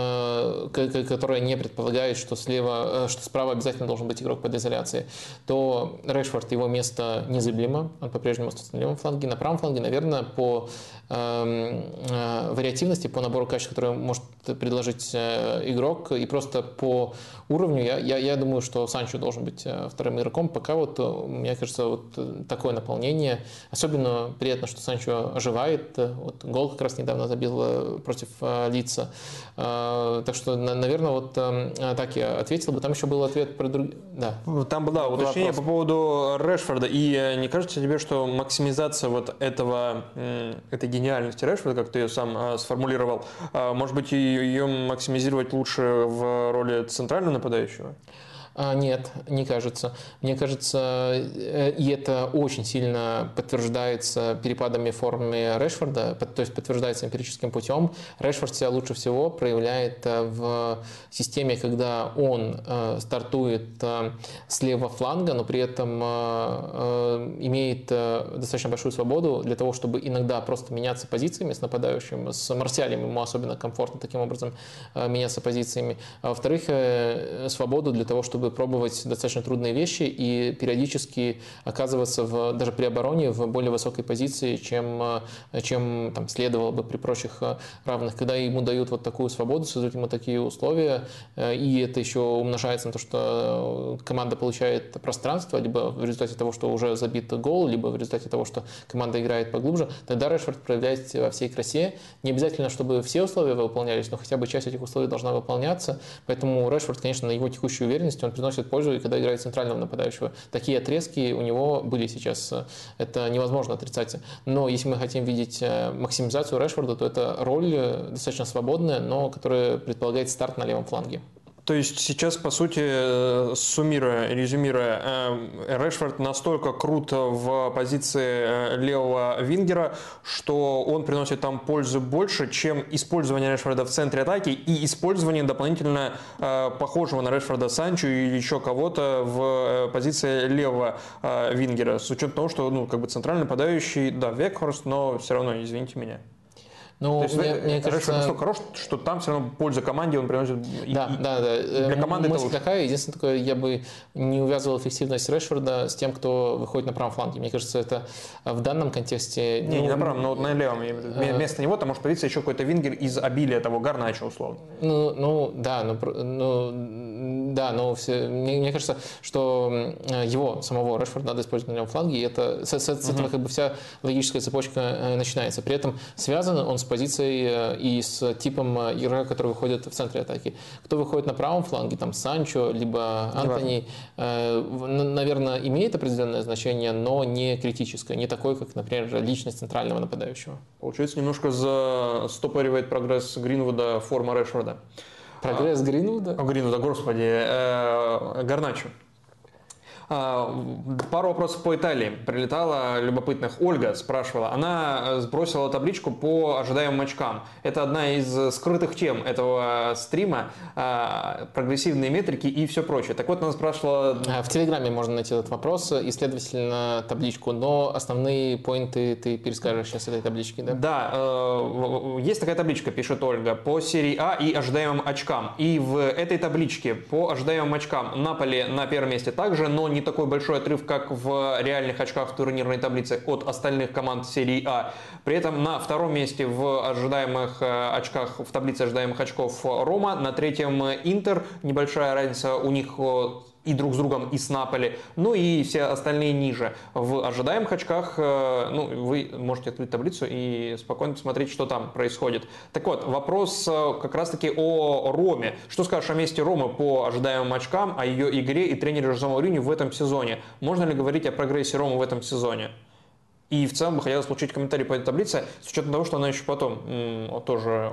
которая не предполагает, что слева, что справа обязательно должен быть игрок под изоляцией, то Решфорд, его место незыблемо, он по-прежнему остается на левом фланге. На правом фланге, наверное, по э, э, вариативности, по набору качеств, которые может предложить игрок, и просто по уровню, я, я, я думаю, что Санчо должен быть вторым игроком. Пока вот, мне кажется, вот такое наполнение. Особенно приятно, что Санчо оживает. Вот гол как раз недавно забил против Лидса. Так что, наверное, вот так я ответил бы. Там еще был ответ про другие. Да. Там было, да, уточнение по поводу Решфорда. И не кажется тебе, что максимизация вот этого, этой гениальности Решфорда, как ты ее сам сформулировал, может быть, ее максимизировать лучше в роли центрального нападающего? Нет, не кажется. Мне кажется, и это очень сильно подтверждается перепадами формы Решфорда, то есть подтверждается эмпирическим путем. Решфорд себя лучше всего проявляет в системе, когда он стартует с левого фланга, но при этом имеет достаточно большую свободу для того, чтобы иногда просто меняться позициями с нападающим. С Марсиалем ему особенно комфортно таким образом меняться позициями. А во-вторых, свободу для того, чтобы пробовать достаточно трудные вещи и периодически оказываться в, даже при обороне в более высокой позиции, чем, чем там, следовало бы при прочих равных. Когда ему дают вот такую свободу, создают ему такие условия, и это еще умножается на то, что команда получает пространство, либо в результате того, что уже забит гол, либо в результате того, что команда играет поглубже, тогда Решфорд проявляет во всей красе. Не обязательно, чтобы все условия выполнялись, но хотя бы часть этих условий должна выполняться. Поэтому Решфорд, конечно, на его текущую уверенность, он он приносит пользу, и когда играет центрального нападающего. Такие отрезки у него были сейчас. Это невозможно отрицать. Но если мы хотим видеть максимизацию Решфорда, то это роль достаточно свободная, но которая предполагает старт на левом фланге. То есть сейчас, по сути, суммируя, резюмируя, Решфорд настолько крут в позиции левого вингера, что он приносит там пользы больше, чем использование Решфорда в центре атаки и использование дополнительно похожего на Решфорда Санчо или еще кого-то в позиции левого вингера. С учетом того, что ну, как бы центральный нападающий, да, Векхорст, но все равно, извините меня. Ну, То есть мне, мне кажется, Решфорд настолько хорош, что там все равно польза команде он приносит. Да, и, да, да. Для команды мысль это такая. Единственное, такое, я бы не увязывал эффективность Решфорда с тем, кто выходит на правом фланге. Мне кажется, это в данном контексте... Не, ну, не на правом, но на левом. Вместо него там может появиться еще какой-то вингер из обилия того Гарначо, условно. Ну, ну да, ну, ну, да, но все, мне, мне кажется, что его, самого Решфорда, надо использовать на левом фланге, и это, с, с, с этого uh-huh. как бы вся логическая цепочка начинается. При этом связан он с позицией и с типом игрока, который выходит в центре атаки. Кто выходит на правом фланге, там Санчо, либо Антони, э, наверное, имеет определенное значение, но не критическое, не такое, как, например, личность центрального нападающего. Получается, немножко застопоривает прогресс Гринвуда форма Решфорда. Прогресс Гринвуда? О, Гринвуда, господи, э, Гарначо. Пару вопросов по Италии. Прилетала любопытных. Ольга спрашивала. Она сбросила табличку по ожидаемым очкам. Это одна из скрытых тем этого стрима. Прогрессивные метрики и все прочее. Так вот, она спрашивала... В Телеграме можно найти этот вопрос и, следовательно, табличку. Но основные поинты ты перескажешь сейчас этой таблички, да? Да. Есть такая табличка, пишет Ольга, по серии А и ожидаемым очкам. И в этой табличке по ожидаемым очкам Наполи на первом месте также, но не не такой большой отрыв, как в реальных очках в турнирной таблице от остальных команд серии А. При этом на втором месте в ожидаемых очках, в таблице ожидаемых очков Рома, на третьем Интер, небольшая разница у них и друг с другом, и с Наполи, ну и все остальные ниже. В ожидаемых очках, ну, вы можете открыть таблицу и спокойно посмотреть, что там происходит. Так вот, вопрос как раз-таки о Роме. Что скажешь о месте Ромы по ожидаемым очкам, о ее игре и тренере Жозе Мауриньо в этом сезоне? Можно ли говорить о прогрессе Ромы в этом сезоне? И в целом бы хотелось получить комментарий по этой таблице, с учетом того, что она еще потом, тоже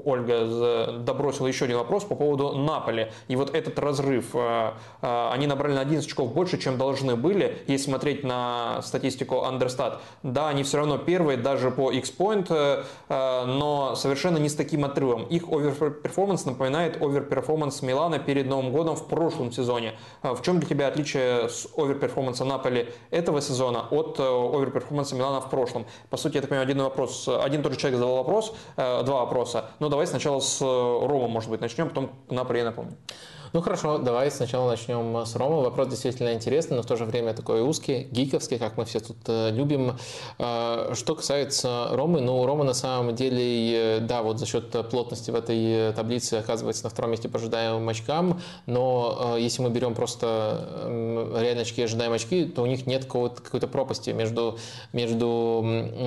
Ольга добросила еще один вопрос по поводу Наполи. И вот этот разрыв, они набрали на одиннадцать очков больше, чем должны были, если смотреть на статистику Understat. Да, они все равно первые, даже по X-Point, но совершенно не с таким отрывом. Их оверперформанс напоминает оверперформанс Милана перед Новым годом в прошлом сезоне. В чем для тебя отличие с оверперформанса Наполи этого сезона от оверперформанса Милана в прошлом? По сути, я так понимаю, один вопрос, один тот же человек задал вопрос, э, два вопроса. Но давай сначала с Рома, может быть, начнем, потом Наполи, я напомню. Ну хорошо, давай сначала начнем с Ромы. Вопрос действительно интересный, но в то же время такой узкий, гиковский, как мы все тут любим. Что касается Ромы, ну Рома на самом деле, да, вот за счет плотности в этой таблице оказывается на втором месте по ожидаемым очкам, но если мы берем просто реальные очки и ожидаемые очки, то у них нет какой-то пропасти между, между,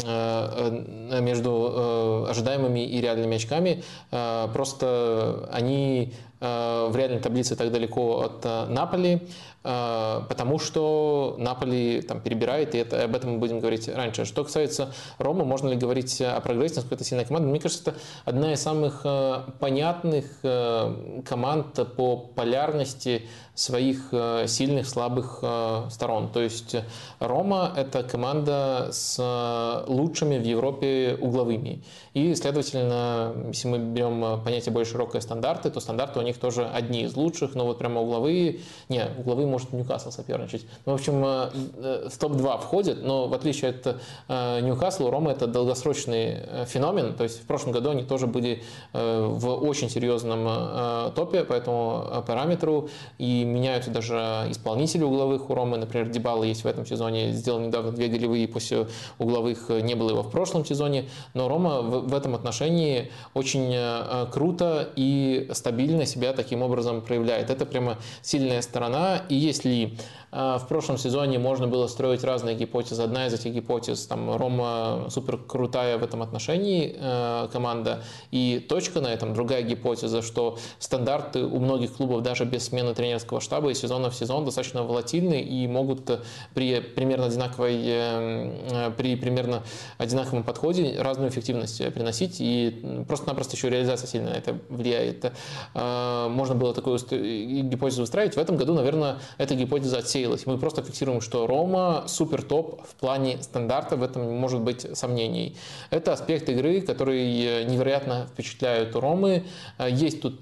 между ожидаемыми и реальными очками. Просто они в реальной таблице так далеко от Наполи, потому что Наполи там перебирает, и это, об этом мы будем говорить раньше. Что касается Ромы, можно ли говорить о прогрессе, насколько это сильная команда? Мне кажется, это одна из самых понятных команд по полярности своих сильных, слабых сторон. То есть Рома – это команда с лучшими в Европе угловыми. И, следовательно, если мы берем понятие более широкое стандарты, то стандарты у них тоже одни из лучших, но вот прямо угловые, не, угловые может Ньюкасл соперничать. Ну, в общем, в топ два входит, но в отличие от Ньюкасла, у Ромы это долгосрочный феномен, то есть в прошлом году они тоже были в очень серьезном топе по этому параметру, и меняются даже исполнители угловых у Ромы, например, Дибала есть в этом сезоне, сделал недавно две голевые, после угловых не было его в прошлом сезоне, но Рома в, в этом отношении очень круто и стабильно себя таким образом проявляет. Это прямо сильная сторона, и если в прошлом сезоне можно было строить разные гипотезы. Одна из этих гипотез, там, Рома супер крутая в этом отношении команда, и точка на этом. Другая гипотеза, что стандарты у многих клубов даже без смены тренерского штаба из сезона в сезон достаточно волатильны и могут при примерно одинаковой, при примерно одинаковом подходе разную эффективность приносить, и просто-напросто еще реализация сильно на это влияет. Можно было такую гипотезу устраивать. В этом году, наверное, эта гипотеза отсеялась. Мы просто фиксируем, что Рома супер топ в плане стандарта, в этом не может быть сомнений. Это аспект игры, который невероятно впечатляет у Ромы. Есть тут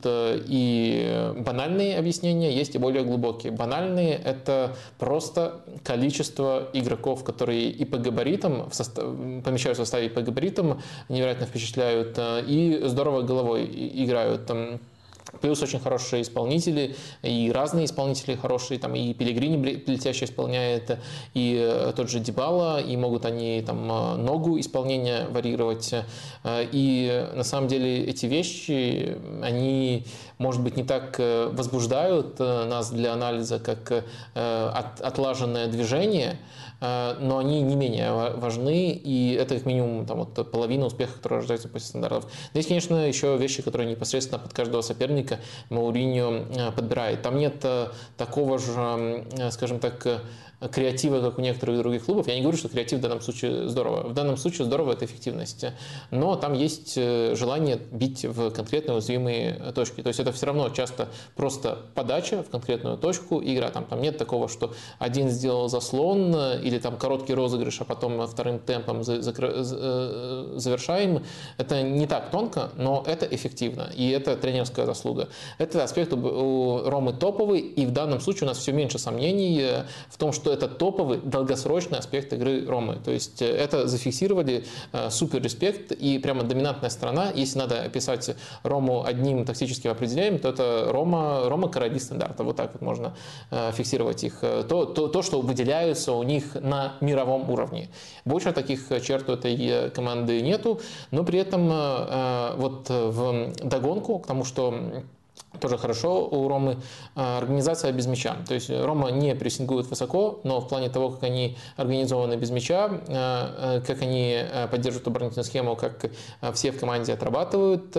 и банальные объяснения, есть и более глубокие. Банальные – это просто количество игроков, которые и по габаритам, в состав, помещаются в составе и по габаритам, невероятно впечатляют, и здорово головой играют. Плюс очень хорошие исполнители, и разные исполнители хорошие, там и Пелегрини блестяще исполняет, и тот же Дибала, и могут они там ногу исполнения варьировать. И на самом деле эти вещи, они, может быть, не так возбуждают нас для анализа, как отлаженное движение, но они не менее важны, и это как минимум там, вот, половина успеха, который рождается после стандартов. Но есть, конечно, еще вещи, которые непосредственно под каждого соперника Мауриньо подбирает. Там нет такого же, скажем так, креатива, как у некоторых других клубов. Я не говорю, что креатив в данном случае здорово. В данном случае здорово – это эффективность. Но там есть желание бить в конкретные уязвимые точки. То есть это все равно часто просто подача в конкретную точку и игра. Там, там нет такого, что один сделал заслон или там короткий розыгрыш, а потом вторым темпом завершаем. Это не так тонко, но это эффективно. И это тренерская заслуга. Этот аспект у Ромы топовый. И в данном случае у нас все меньше сомнений в том, что это топовый, долгосрочный аспект игры Ромы. То есть это зафиксировали, супер респект, и прямо доминантная сторона. Если надо описать Рому одним тактическим определением, то это Рома, Рома короли стандарта. Вот так вот можно фиксировать их. То, то, то, что выделяются у них на мировом уровне. Больше таких черт у этой команды нету, но при этом вот в догонку к тому, что тоже хорошо у Ромы организация без мяча. То есть Рома не прессингует высоко, но в плане того, как они организованы без мяча, как они поддерживают оборонительную схему, как все в команде отрабатывают,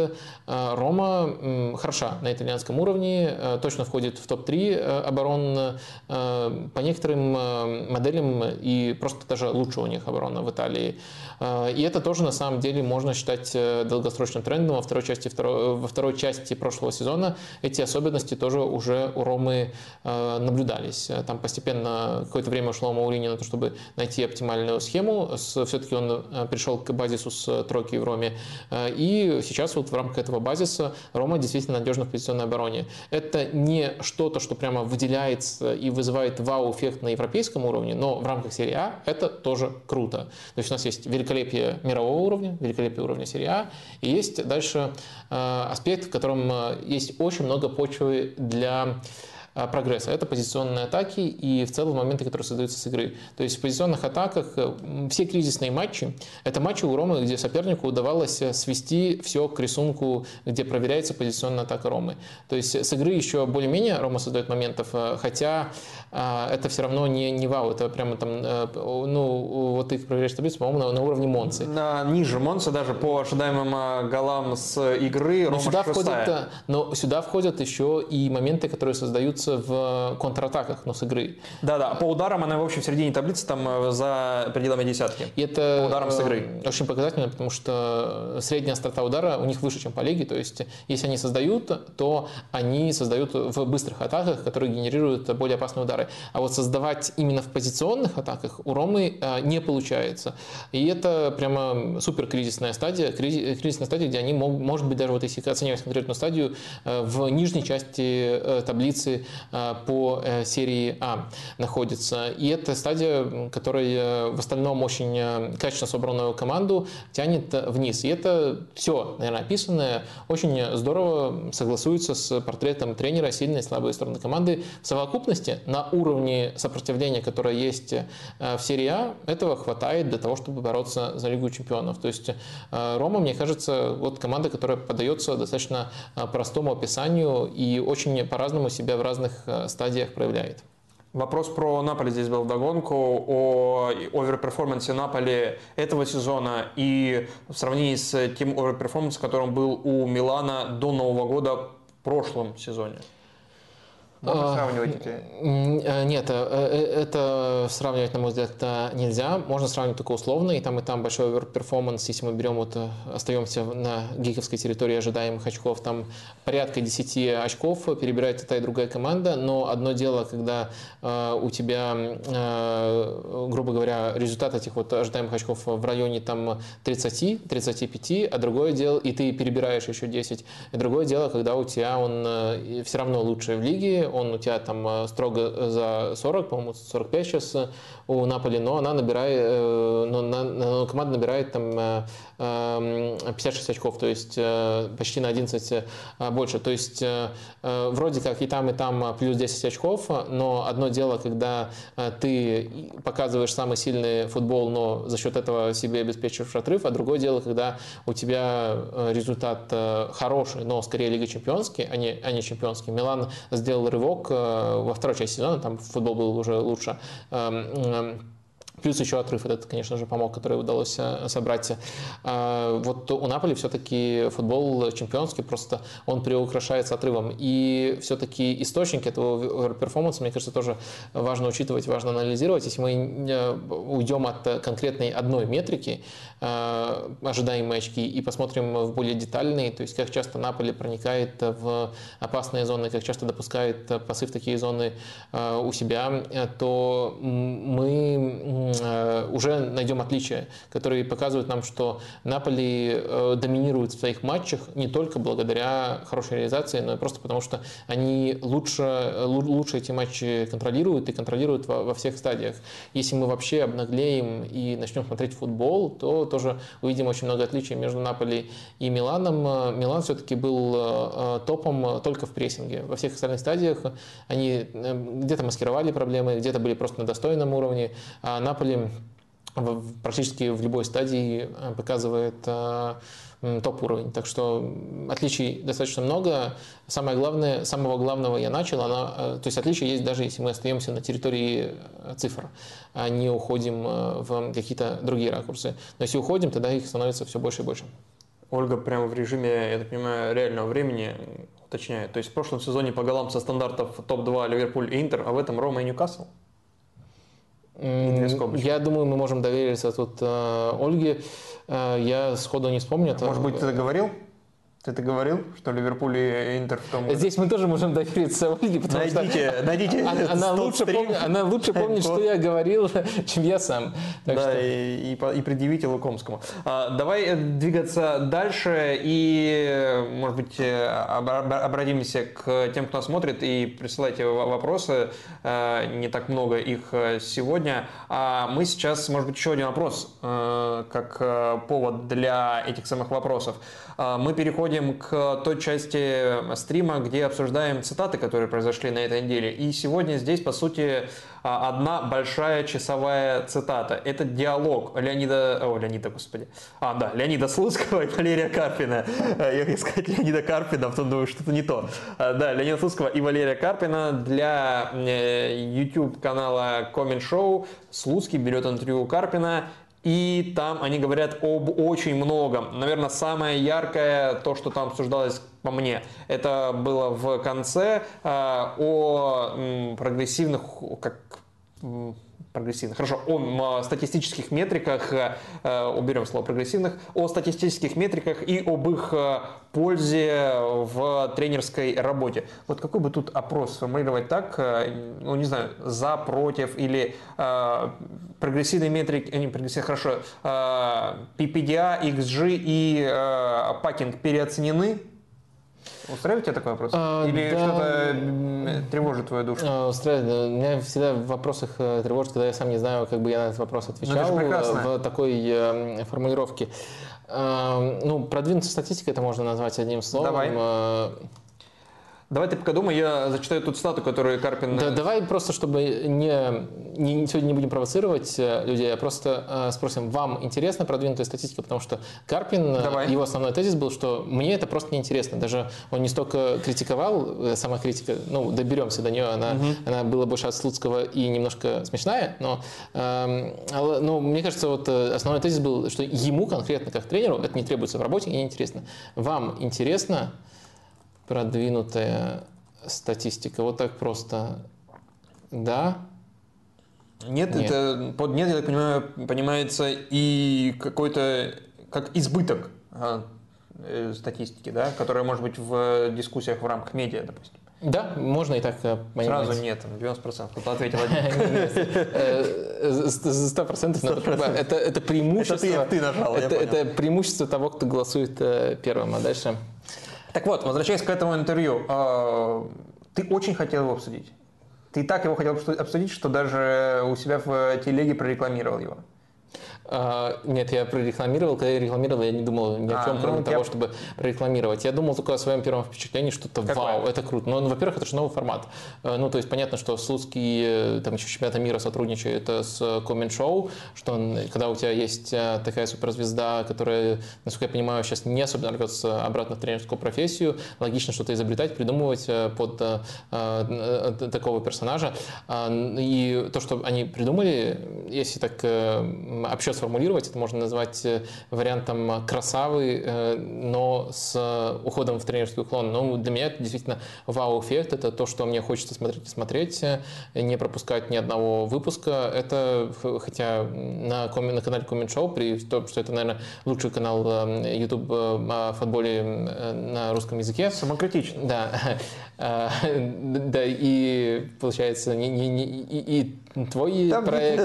Рома хороша на итальянском уровне, точно входит в топ три оборон по некоторым моделям и просто даже лучше у них оборона в Италии. И это тоже на самом деле можно считать долгосрочным трендом. Во второй части, второй, во второй части прошлого сезона эти особенности тоже уже у Ромы наблюдались. Там постепенно какое-то время ушло у Мауриньо на то, чтобы найти оптимальную схему. Все-таки он пришел к базису с тройкой в Роме. И сейчас вот в рамках этого базиса Рома действительно надежна в позиционной обороне. Это не что-то, что прямо выделяется и вызывает вау-эффект на европейском уровне, но в рамках серии А это тоже круто. То есть у нас есть великолепие мирового уровня, великолепие уровня серии А, и есть дальше аспект, в котором есть очень много почвы для прогресса. Это позиционные атаки и в целом моменты, которые создаются с игры. То есть в позиционных атаках все кризисные матчи – это матчи у Ромы, где сопернику удавалось свести все к рисунку, где проверяется позиционная атака Ромы. То есть с игры еще более-менее Рома создает моментов, хотя это все равно не, не вау, это прямо там, ну, вот ты проверяешь таблицу, по-моему, на, на уровне Монцы. На, ниже Монцы даже по ожидаемым голам с игры Рома сюда шестая. входят, но сюда входят еще и моменты, которые создаются в контратаках, но с игры. Да-да, по ударам она в общем в середине таблицы там за пределами десятки. И это по ударам с игры. Очень показательно, потому что средняя острота удара у них выше, чем по лиге. То есть, если они создают, то они создают в быстрых атаках, которые генерируют более опасные удары. А вот создавать именно в позиционных атаках у Ромы не получается. И это прямо супер кризисная стадия, кризисная стадия, где они могут, может быть, даже вот если оценивать конкретную стадию, в нижней части таблицы по серии А находится. И это стадия, которая в остальном очень качественно собранную команду тянет вниз. И это все, наверное, описанное очень здорово согласуется с портретом тренера сильной и слабой стороны команды. В совокупности на уровне сопротивления, которое есть в серии А, этого хватает для того, чтобы бороться за Лигу чемпионов. То есть Рома, мне кажется, вот команда, которая поддается достаточно простому описанию и очень по-разному себя в разных стадиях проявляет. Вопрос про Наполи здесь был вдогонку, о оверперформансе Наполи этого сезона и в сравнении с тем оверперформансом, которым был у Милана до Нового года в прошлом сезоне. Можно сравнивать эти? Нет, это сравнивать, на мой взгляд, нельзя. Можно сравнивать только условно, и там, и там большой оверперформанс. Если мы берем, вот, остаемся на гиковской территории ожидаемых очков, там порядка десяти очков перебирает и та, и другая команда. Но одно дело, когда у тебя, грубо говоря, результат этих вот ожидаемых очков в районе там тридцати — тридцати пяти, а другое дело, и ты перебираешь еще десять. И другое дело, когда у тебя он все равно лучший в лиге, он у тебя там строго за сорок, по-моему, сорок пять сейчас у Наполи, но она набирает, но, но команда набирает там пятьдесят шесть очков, то есть почти на одиннадцать больше. То есть вроде как и там, и там плюс десять очков, но одно дело, когда ты показываешь самый сильный футбол, но за счет этого себе обеспечиваешь отрыв, а другое дело, когда у тебя результат хороший, но скорее Лига Чемпионский, а не, а не чемпионский. Милан сделал рывок во второй части сезона, там футбол был уже лучше. Плюс еще отрыв этот, конечно же, помог, который удалось собрать. Вот у Наполи все-таки футбол чемпионский, просто он приукрашается отрывом. И все-таки источник этого перформанса, мне кажется, тоже важно учитывать, важно анализировать. Если мы уйдем от конкретной одной метрики, ожидаемые очки, и посмотрим в более детальные, то есть как часто Наполи проникает в опасные зоны, как часто допускает пасы в такие зоны у себя, то мы уже найдем отличия, которые показывают нам, что Наполи доминирует в своих матчах не только благодаря хорошей реализации, но и просто потому, что они лучше, лучше эти матчи контролируют и контролируют во, во всех стадиях. Если мы вообще обнаглеем и начнем смотреть футбол, то тоже увидим очень много отличий между Наполи и Миланом. Милан все-таки был топом только в прессинге. Во всех остальных стадиях они где-то маскировали проблемы, где-то были просто на достойном уровне, а Наполи практически в любой стадии показывает топ-уровень. Так что отличий достаточно много. Самое главное, самого главного я начал. Она, то есть отличия есть даже если мы остаемся на территории цифр, а не уходим в какие-то другие ракурсы. Но если уходим, тогда их становится все больше и больше. Ольга прямо в режиме, я так понимаю, реального времени уточняет. То есть в прошлом сезоне по голам со стандартов топ два Ливерпуль и Интер, а в этом Рома и Ньюкасл? Я думаю, мы можем довериться тут э, Ольге. Э, я сходу не вспомню. Может быть, ты это говорил? Ты это говорил, что Ливерпуль и Интер в том... Здесь мы тоже можем довериться Ольге, потому найдите, что найдите она, она, лучше помни, она лучше помнит, что я говорил, чем я сам. Так да, что... и, и, и предъявите Лукомскому. А, давай двигаться дальше и, может быть, обратимся к тем, кто нас смотрит, и присылайте вопросы. Не так много их сегодня. А мы сейчас, может быть, еще один вопрос, как повод для этих самых вопросов. Мы переходим к той части стрима, где обсуждаем цитаты, которые произошли на этой неделе. И сегодня здесь, по сути, одна большая часовая цитата. Это диалог Леонида... О, Леонида, господи. А, да, Леонида Слуцкого и Валерия Карпина. Я хотел сказать Леонида Карпина, а потом думаю, что-то не то. Да, Леонида Слуцкого и Валерия Карпина для YouTube-канала Comment Show. Слуцкий берет интервью у Карпина. И там они говорят об очень многом. Наверное, самое яркое, то, что там обсуждалось по мне, это было в конце э, о м, прогрессивных, как м, прогрессивных, хорошо, о м, статистических метриках, э, уберем слово прогрессивных, о статистических метриках и об их э, пользе в тренерской работе. Вот какой бы тут опрос сформулировать так, э, ну не знаю, за, против или э, прогрессивные метрики, не прогрессивные, хорошо, э, пи пи ди эй, икс джи и э, пакинг переоценены? Устраивает тебя такой вопрос? А, Или да, что-то тревожит твою душу? Устраивает. Меня всегда в вопросах тревожит, когда я сам не знаю, как бы я на этот вопрос отвечал в такой э, формулировке. Э, ну, продвинуться статистикой это можно назвать одним словом. Давай. Давай ты пока думай, я зачитаю ту цитату, которую Карпин... Да, давай просто, чтобы не, не, сегодня не будем провоцировать людей, а просто э, спросим, вам интересна продвинутая статистика, потому что Карпин, давай. Его основной тезис был, что мне это просто неинтересно. Даже он не столько критиковал, сама критика, ну, доберемся до нее, она, угу. она была больше от Слуцкого и немножко смешная, но, э, но мне кажется, вот основной тезис был, что ему конкретно как тренеру это не требуется в работе и неинтересно. Вам интересно продвинутая статистика? Вот так просто. Да? Нет, нет. Это под нет, я так понимаю, понимается и какой-то как избыток а, э, статистики, да, которая может быть в дискуссиях в рамках медиа, допустим. Да, можно и так понимать. Сразу нет, девяносто процентов. Кто-то ответил один. Сто процентов. Это преимущество. Это ты нажал, это преимущество того, кто голосует первым, а дальше... Так вот, возвращаясь к этому интервью, ты очень хотел его обсудить. Ты так его хотел обсудить, что даже у себя в телеге прорекламировал его. Uh, нет, я прорекламировал. Когда я рекламировал, я не думал ни о чем, а, кроме ну, того, я... чтобы прорекламировать. Я думал только о своем первом впечатлении, что это вау, это круто. Но, ну, во-первых, это же новый формат. Uh, ну, то есть понятно, что Слуцкий, там еще чемпионата мира сотрудничает с коммент-шоу, что он, когда у тебя есть такая суперзвезда, которая, насколько я понимаю, сейчас не особенно рвется обратно в тренерскую профессию, логично что-то изобретать, придумывать под uh, такого персонажа. Uh, и то, что они придумали, если так uh, общаться сформулировать, это можно назвать вариантом красавы, но с уходом в тренерский уклон. Но для меня это действительно вау-эффект. Это то, что мне хочется смотреть и смотреть, не пропускать ни одного выпуска. Это, хотя на, на канале Comment Show, при том, что это, наверное, лучший канал YouTube о футболе на русском языке. Самокритично. Да. Да, и получается, не, не, не, и, и твой там проект,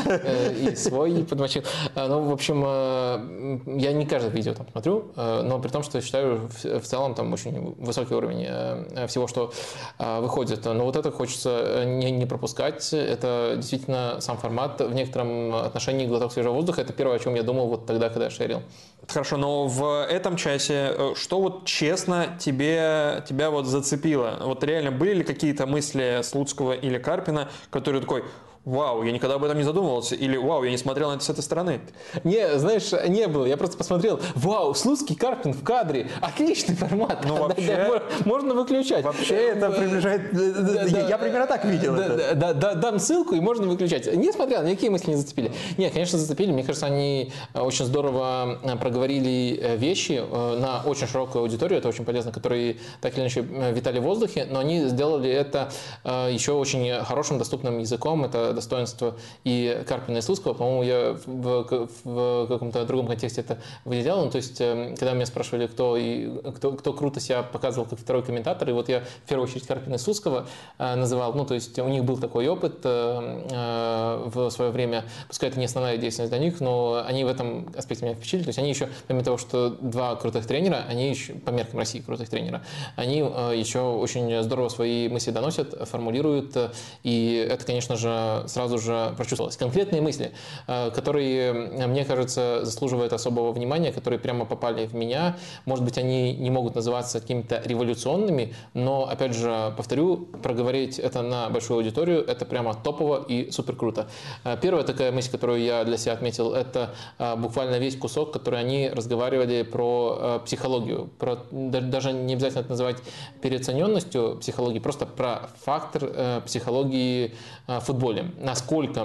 и свой подмочил. Ну, в общем, я не каждое видео там смотрю, но при том, что я считаю в целом там очень высокий уровень всего, что выходит. Но вот это хочется не, не пропускать. Это действительно сам формат. В некотором отношении глоток свежего воздуха. Это первое, о чем я думал вот тогда, когда я шерил. Хорошо, но в этом часе что вот честно тебе, тебя вот зацепило? Вот реально были ли какие-то мысли Слуцкого или Карпина, которые такой... Вау, я никогда об этом не задумывался. Или вау, я не смотрел на это с этой стороны. Не, знаешь, не было. Я просто посмотрел. Вау, Слуцкий, Карпин в кадре. Отличный формат. Ну, вообще... Можно выключать. Вообще это приближает... Я примерно так видел это. Да, да, дам ссылку и можно выключать. Не смотрел, никакие мысли не зацепили. Нет, конечно, зацепили. Мне кажется, они очень здорово проговорили вещи на очень широкую аудиторию. Это очень полезно, которые так или иначе витали в воздухе. Но они сделали это еще очень хорошим, доступным языком. Это достоинство и Карпина, и Слуцкого. По-моему, я в, в каком-то другом контексте это выделял. Ну, то есть, когда меня спрашивали, кто, и, кто, кто круто себя показывал как второй комментатор, и вот я в первую очередь Карпина и Слуцкого э, называл. Ну, то есть, у них был такой опыт э, э, в свое время. Пускай это не основная деятельность для них, но они в этом аспекте меня впечатлили. То есть, они еще, помимо того, что два крутых тренера, они еще, по меркам России крутых тренера, они э, еще очень здорово свои мысли доносят, формулируют. И это, конечно же, сразу же прочувствовалось. Конкретные мысли, которые, мне кажется, заслуживают особого внимания, которые прямо попали в меня. Может быть, они не могут называться какими-то революционными, но, опять же, повторю, проговорить это на большую аудиторию, это прямо топово и супер круто. Первая такая мысль, которую я для себя отметил, это буквально весь кусок, который они разговаривали про психологию. Про, даже не обязательно это называть переоцененностью психологии, просто про фактор психологии в футболе. Насколько,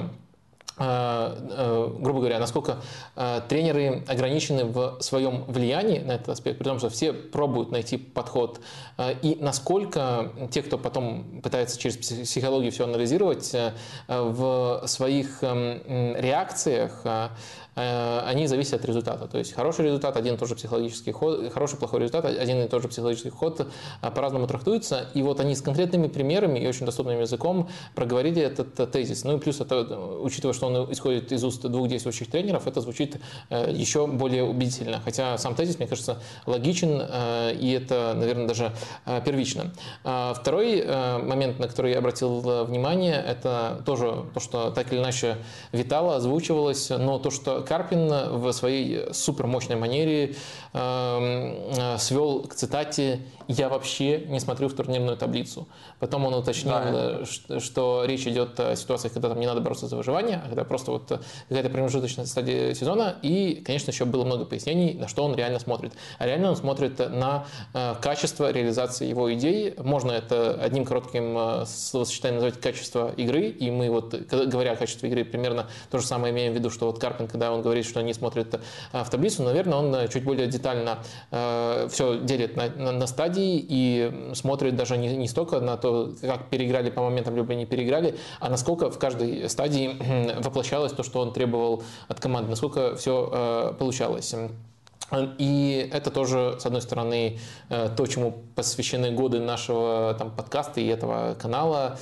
грубо говоря, насколько тренеры ограничены в своем влиянии на этот аспект, при том, что все пробуют найти подход, и насколько те, кто потом пытается через психологию все анализировать, в своих реакциях они зависят от результата. То есть хороший результат, один и тот же психологический ход, хороший, плохой результат, один и тот же психологический ход по-разному трактуется. И вот они с конкретными примерами и очень доступным языком проговорили этот тезис. Ну и плюс, это, учитывая, что он исходит из уст двух действующих тренеров, это звучит еще более убедительно. Хотя сам тезис, мне кажется, логичен, и это, наверное, даже первично. Второй момент, на который я обратил внимание, это тоже то, что так или иначе витало, озвучивалось, но то, что Карпин в своей супермощной манере э, свел к цитате «Я вообще не смотрю в турнирную таблицу». Потом он уточнил, да. что, что речь идет о ситуациях, когда там не надо бороться за выживание, а когда просто вот какая-то промежуточная стадия сезона. И, конечно, еще было много пояснений, на что он реально смотрит. А реально он смотрит на э, качество реализации его идей. Можно это одним коротким словосочетанием назвать качество игры. И мы вот, говоря о качестве игры, примерно то же самое имеем в виду, что вот Карпин, когда он говорит, что не смотрит в таблицу, наверное, он чуть более детально э, все делит на, на, на стадии и смотрит даже не, не столько на то, как переиграли по моментам, либо не переиграли, а насколько в каждой стадии воплощалось то, что он требовал от команды, насколько все э, получалось. И это тоже, с одной стороны, то, чему посвящены годы нашего там, подкаста и этого канала.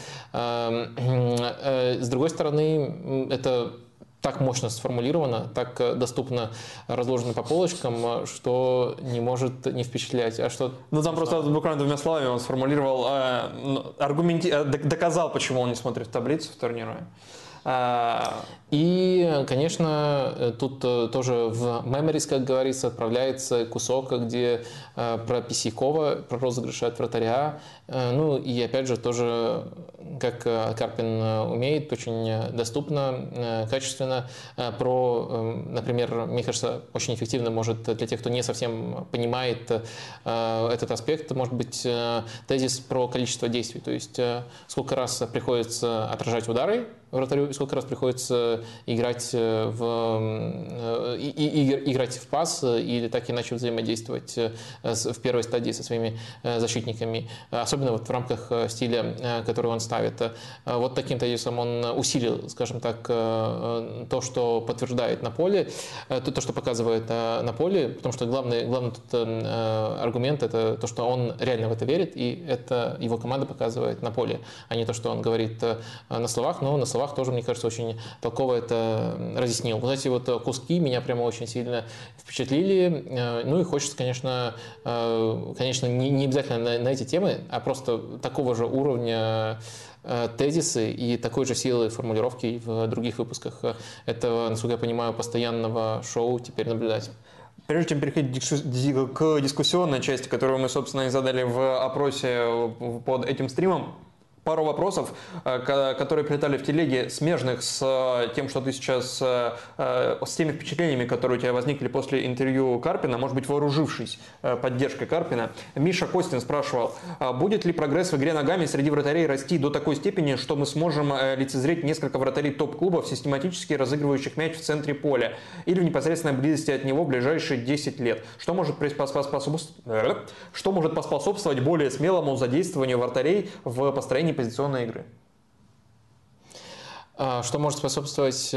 С другой стороны, это так мощно сформулировано, так доступно разложено по полочкам, что не может не впечатлять. А что? Ну там просто буквально двумя словами он сформулировал, аргументи... доказал, почему он не смотрит в таблицу в турнире. И, конечно, тут тоже в Memories, как говорится, отправляется кусок, где про Писякова, про розыгрыши от вратаря. Ну и опять же тоже, как Карпин умеет, очень доступно, качественно. Про, например, мне кажется, очень эффективно может для тех, кто не совсем понимает этот аспект, может быть тезис про количество действий. То есть сколько раз приходится отражать удары вратарю, сколько раз приходится играть в, и, и, играть в пас или так иначе взаимодействовать в первой стадии со своими защитниками, особенно вот в рамках стиля, который он ставит. Вот таким тезисом он усилил, скажем так, то, что подтверждает на поле, то, что показывает на поле, потому что главный, главный тут аргумент – это то, что он реально в это верит, и это его команда показывает на поле, а не то, что он говорит на словах, но на словах тоже, мне кажется, очень толково это разъяснил. Вот эти вот куски меня прямо очень сильно впечатлили. Ну и хочется, конечно, конечно не, не обязательно на, на эти темы, а просто такого же уровня тезисы и такой же силы формулировки в других выпусках этого, насколько я понимаю, постоянного шоу теперь наблюдать. Прежде чем переходить к дискуссионной части, которую мы, собственно, и задали в опросе под этим стримом, пару вопросов, которые прилетали в телеге, смежных с тем, что ты сейчас, с теми впечатлениями, которые у тебя возникли после интервью Карпина, может быть, вооружившись поддержкой Карпина. Миша Костин спрашивал, будет ли прогресс в игре ногами среди вратарей расти до такой степени, что мы сможем лицезреть несколько вратарей топ-клубов, систематически разыгрывающих мяч в центре поля, или в непосредственной близости от него в ближайшие десять лет? Что может поспособствовать, что может поспособствовать более смелому задействованию вратарей в построении позиционной игры? Что может способствовать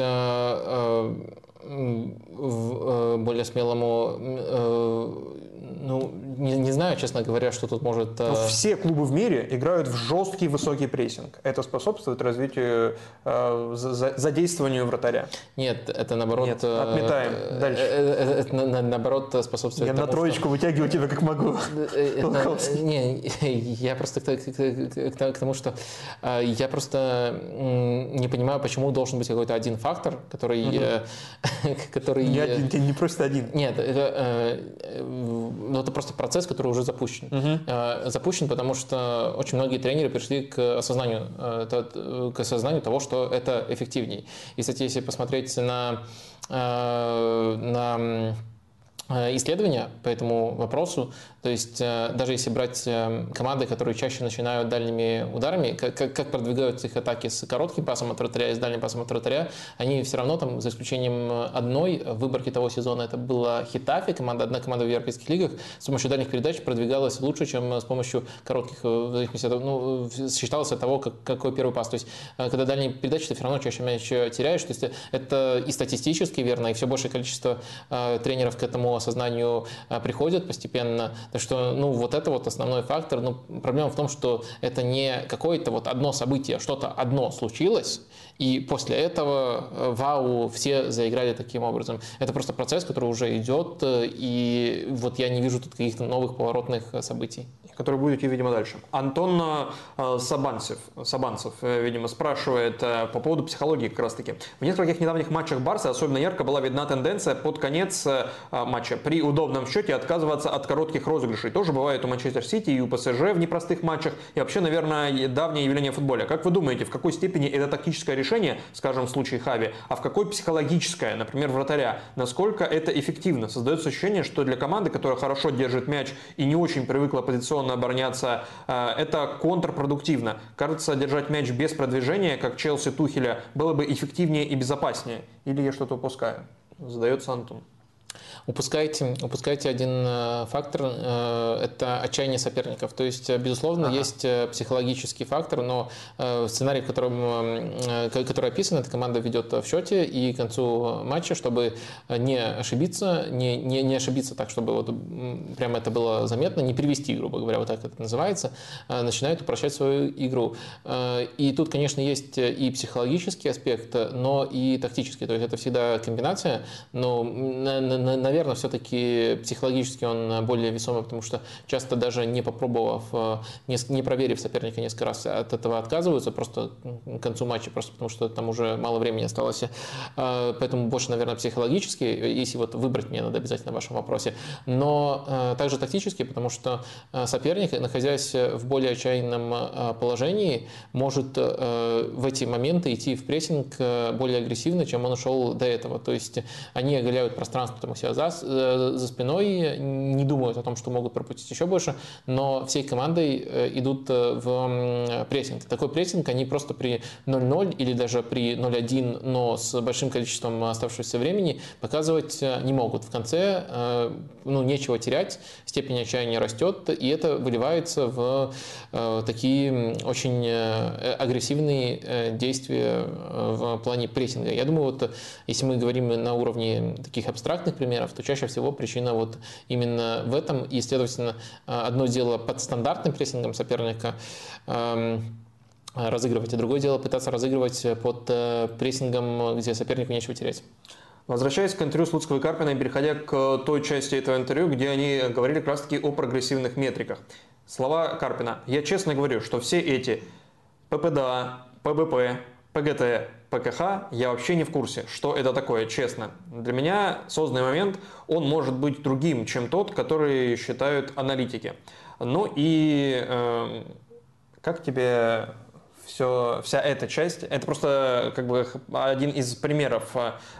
более смелому, ну, не, не знаю, честно говоря, что тут может... Но все клубы в мире играют в жесткий высокий прессинг. Это способствует развитию, задействованию вратаря? Нет, это наоборот... Нет, отметаем. Дальше. Это, это наоборот способствует Я тому, на троечку что... вытягиваю тебя как могу. Это, не, я просто к, к, к, к тому, что я просто не понимаю, почему должен быть какой-то один фактор, который... Угу. который... Не, один, не просто один. Нет, это, ну, это просто процесс, который уже запущен. Uh-huh. Запущен, потому что очень многие тренеры пришли к осознанию, к осознанию того, что это эффективней. И, кстати, если посмотреть на, на исследования по этому вопросу, то есть даже если брать команды, которые чаще начинают дальними ударами, как, как продвигаются их атаки с коротким пасом от вратаря и с дальним пасом от вратаря, они все равно, там, за исключением одной в выборке того сезона, это была Хетафе, команда, одна команда в европейских лигах, с помощью дальних передач продвигалась лучше, чем с помощью коротких, в зависимости от, ну, считалось от того, как, какой первый пас. То есть когда дальние передачи, ты все равно чаще мяч теряешь. То есть это и статистически верно, и все большее количество э, тренеров к этому осознанию э, приходят постепенно. Так что, ну, вот это вот основной фактор. Но проблема в том, что это не какое-то вот одно событие, что-то одно случилось, и после этого вау, все заиграли таким образом. Это просто процесс, который уже идет, и вот я не вижу тут каких-то новых поворотных событий. Который будет идти, видимо, дальше. Антон э, Сабанцев, Сабанцев, э, видимо, спрашивает э, по поводу психологии как раз-таки. В нескольких недавних матчах Барса особенно ярко была видна тенденция под конец э, матча при удобном счете отказываться от коротких розыгрышей. Тоже бывает у Манчестер Сити и у ПСЖ в непростых матчах. И вообще, наверное, давнее явление в футболе. Как вы думаете, в какой степени это тактическое решение, скажем, в случае Хави, а в какой психологическое, например, вратаря? Насколько это эффективно? Создается ощущение, что для команды, которая хорошо держит мяч и не очень привыкла позиционно обороняться, это контрпродуктивно. Кажется, держать мяч без продвижения, как Челси Тухеля, было бы эффективнее и безопаснее. Или я что-то упускаю? Задается Антон. Упускаете, упускаете один фактор, это отчаяние соперников. То есть, безусловно, ага. есть психологический фактор, но сценарий, в котором, который описан, эта команда ведет в счете, и к концу матча, чтобы не ошибиться, не, не, не ошибиться так, чтобы вот прямо это было заметно, не привести, грубо говоря, вот так это называется, начинают упрощать свою игру. И тут, конечно, есть и психологический аспект, но и тактический. То есть это всегда комбинация, но, наверное, Наверное, все-таки психологически он более весомый, потому что часто даже не попробовав, не проверив соперника несколько раз, от этого отказываются просто к концу матча, просто потому что там уже мало времени осталось. Поэтому больше, наверное, психологически, если вот выбрать мне надо обязательно в вашем вопросе, но также тактически, потому что соперник, находясь в более отчаянном положении, может в эти моменты идти в прессинг более агрессивно, чем он ушел до этого. То есть они оголяют пространство там у себя за, за спиной, не думают о том, что могут пропустить еще больше, но всей командой идут в прессинг. Такой прессинг они просто при ноль ноль или даже при ноль один, но с большим количеством оставшегося времени показывать не могут. В конце ну, нечего терять, степень отчаяния растет, и это выливается в такие очень агрессивные действия в плане прессинга. Я думаю, вот если мы говорим на уровне таких абстрактных примеров, то чаще всего причина вот именно в этом, и, следовательно, одно дело под стандартным прессингом соперника разыгрывать, а другое дело пытаться разыгрывать под прессингом, где сопернику нечего терять. Возвращаясь к интервью Слуцкого и Карпина и переходя к той части этого интервью, где они говорили как раз-таки о прогрессивных метриках. Слова Карпина. «Я честно говорю, что все эти ППДА, ПБП, ПГТ, ПКХ, я вообще не в курсе, что это такое, честно. Для меня созданный момент, он может быть другим, чем тот, который считают аналитики. Ну и э, как тебе все, вся эта часть? Это просто как бы один из примеров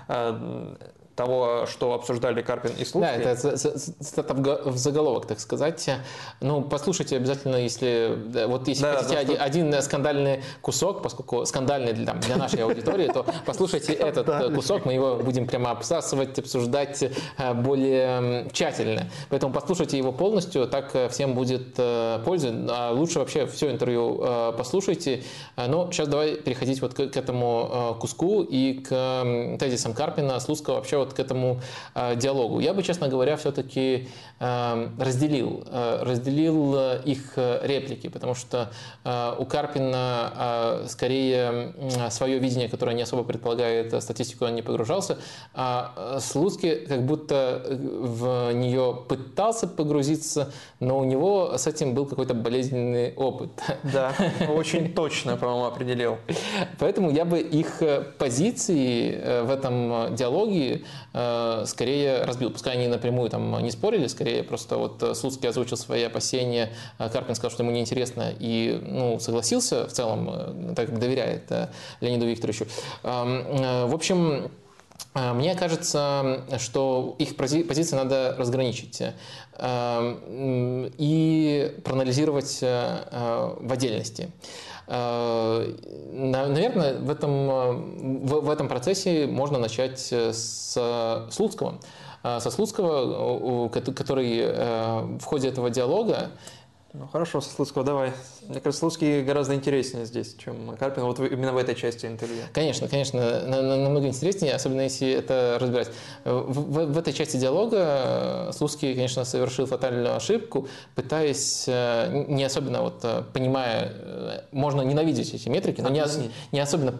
э, того, что обсуждали Карпин и Слуцкий. Да, это цитата в заголовок, так сказать. Ну, послушайте обязательно, если вот если да, хотите да, один, что... один скандальный кусок, поскольку скандальный для, для нашей аудитории, то послушайте этот кусок, мы его будем прямо обсасывать, обсуждать более тщательно. Поэтому послушайте его полностью, так всем будет польза. А лучше вообще все интервью послушайте. Но сейчас давай переходить вот к, к этому куску и к тезисам Карпина, Слуцкого, вообще вот к этому э, диалогу. Я бы, честно говоря, все-таки э, разделил, э, разделил их реплики, потому что э, у Карпина э, скорее э, свое видение, которое не особо предполагает статистику, он не погружался, а Слуцкий как будто в нее пытался погрузиться, но у него с этим был какой-то болезненный опыт. Да, очень точно, по-моему, определил. Поэтому я бы их позиции в этом диалоге скорее разбил. Пускай они напрямую там не спорили, скорее просто вот Слуцкий озвучил свои опасения, Карпин сказал, что ему неинтересно, и ну, согласился в целом, так как доверяет Леониду Викторовичу. В общем, мне кажется, что их позиции надо разграничить и проанализировать в отдельности. Наверное, в этом, в этом процессе можно начать с Слуцкого. Со Слуцкого, который в ходе этого диалога Ну хорошо, со Слуцкого давай. Мне кажется, Слуцкий гораздо интереснее здесь, чем Карпин, вот именно в этой части интервью. Конечно, конечно, намного интереснее, особенно если это разбирать. В, в, в этой части диалога Слуцкий, конечно, совершил фатальную ошибку, пытаясь, не особенно вот понимая, можно ненавидеть эти метрики, но не, не особенно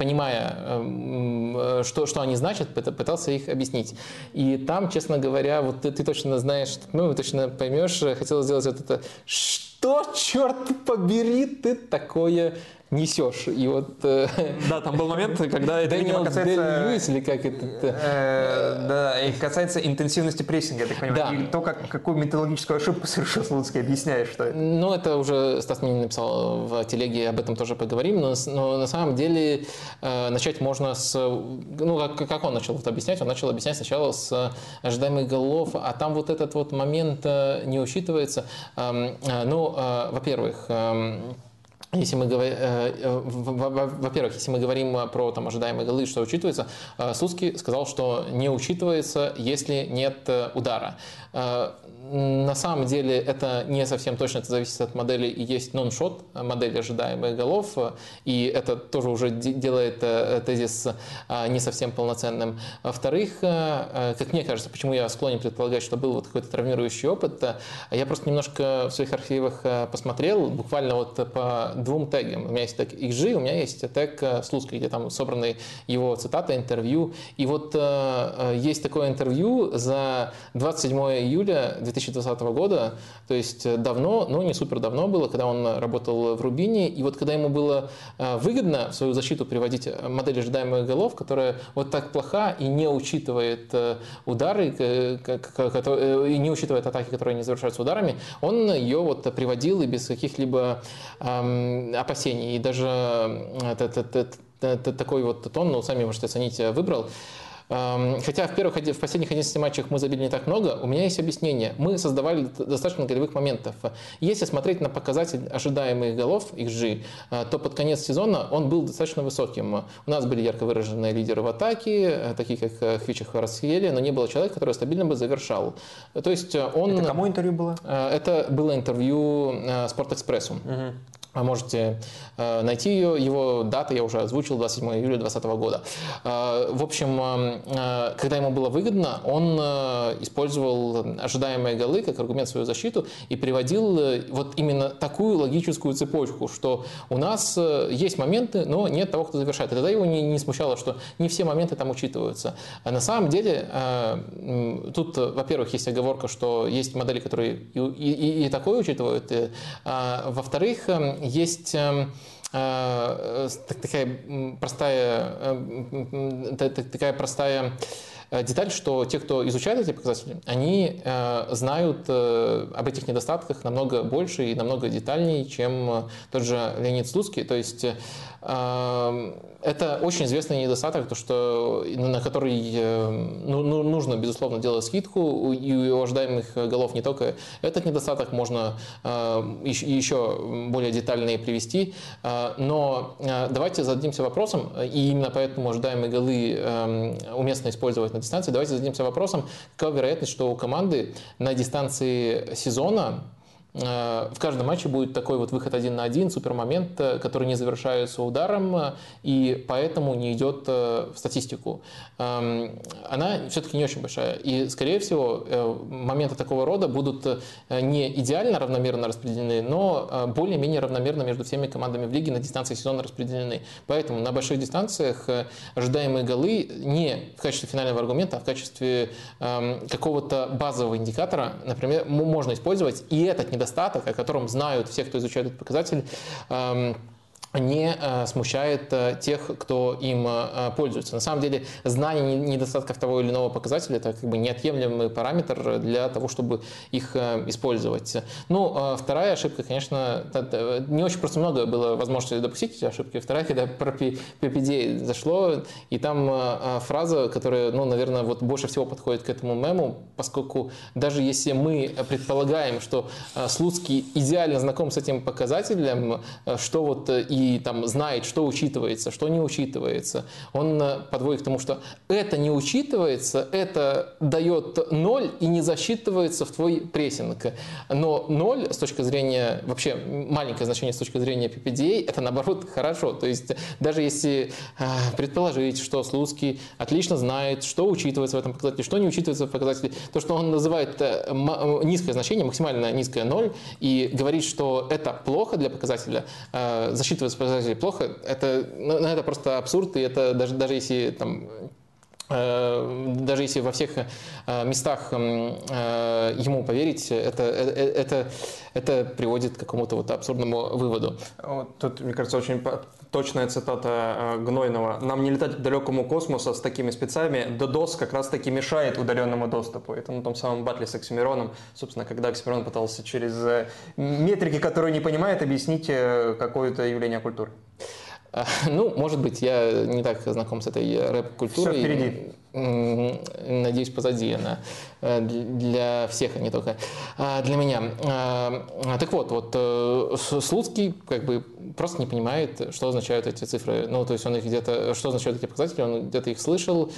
понимая, что, что они значат, пытался их объяснить. И там, честно говоря, вот ты, ты точно знаешь, ну, точно поймешь, хотел сделать вот это... Что, черт побери, ты такое несешь? И вот... Да, там был момент, когда это, видимо, касается... или как это... Да, и касается интенсивности прессинга, я так понимаю. Да. И то, как, какую методологическую ошибку совершил Слуцкий, объясняешь, что это. Ну, это уже Стас мне написал в телеге, об этом тоже поговорим, но, но на самом деле начать можно с... Ну, как, как он начал вот объяснять? Он начал объяснять сначала с ожидаемых голов, а там вот этот вот момент не учитывается. Ну, во-первых, Если мы говорим, во-первых, если мы говорим про там, ожидаемые голы, что учитывается, Слуцкий сказал, что не учитывается, если нет удара. На самом деле это не совсем точно, это зависит от модели, и есть нон-шот, модель ожидаемых голов, и это тоже уже делает тезис не совсем полноценным. Во-вторых, как мне кажется, почему я склонен предполагать, что был вот какой-то травмирующий опыт, я просто немножко в своих архивах посмотрел, буквально вот по двум тегам. У меня есть тег икс джи, у меня есть тег Слуцкий, где там собраны его цитаты, интервью. И вот есть такое интервью за двадцать седьмое июля две тысячи двадцатого года, то есть давно, но не супер давно было, когда он работал в Рубине, и вот когда ему было выгодно в свою защиту приводить модель ожидаемых голов, которая вот так плоха и не учитывает удары, и не учитывает атаки, которые не завершаются ударами, он ее вот приводил и без каких-либо опасений, и даже такой вот тон, ну, сами можете оценить, выбрал. Хотя в первых, в последних одиннадцати матчах мы забили не так много, у меня есть объяснение. Мы создавали достаточно голевых моментов. Если смотреть на показатель ожидаемых голов, икс джи, то под конец сезона он был достаточно высоким. У нас были ярко выраженные лидеры в атаке, такие как Хвича Кварацхелия, но не было человека, который стабильно бы завершал. То есть он... Это кому интервью было? Это было интервью Спортэкспрессу. Угу. Вы можете э, найти ее, его дата я уже озвучил, двадцать седьмое июля двадцатого года. Э, в общем, э, когда ему было выгодно, он э, использовал ожидаемые голы как аргумент в свою защиту и приводил э, вот именно такую логическую цепочку, что у нас э, есть моменты, но нет того, кто завершает. И тогда его не, не смущало, что не все моменты там учитываются. А на самом деле, э, тут, во-первых, есть оговорка, что есть модели, которые и, и, и такое учитывают. Э, а, во-вторых, э, есть э, э, такая простая, э, такая простая деталь, что те, кто изучает эти показатели, они э, знают э, об этих недостатках намного больше и намного детальнее, чем тот же Леонид Слуцкий. То есть э, это очень известный недостаток, то, что, на который э, ну, нужно, безусловно, делать скидку. И у ожидаемых голов не только этот недостаток, можно э, еще более детальные привести. Э, но э, давайте зададимся вопросом, и именно поэтому ожидаемые голы э, уместно использовать на дистанции. Давайте зададимся вопросом, какова вероятность, что у команды на дистанции сезона в каждом матче будет такой вот выход один на один, супермомент, который не завершается ударом и поэтому не идет в статистику. Она все-таки не очень большая. И, скорее всего, моменты такого рода будут не идеально равномерно распределены, но более-менее равномерно между всеми командами в лиге на дистанции сезона распределены. Поэтому на больших дистанциях ожидаемые голы не в качестве финального аргумента, а в качестве какого-то базового индикатора, например, можно использовать и этот недостаток, о котором знают все, кто изучает этот показатель, не смущает тех, кто им пользуется. На самом деле, знание недостатков того или иного показателя – это как бы неотъемлемый параметр для того, чтобы их использовать. Ну, вторая ошибка, конечно, не очень просто много было возможности допустить эти ошибки. Вторая, когда про пи пи ди зашло, и там фраза, которая, ну, наверное, вот больше всего подходит к этому мему, поскольку даже если мы предполагаем, что Слуцкий идеально знаком с этим показателем, что вот и и там знает, что учитывается, что не учитывается. Он подводит к тому, что это не учитывается, это дает ноль и не засчитывается в твой прессинг. Но ноль с точки зрения, вообще маленькое значение с точки зрения пи пи ди эй, это наоборот хорошо. То есть даже если предположить, что Слуцкий отлично знает, что учитывается в этом показателе, что не учитывается в показателе, то, что он называет низкое значение, максимально низкое ноль, и говорит, что это плохо для показателя, засчитывается показатель плохо, это, ну, это просто абсурд, и это даже, даже если там даже если во всех местах ему поверить, это, это, это приводит к какому-то вот абсурдному выводу. Вот тут, мне кажется, очень точная цитата Гнойного. «Нам не летать к далекому космосу с такими спецами. DDoS как раз-таки мешает удаленному доступу». Это на том самом батле с Оксимироном. Собственно, когда Оксимирон пытался через метрики, которые не понимает, объяснить какое-то явление культуры. Ну, может быть, я не так знаком с этой рэп-культурой. Все впереди. Надеюсь, позади она для всех, а не только для меня. Так вот, вот Слуцкий как бы просто не понимает, что означают эти цифры. Ну, то есть он их где-то, что означают эти показатели, он где-то их слышал,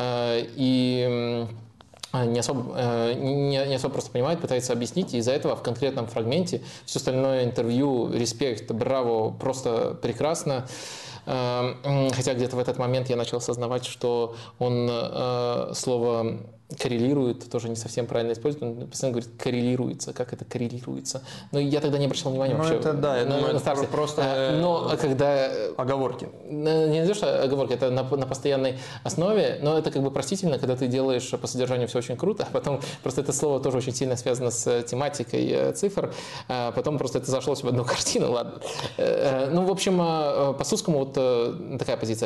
и не особо, не, не особо просто понимает, пытается объяснить, и из-за этого в конкретном фрагменте все остальное интервью, респект, браво, просто прекрасно. Хотя где-то в этот момент я начал осознавать, что он слово коррелирует, тоже не совсем правильно использует, он постоянно говорит коррелируется, как это коррелируется. Но я тогда не обращал внимания ну, вообще. Это, да, я на, думаю, на это просто но когда... оговорки. Не то, что оговорки, это на, на постоянной основе, но это как бы простительно, когда ты делаешь по содержанию все очень круто, а потом просто это слово тоже очень сильно связано с тематикой цифр, а потом просто это зашло в одну картину, ладно. Ну, в общем, по Слуцкому вот такая позиция.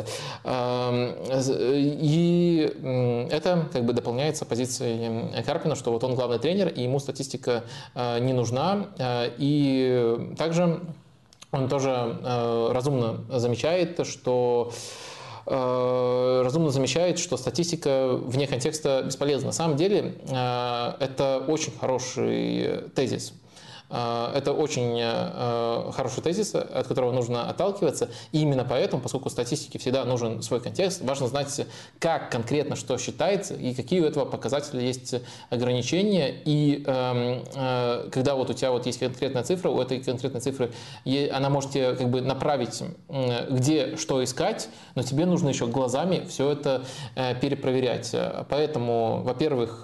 И это как бы дополняется позицией Карпина, что вот он главный тренер, и ему статистика не нужна. И также он тоже разумно замечает, что разумно замечает, что статистика вне контекста бесполезна. На самом деле это очень хороший тезис. Это очень хороший тезис, от которого нужно отталкиваться. И именно поэтому, поскольку статистике всегда нужен свой контекст, важно знать, как конкретно что считается и какие у этого показателя есть ограничения. И когда вот у тебя вот есть конкретная цифра, у этой конкретной цифры она может тебе как бы направить, где что искать, но тебе нужно еще глазами все это перепроверять. Поэтому, во-первых,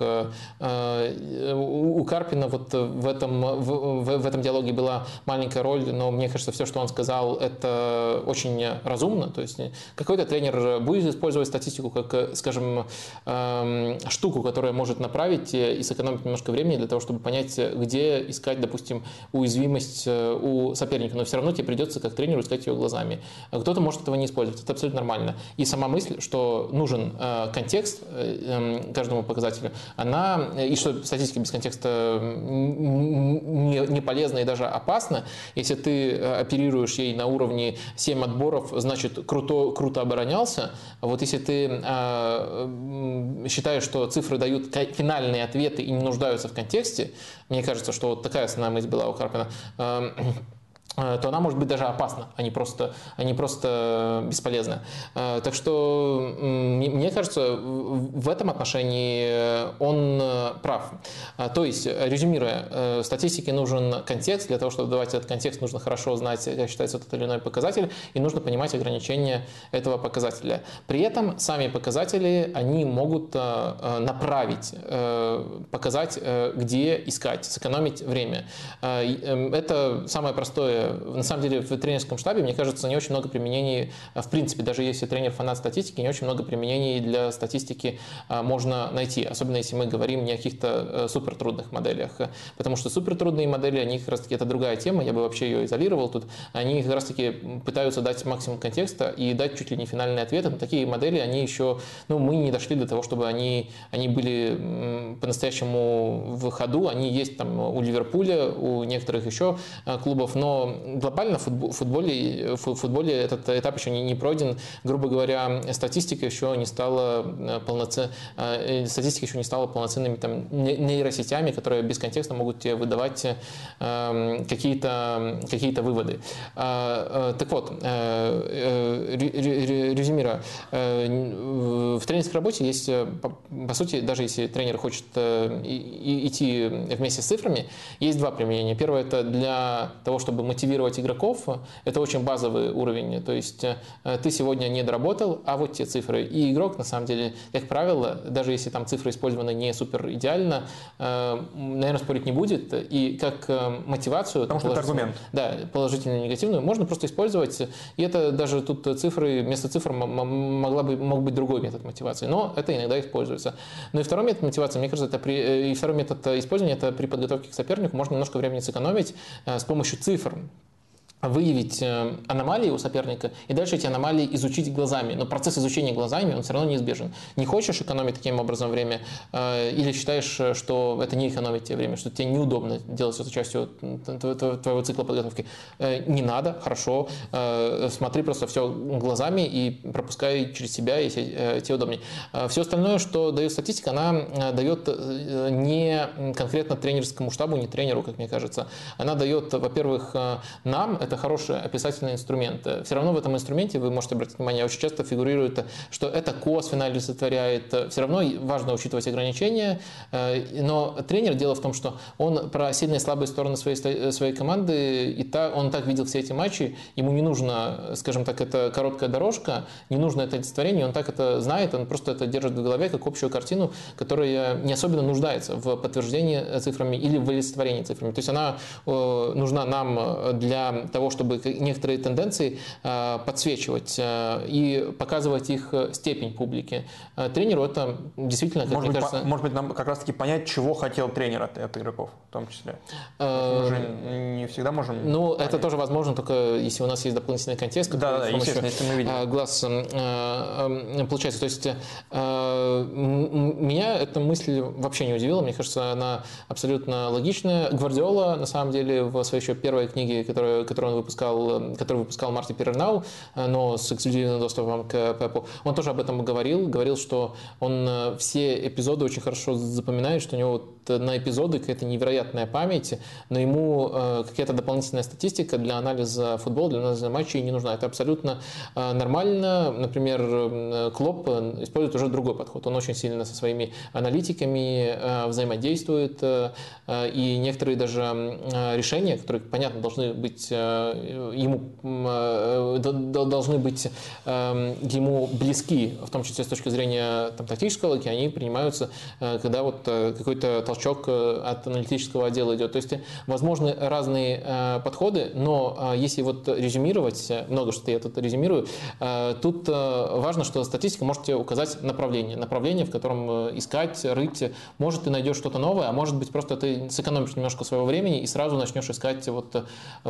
у Карпина вот в этом в этом диалоге была маленькая роль, но мне кажется, все, что он сказал, это очень разумно. То есть какой-то тренер будет использовать статистику как, скажем, штуку, которая может направить и сэкономить немножко времени для того, чтобы понять, где искать, допустим, уязвимость у соперника. Но все равно тебе придется как тренеру искать ее глазами. Кто-то может этого не использовать. Это абсолютно нормально. И сама мысль, что нужен контекст каждому показателю, она, и что статистика без контекста не не полезно и даже опасно. Если ты оперируешь ей на уровне семь отборов, значит, круто, круто оборонялся. А вот если ты э, считаешь, что цифры дают финальные ответы и не нуждаются в контексте, мне кажется, что вот такая основная мысль была у Карпина, э, то она может быть даже опасна, а не просто, а не просто бесполезна. Так что, мне кажется, в этом отношении он прав. То есть, резюмируя, статистике нужен контекст. Для того, чтобы давать этот контекст, нужно хорошо знать, как считается тот или иной показатель, и нужно понимать ограничения этого показателя. При этом сами показатели, они могут направить, показать, где искать, сэкономить время. Это самое простое. На самом деле в тренерском штабе, мне кажется, не очень много применений, в принципе, даже если тренер фанат статистики, не очень много применений для статистики можно найти, особенно если мы говорим не о каких-то супертрудных моделях, потому что супертрудные модели, они как раз-таки, это другая тема, я бы вообще ее изолировал тут, они как раз-таки пытаются дать максимум контекста и дать чуть ли не финальные ответы, но такие модели, они еще, ну, мы не дошли до того, чтобы они, они были по-настоящему в ходу, они есть там у Ливерпуля, у некоторых еще клубов, но глобально в футболе, в футболе этот этап еще не, не пройден. Грубо говоря, статистика еще не стала полноценной, статистика еще не стала полноценными там, нейросетями, которые без контекста могут тебе выдавать какие-то, какие-то выводы. Так вот, резюмируя, в тренерской работе есть, по сути, даже если тренер хочет идти вместе с цифрами, есть два применения. Первое – это для того, чтобы мотивировать игроков. Это очень базовый уровень. То есть ты сегодня не доработал, а вот те цифры. И игрок, на самом деле, как правило, даже если там цифры использованы не супер идеально, наверное, спорить не будет. И как мотивацию… Потому что это аргумент. Да, положительную и негативную, можно просто использовать. И это даже тут цифры, вместо цифр могла бы, мог быть другой метод мотивации. Но это иногда используется. Ну и второй метод мотивации, мне кажется, это при, и второй метод использования, это при подготовке к сопернику можно немножко времени сэкономить с помощью цифр. Выявить аномалии у соперника и дальше эти аномалии изучить глазами. Но процесс изучения глазами, он все равно неизбежен. Не хочешь экономить таким образом время или считаешь, что это не экономит тебе время, что тебе неудобно делать эту частью твоего цикла подготовки. Не надо, хорошо. Смотри просто все глазами и пропускай через себя, если тебе удобнее. Все остальное, что дает статистика, она дает не конкретно тренерскому штабу, не тренеру, как мне кажется. Она дает, во-первых, нам, это хороший описательный инструмент. Все равно в этом инструменте, вы можете обратить внимание, очень часто фигурирует, что это косвенно олицетворяет. Все равно важно учитывать ограничения, но тренер, дело в том, что он про сильные и слабые стороны своей, своей команды, и та, он так видел все эти матчи, ему не нужно, скажем так, это короткая дорожка, не нужно это олицетворение, он так это знает, он просто это держит в голове как общую картину, которая не особенно нуждается в подтверждении цифрами или в олицетворении цифрами. То есть она нужна нам для того, чтобы некоторые тенденции подсвечивать и показывать их степень публике. Тренеру это действительно, как может мне быть, кажется… По, может быть, нам как раз-таки понять, чего хотел тренер от, от игроков, в том числе. Мы же не всегда можем… Ну, понять. Это тоже возможно, только если у нас есть дополнительный контекст. Да, да, естественно, если мы видим. Глаз получается. То есть меня эта мысль вообще не удивила. Мне кажется, она абсолютно логичная. Гвардиола, на самом деле, в своей еще первой книге, которую, которую он выпускал, который выпускал Марти Пирнау, но с эксклюзивным доступом к Пепу, он тоже об этом говорил. Говорил, что он все эпизоды очень хорошо запоминает, что у него вот на эпизоды какая-то невероятная память, но ему какая-то дополнительная статистика для анализа футбола, для анализа матчей не нужна. Это абсолютно нормально. Например, Клопп использует уже другой подход. Он очень сильно со своими аналитиками взаимодействует, и некоторые даже решения, которые, понятно, должны быть ему должны быть ему близки, в том числе с точки зрения там, тактической логики, они принимаются, когда вот какой-то толчок от аналитического отдела идет. То есть возможны разные подходы, но если вот резюмировать, много что я тут резюмирую, тут важно, что статистика может тебе указать направление, направление, в котором искать, рыть, может ты найдешь что-то новое, а может быть просто ты сэкономишь немножко своего времени и сразу начнешь искать вот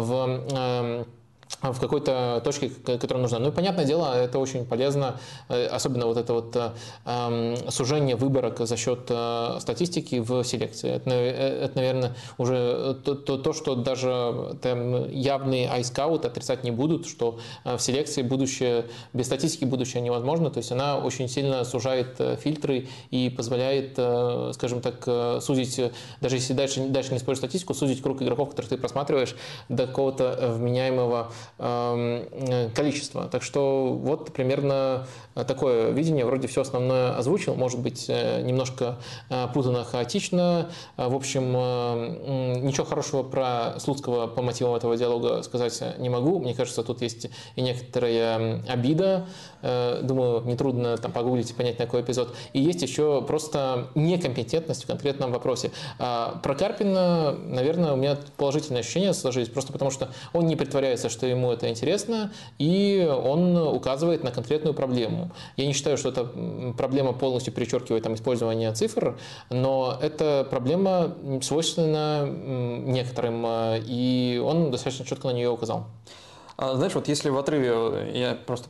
в в какой-то точке, которая нужна. Ну и, понятное дело, это очень полезно, особенно вот это вот э, сужение выборок за счет э, статистики в селекции. Это, это наверное, уже то, то, то что даже там, явные айскауты отрицать не будут, что в селекции будущее, без статистики будущее невозможно. То есть она очень сильно сужает фильтры и позволяет, э, скажем так, сузить, даже если дальше, дальше не используешь статистику, сузить круг игроков, которых ты просматриваешь, до какого-то вменяемого количества. Так что вот примерно такое видение. Вроде все основное озвучил. Может быть, немножко путано, хаотично. В общем, ничего хорошего про Слуцкого по мотивам этого диалога сказать не могу. Мне кажется, тут есть и некоторая обида. Думаю, нетрудно там погуглить и понять, на какой эпизод. И есть еще просто некомпетентность в конкретном вопросе. Про Карпина, наверное, у меня положительное ощущение сложились, просто потому что он не притворяется, что ему это интересно, и он указывает на конкретную проблему. Я не считаю, что эта проблема полностью перечеркивает там, использование цифр, но эта проблема свойственна некоторым, и он достаточно четко на нее указал. Знаешь, вот если в отрыве, я просто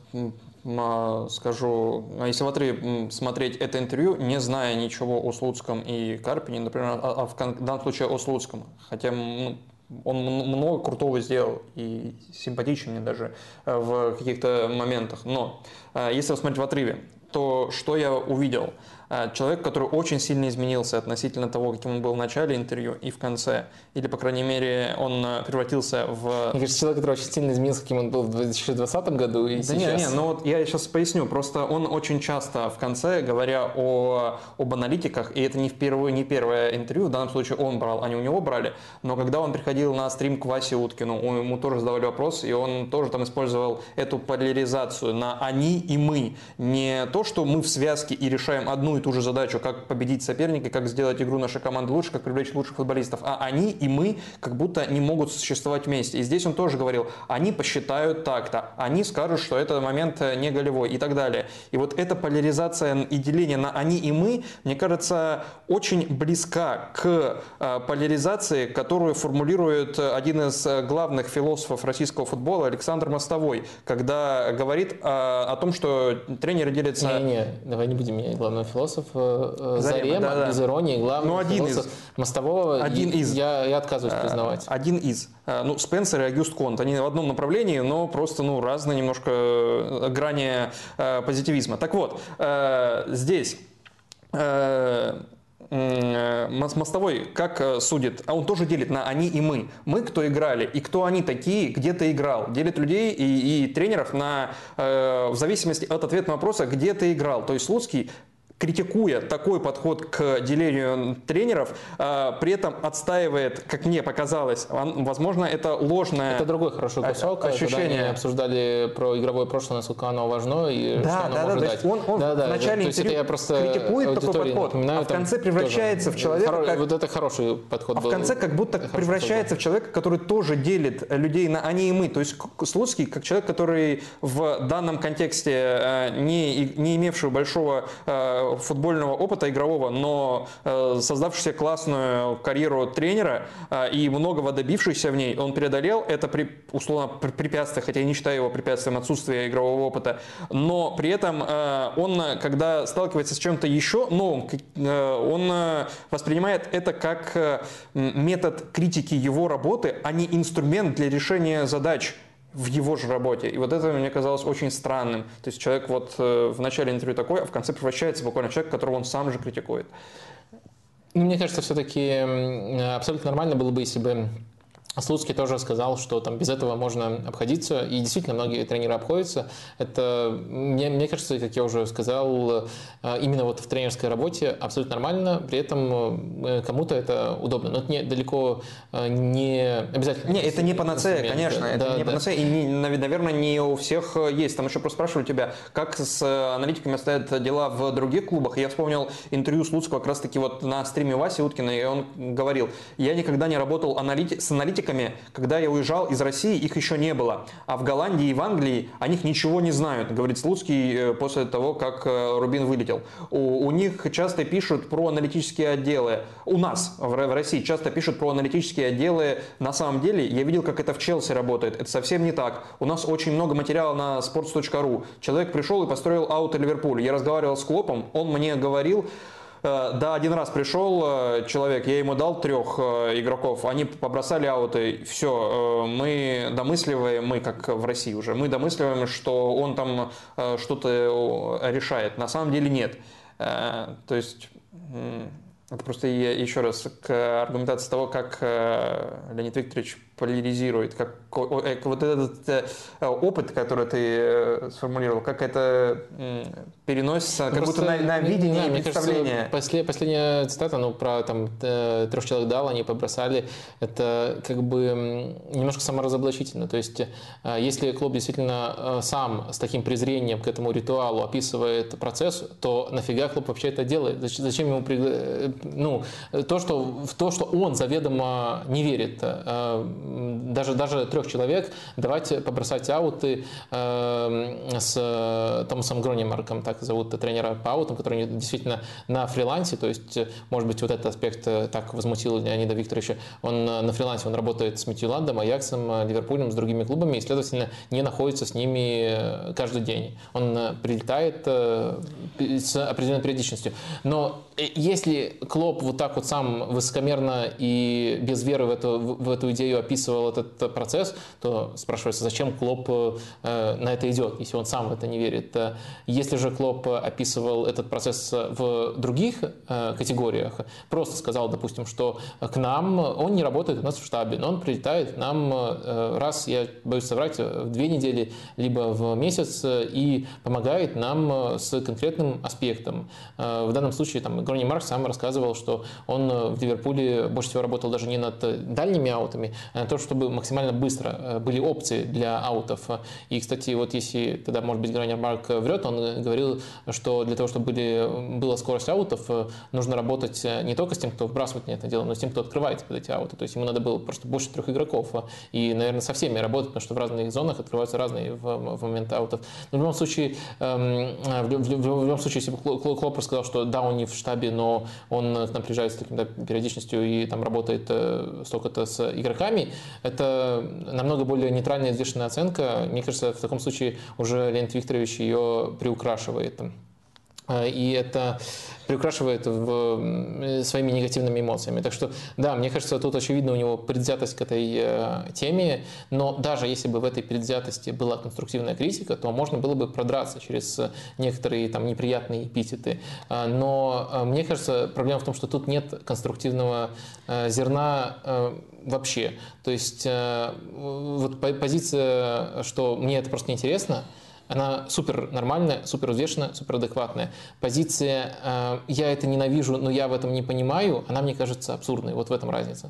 скажу, если в отрыве смотреть это интервью, не зная ничего о Слуцком и Карпине, например, а в данном случае о Слуцком, хотя ну, он много крутого сделал и симпатичен мне даже в каких-то моментах. Но если посмотреть в отрыве, то что я увидел? Человек, который очень сильно изменился относительно того, каким он был в начале интервью и в конце. Или, по крайней мере, он превратился в... Мне кажется, человек, который очень сильно изменился, каким он был в две тысячи двадцатом году и да сейчас. Не, не, ну вот я сейчас поясню. Просто он очень часто в конце, говоря о, об аналитиках, и это не, впервые, не первое интервью, в данном случае он брал, они у него брали, но когда он приходил на стрим к Васе Уткину, ему тоже задавали вопрос, и он тоже там использовал эту поляризацию на «они» и «мы». Не то, что мы в связке и решаем одну и ту же задачу, как победить соперника, как сделать игру нашей команды лучше, как привлечь лучших футболистов, а они и мы как будто не могут существовать вместе. И здесь он тоже говорил, они посчитают так-то, они скажут, что это момент не голевой и так далее. И вот эта поляризация и деление на они и мы, мне кажется, очень близка к поляризации, которую формулирует один из главных философов российского футбола Александр Мостовой, когда говорит о, о том, что тренеры делятся... Не-не, давай не будем менять главного философа. Зарема, Зарема да, да. без иронии, главный ну, один философ из, Мостового, один из, я, я отказываюсь признавать. Один из. Ну, Спенсер и Агюст Конт, они в одном направлении, но просто ну, разные немножко грани позитивизма. Так вот, здесь... Мостовой как судит, а он тоже делит на они и мы. Мы, кто играли, и кто они такие, где ты играл. Делит людей и, и тренеров на, э, в зависимости от ответа на вопрос, где ты играл. То есть Слуцкий, критикуя такой подход к делению тренеров, при этом отстаивает, как мне показалось, возможно, это ложное это другой хороший кусок, ощущение. Когда они обсуждали про игровое прошлое, насколько оно важно и да, что оно да, может да, дать. Он, он да, да, в начале да, интервью я просто критикует такой подход, а в конце превращается в человека... Хоро... Как... Вот это хороший подход а был. в конце как будто превращается подход. В человека, который тоже делит людей на они и мы. То есть Слуцкий, как человек, который в данном контексте, не, не имевший большого футбольного опыта игрового, но э, создавшийся классную карьеру тренера э, и многого добившийся в ней, он преодолел это при, условно препятствие, хотя я не считаю его препятствием отсутствия игрового опыта, но при этом э, он, когда сталкивается с чем-то еще новым, э, он э, воспринимает это как э, метод критики его работы, а не инструмент для решения задач в его же работе. И вот это мне казалось очень странным. То есть человек вот э, в начале интервью такой, а в конце превращается буквально в человека, которого он сам же критикует. Ну, мне кажется, все-таки абсолютно нормально было бы, если бы Слуцкий тоже сказал, что там без этого можно обходиться, и действительно многие тренеры обходятся. Это, мне, мне кажется, как я уже сказал, именно вот в тренерской работе абсолютно нормально, при этом кому-то это удобно. Но это не, далеко не обязательно. Не, это не панацея, конечно, да, это да, не да. панацея, и, не, наверное, не у всех есть. Там еще просто спрашивали тебя, как с аналитиками обстоят дела в других клубах. И я вспомнил интервью Слуцкого как раз-таки вот на стриме Васи Уткина, и он говорил, я никогда не работал аналити- с аналитиками, когда я уезжал из России, их еще не было. А в Голландии и в Англии о них ничего не знают, говорит Слуцкий после того, как Рубин вылетел. У, у них часто пишут про аналитические отделы. У нас в, в России часто пишут про аналитические отделы. На самом деле, я видел, как это в Челси работает. Это совсем не так. У нас очень много материала на sports точка ру. Человек пришел и построил ауто Ливерпуль. Я разговаривал с Клопом, он мне говорил, да, один раз пришел человек, я ему дал трех игроков, они побросали ауты, все, мы домысливаем, мы как в России уже, мы домысливаем, что он там что-то решает. На самом деле нет. То есть... Это просто еще раз к аргументации того, как Леонид Викторович поляризирует, как вот этот опыт, который ты сформулировал, как это переносится, как просто, будто на, на видение и представление. Кажется, последняя цитата, ну, про там трех человек дал, они побросали, это как бы немножко саморазоблачительно. То есть, если клуб действительно сам с таким презрением к этому ритуалу описывает процесс, то нафига клуб вообще это делает? Зачем ему... Ну, то, что, в то, что он заведомо не верит даже, даже трех человек давать побросать ауты с Томасом Гронимарком, так зовут тренера по аутам, который действительно на фрилансе, то есть, может быть, вот этот аспект так возмутил Леонида Викторовича. Он на фрилансе, он работает с Мидтьюландом, Аяксом, Ливерпулем, с другими клубами и, следовательно, не находится с ними каждый день. Он прилетает с определенной периодичностью. Но если Клоп вот так вот сам высокомерно и без веры в эту, в эту идею описывал этот процесс, то спрашивается, зачем Клоп на это идет, если он сам в это не верит. Если же Клоп описывал этот процесс в других категориях, просто сказал, допустим, что к нам, он не работает у нас в штабе, но он прилетает к нам раз, я боюсь соврать, в две недели, либо в месяц и помогает нам с конкретным аспектом. В данном случае там Гронимарк сам рассказывал, что он в Ливерпуле больше всего работал даже не над дальними аутами, а на то, чтобы максимально быстро были опции для аутов. И, кстати, вот если тогда, может быть, Гронимарк врет, он говорил, что для того, чтобы были, была скорость аутов, нужно работать не только с тем, кто вбрасывает на это дело, но и с тем, кто открывает под эти ауты. То есть ему надо было просто больше трех игроков. И, наверное, со всеми работать, потому что в разных зонах открываются разные в, в момент аутов. Но в любом случае, эм, в, в, в любом случае, если бы Клоп сказал, что да, он не в штабе, но он к нам приезжает с такой периодичностью и там работает столько-то с игроками, это намного более нейтральная, взвешенная оценка. Мне кажется, в таком случае уже Леонид Викторович ее приукрашивает. И это приукрашивает в, своими негативными эмоциями. Так что, да, мне кажется, тут очевидно у него предвзятость к этой э, теме, но даже если бы в этой предвзятости была конструктивная критика, то можно было бы продраться через некоторые там неприятные эпитеты. Но э, мне кажется, проблема в том, что тут нет конструктивного э, зерна э, вообще. То есть э, вот позиция, что мне это просто неинтересно, она супер нормальная, супер взвешенная, супер адекватная. Позиция э, «я это ненавижу, но я в этом не понимаю», она, мне кажется, абсурдной. Вот в этом разница.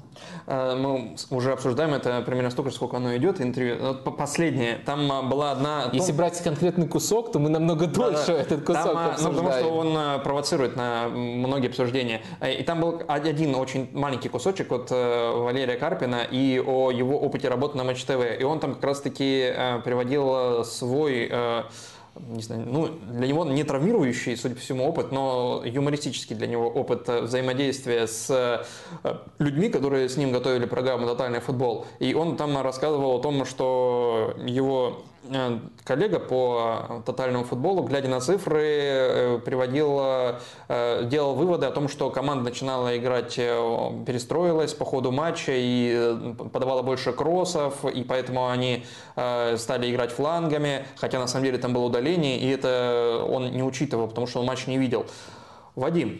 Мы уже обсуждаем это примерно столько, сколько оно идет, интервью. Вот последнее, там была одна... Если ну, брать конкретный кусок, то мы намного дольше да, этот кусок там, обсуждаем. Ну, потому что он провоцирует на многие обсуждения. И там был один очень маленький кусочек от Валерия Карпина и о его опыте работы на Матч ТВ. И он там как раз-таки приводил свой... не знаю, ну, для него не травмирующий, судя по всему, опыт, но юмористический для него опыт взаимодействия с людьми, которые с ним готовили программу «Тотальный футбол». И он там рассказывал о том, что его коллега по тотальному футболу, глядя на цифры, приводил, делал выводы о том, что команда начинала играть, перестроилась по ходу матча и подавала больше кроссов, и поэтому они стали играть флангами, хотя на самом деле там было удаление, и это он не учитывал, потому что он матч не видел. Вадим,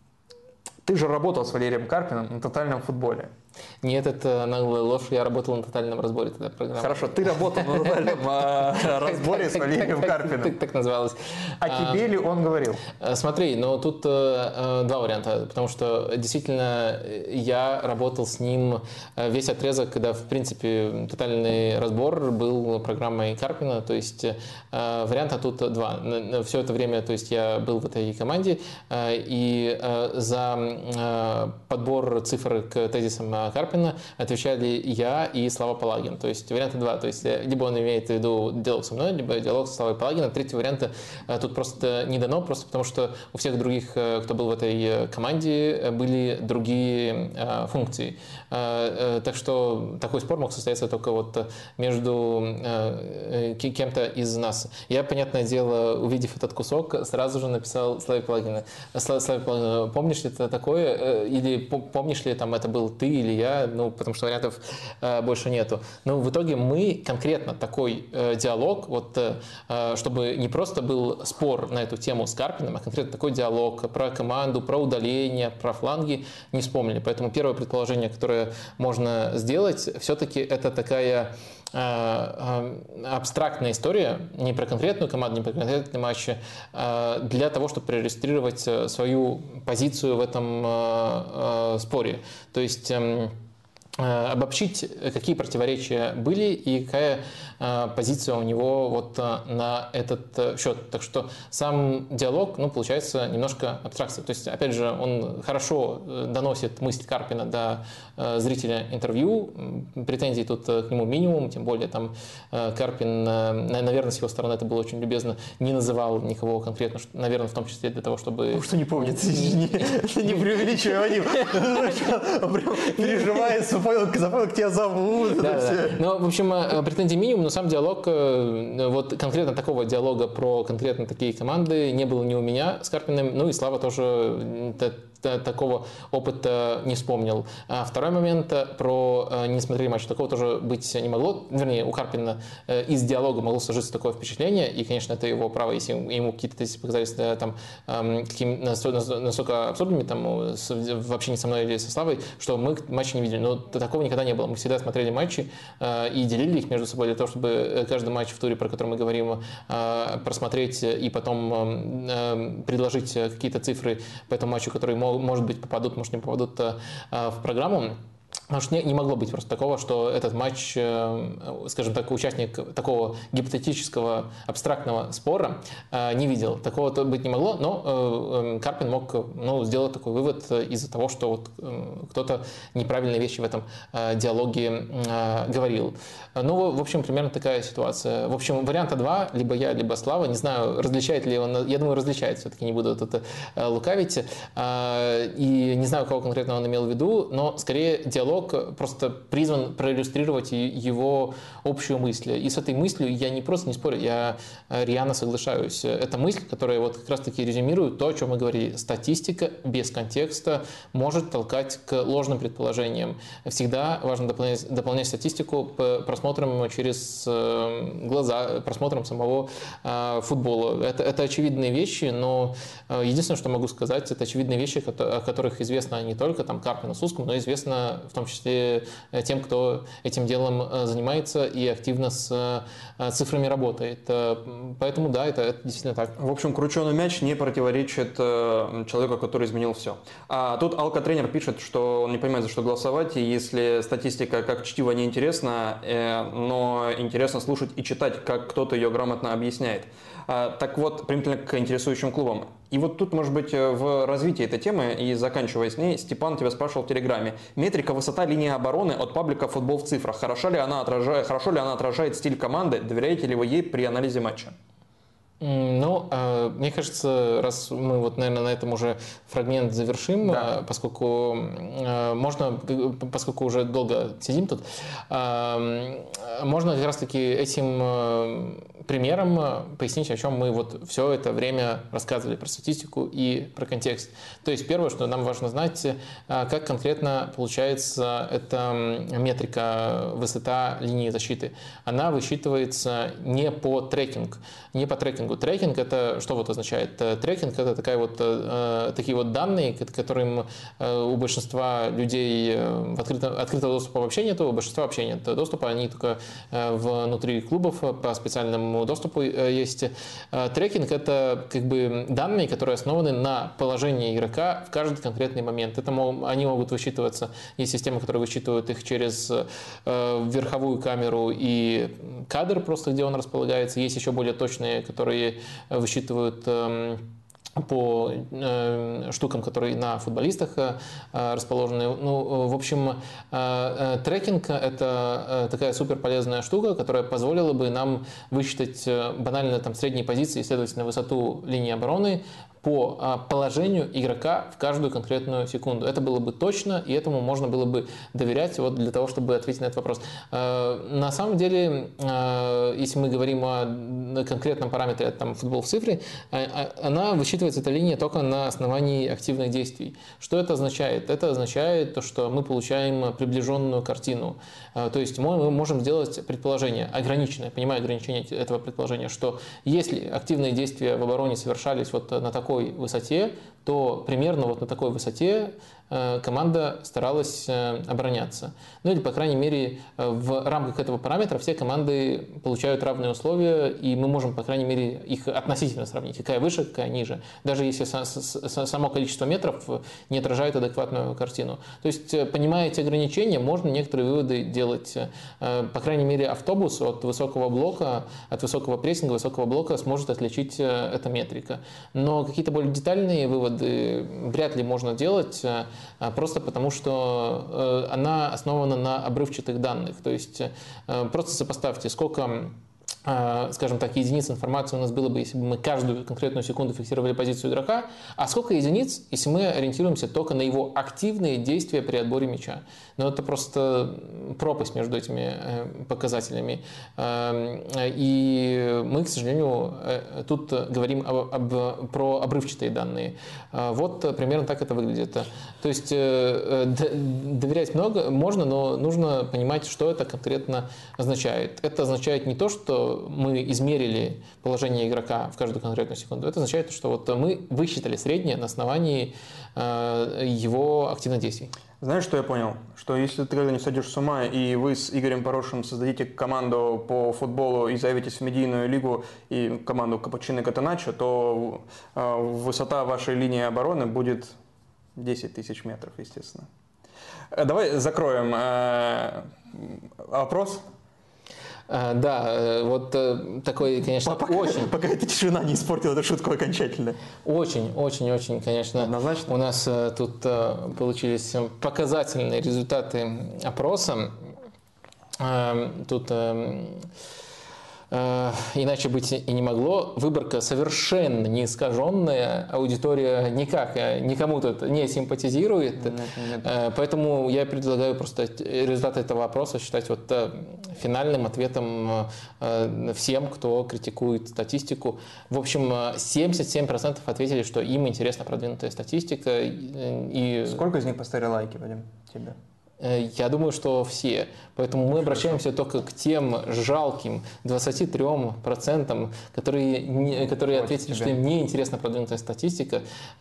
ты же работал с Валерием Карпиным на тотальном футболе. Нет, это наглая ложь. Я работал на тотальном разборе тогда программы. Хорошо, ты работал на тотальном разборе с Валерием Карпиным. Так называлось. А тебе ли он говорил? Смотри, ну тут два варианта. Потому что действительно я работал с ним весь отрезок, когда в принципе тотальный разбор был программой Карпина. То есть варианта тут два. Все это время, то есть я был в этой команде, и за подбор цифр к тезисам Карпина отвечали я и Слава Палагин. То есть варианта два. То есть либо он имеет в виду диалог со мной, либо диалог с Славой Палагином. Третьего варианта тут просто не дано, просто потому что у всех других, кто был в этой команде, были другие функции. Так что такой спор мог состояться только вот между кем-то из нас. Я, понятное дело, увидев этот кусок, сразу же написал Славе Палагину. Славе Палагину, помнишь ли это такое? Или помнишь ли там это был ты или я? Ну, потому что вариантов э, больше нету. Но в итоге мы конкретно такой э, диалог, вот, э, чтобы не просто был спор на эту тему с Карпиным, а конкретно такой диалог про команду, про удаление, про фланги не вспомнили. Поэтому первое предположение, которое можно сделать, все-таки это такая абстрактная история, не про конкретную команду, не про конкретный матч, для того, чтобы прорегистрировать свою позицию в этом споре. То есть обобщить, какие противоречия были и какая позиция у него вот на этот счет. Так что сам диалог, ну, получается немножко абстракция. То есть, опять же, он хорошо доносит мысль Карпина до зрителя интервью, претензий тут к нему минимум, тем более там Карпин, наверное, с его стороны это было очень любезно, не называл никого конкретно, наверное, в том числе для того, чтобы... Ну, что не помнит, не преувеличивай, Вадим. Переживает, запомнил, как тебя зовут. Ну, в общем, претензий минимум, но сам диалог, вот конкретно такого диалога про конкретно такие команды не было ни у меня с Карпиным, ну и Слава тоже такого опыта не вспомнил. А второй момент про «не смотрели матч», такого тоже быть не могло. Вернее, у Карпина из диалога могло сложиться такое впечатление, и, конечно, это его право, если ему какие-то тезисы показались там, какими, настолько абсурдными там, в общении со мной или со Славой, что мы матчи не видели. Но такого никогда не было. Мы всегда смотрели матчи и делили их между собой для того, чтобы каждый матч в туре, про который мы говорим, просмотреть и потом предложить какие-то цифры по этому матчу, которые может быть, попадут, может, не попадут в программу. Потому что не, не могло быть просто такого, что этот матч, скажем так, участник такого гипотетического абстрактного спора не видел. Такого быть не могло, но Карпин мог, ну, сделать такой вывод из-за того, что вот кто-то неправильные вещи в этом диалоге говорил. Ну, в общем, примерно такая ситуация. В общем, варианта два, либо я, либо Слава, не знаю, различает ли он, я думаю, различает, все-таки не буду тут лукавить, и не знаю, кого конкретно он имел в виду, но скорее диалог просто призван проиллюстрировать его общую мысль. И с этой мыслью я не просто не спорю, я рьяно соглашаюсь. Это мысль, которая вот как раз-таки резюмирует то, о чем мы говорили. Статистика без контекста может толкать к ложным предположениям. Всегда важно дополнять, дополнять статистику просмотром через глаза, просмотром самого футбола. Это, это очевидные вещи, но единственное, что могу сказать, это очевидные вещи, о которых известно не только там Карпину, Сускому, но известно в том числе тем, кто этим делом занимается и активно с цифрами работает. Поэтому да, это, это действительно так. В общем, крученый мяч не противоречит человеку, который изменил все. А тут Алка-тренер пишет, что он не понимает, за что голосовать, и если статистика как чтиво неинтересна, но интересно слушать и читать, как кто-то ее грамотно объясняет. Так вот, примитивно к интересующим клубам. И вот тут, может быть, в развитии этой темы и заканчивая с ней, Степан тебя спрашивал в Телеграме. Метрика высота линии обороны от паблика «Футбол в цифрах». Хорошо ли она отражает, хорошо ли она отражает стиль команды? Доверяете ли вы ей при анализе матча? Ну, мне кажется, раз мы вот, наверное, на этом уже фрагмент завершим, да. поскольку можно, поскольку уже долго сидим тут, можно как раз-таки этим примером пояснить, о чем мы вот все это время рассказывали про статистику и про контекст. То есть первое, что нам важно знать, как конкретно получается эта метрика высота линии защиты. Она высчитывается не по трекинг, не по трекингу. Трекинг — это что вот означает? Трекинг — это такая вот, такие вот данные, которым у большинства людей в открытого, открытого доступа вообще нету, у большинства вообще нет доступа, они только внутри клубов по специальному доступу есть. Трекинг — это как бы данные, которые основаны на положении игрока в каждый конкретный момент. Это, они могут высчитываться, есть системы, которые высчитывают их через верховую камеру и кадр просто, где он располагается. Есть еще более точные, которые высчитывают по э, штукам, которые на футболистах э, расположены. Ну, в общем, э, трекинг — это э, такая супер полезная штука, которая позволила бы нам высчитать э, банально там средние позиции, следовательно, высоту линии обороны по положению игрока в каждую конкретную секунду. Это было бы точно, и этому можно было бы доверять вот для того, чтобы ответить на этот вопрос. На самом деле, если мы говорим о конкретном параметре, там, футбол в цифре, она высчитывается, эта линия, только на основании активных действий. Что это означает? Это означает то, что мы получаем приближенную картину. То есть мы можем сделать предположение, ограниченное, понимая ограничение этого предположения, что если активные действия в обороне совершались вот на такой высоте, то примерно вот на такой высоте команда старалась обороняться. Ну или, по крайней мере, в рамках этого параметра все команды получают равные условия, и мы можем, по крайней мере, их относительно сравнить. Какая выше, какая ниже. Даже если само количество метров не отражает адекватную картину. То есть, понимая эти ограничения, можно некоторые выводы делать. По крайней мере, автобус от высокого блока, от высокого прессинга, высокого блока сможет отличить эта метрика. Но какие-то более детальные выводы вряд ли можно делать, просто потому что она основана на обрывчатых данных. То есть просто сопоставьте, сколько, скажем так, единиц информации у нас было бы, если бы мы каждую конкретную секунду фиксировали позицию игрока, а сколько единиц, если мы ориентируемся только на его активные действия при отборе мяча. Но это просто пропасть между этими показателями. И мы, к сожалению, тут говорим об, об, про обрывчатые данные. Вот примерно так это выглядит. То есть доверять много можно, но нужно понимать, что это конкретно означает. Это означает не то, что мы измерили положение игрока в каждую конкретную секунду. Это означает, что вот мы высчитали среднее на основании его активных действий. Знаешь, что я понял? Что если ты когда-нибудь сойдешь с ума, и вы с Игорем Порошиным создадите команду по футболу и заявитесь в медийную лигу и команду Капучино и Катеначо, то высота вашей линии обороны будет десять тысяч метров, естественно. Давай закроем опрос. Да, вот такой, конечно, пока, очень... Пока эта тишина не испортила эту шутку окончательно. Очень, очень, очень, конечно. Однозначно. У нас тут получились показательные результаты опроса. Тут... Иначе быть и не могло. Выборка совершенно не искаженная, аудитория никак никому тут не симпатизирует. Нет, нет. Поэтому я предлагаю просто результаты этого опроса считать вот финальным ответом всем, кто критикует статистику. В общем, семьдесят семь процентов ответили, что им интересна продвинутая статистика. И... Сколько из них поставили лайки, Вадим, тебе? Я думаю, что все. Поэтому мы обращаемся только к тем жалким двадцати трём процентам, которые, которые ответили, что им не интересна продвинутая статистика.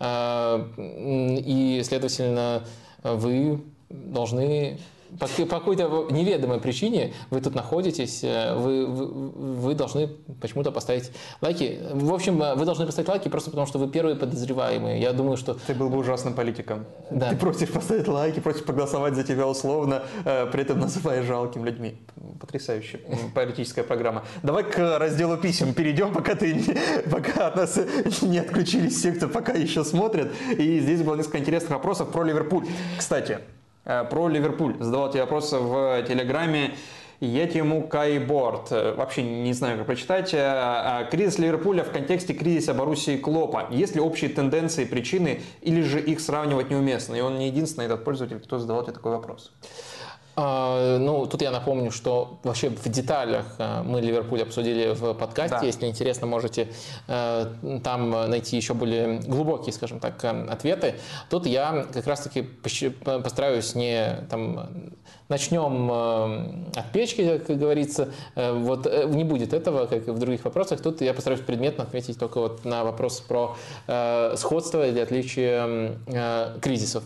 И, следовательно, вы должны... По, по какой-то неведомой причине вы тут находитесь, вы, вы, вы должны почему-то поставить лайки. В общем, вы должны поставить лайки просто потому, что вы первые подозреваемые. Я думаю, что... Ты был бы ужасным политиком. Да. Ты просишь поставить лайки, просишь проголосовать за тебя условно, при этом называя жалкими людьми. Потрясающая политическая программа. Давай к разделу писем перейдем, пока, ты, пока от нас не отключились все, кто пока еще смотрит. И здесь было несколько интересных вопросов про Ливерпуль. Кстати, про Ливерпуль. Задавал тебе вопрос в Телеграме. Етиму Кайборд. Вообще не знаю, как прочитать. Кризис Ливерпуля в контексте кризиса Боруссии Клопа. Есть ли общие тенденции, причины, или же их сравнивать неуместно? И он не единственный этот пользователь, кто задавал тебе такой вопрос. Ну, тут я напомню, что вообще в деталях мы Ливерпуль обсудили в подкасте. Да. Если интересно, можете там найти еще более глубокие, скажем так, ответы. Тут я как раз-таки постараюсь не там... Начнем от печки, как говорится. Вот не будет этого, как и в других вопросах. Тут я постараюсь предметно ответить только вот на вопрос про сходство или отличие кризисов.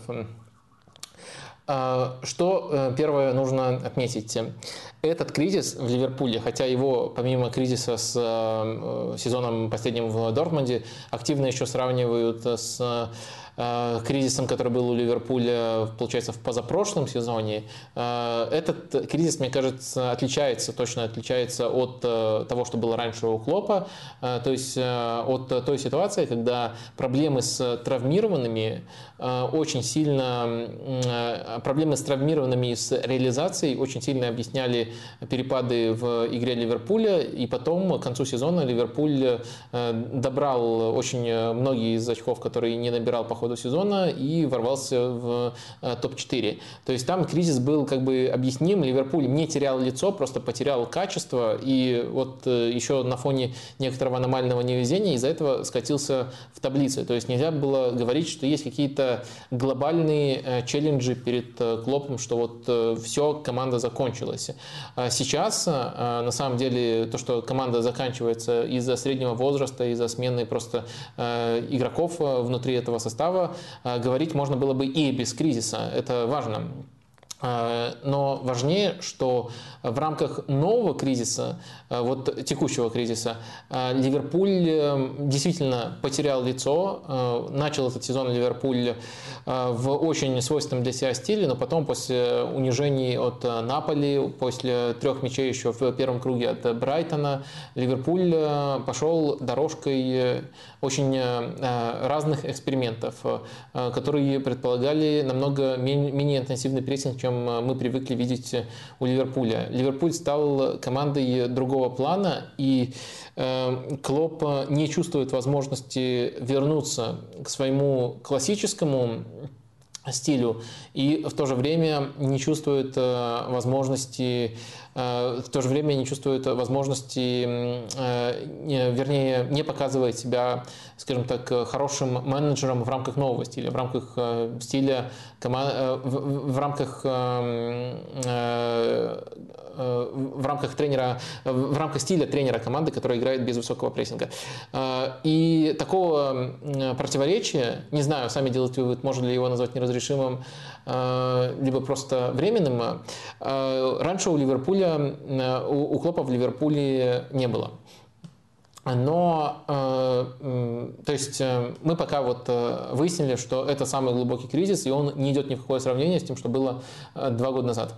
Что первое нужно отметить? Этот кризис в Ливерпуле, хотя его помимо кризиса с сезоном последним в Дортмунде активно еще сравнивают с кризисом, который был у Ливерпуля, получается, в позапрошлом сезоне, этот кризис, мне кажется, отличается, точно отличается от того, что было раньше у Клопа, то есть от той ситуации, когда проблемы с травмированными очень сильно, проблемы с травмированными и с реализацией очень сильно объясняли перепады в игре Ливерпуля, и потом к концу сезона Ливерпуль добрал очень многие из очков, которые не набирал по ходу сезона, и ворвался в топ четыре. То есть там кризис был как бы объясним, Ливерпуль не терял лицо, просто потерял качество, и вот еще на фоне некоторого аномального невезения из-за этого скатился в таблице. То есть нельзя было говорить, что есть какие-то глобальные челленджи перед Клопом, что вот все, команда закончилась. Сейчас, на самом деле, то, что команда заканчивается из-за среднего возраста, из-за смены просто игроков внутри этого состава, право, говорить можно было бы и без кризиса, это важно. Но важнее, что в рамках нового кризиса, вот текущего кризиса, Ливерпуль действительно потерял лицо. Начал этот сезон Ливерпуль в очень свойственном для себя стиле, но потом после унижений от Наполи, после трех мячей еще в первом круге от Брайтона, Ливерпуль пошел дорожкой очень разных экспериментов, которые предполагали намного менее интенсивный прессинг, чем мы привыкли видеть у Ливерпуля. Ливерпуль стал командой другого плана, и Клопп не чувствует возможности вернуться к своему классическому стилю и в то же время не чувствует возможности в то же время не чувствует возможности, вернее, не показывает себя, скажем так, хорошим менеджером в рамках нового стиля, в рамках стиля, в рамках в рамках тренера, в рамках стиля тренера команды, которая играет без высокого прессинга. И такого противоречия, не знаю, сами делайте вывод, можно ли его назвать неразрешимым, либо просто временным, раньше у Ливерпуля, у Клоппа в Ливерпуле не было. Но, то есть, мы пока вот выяснили, что это самый глубокий кризис, и он не идет ни в какое сравнение с тем, что было два года назад.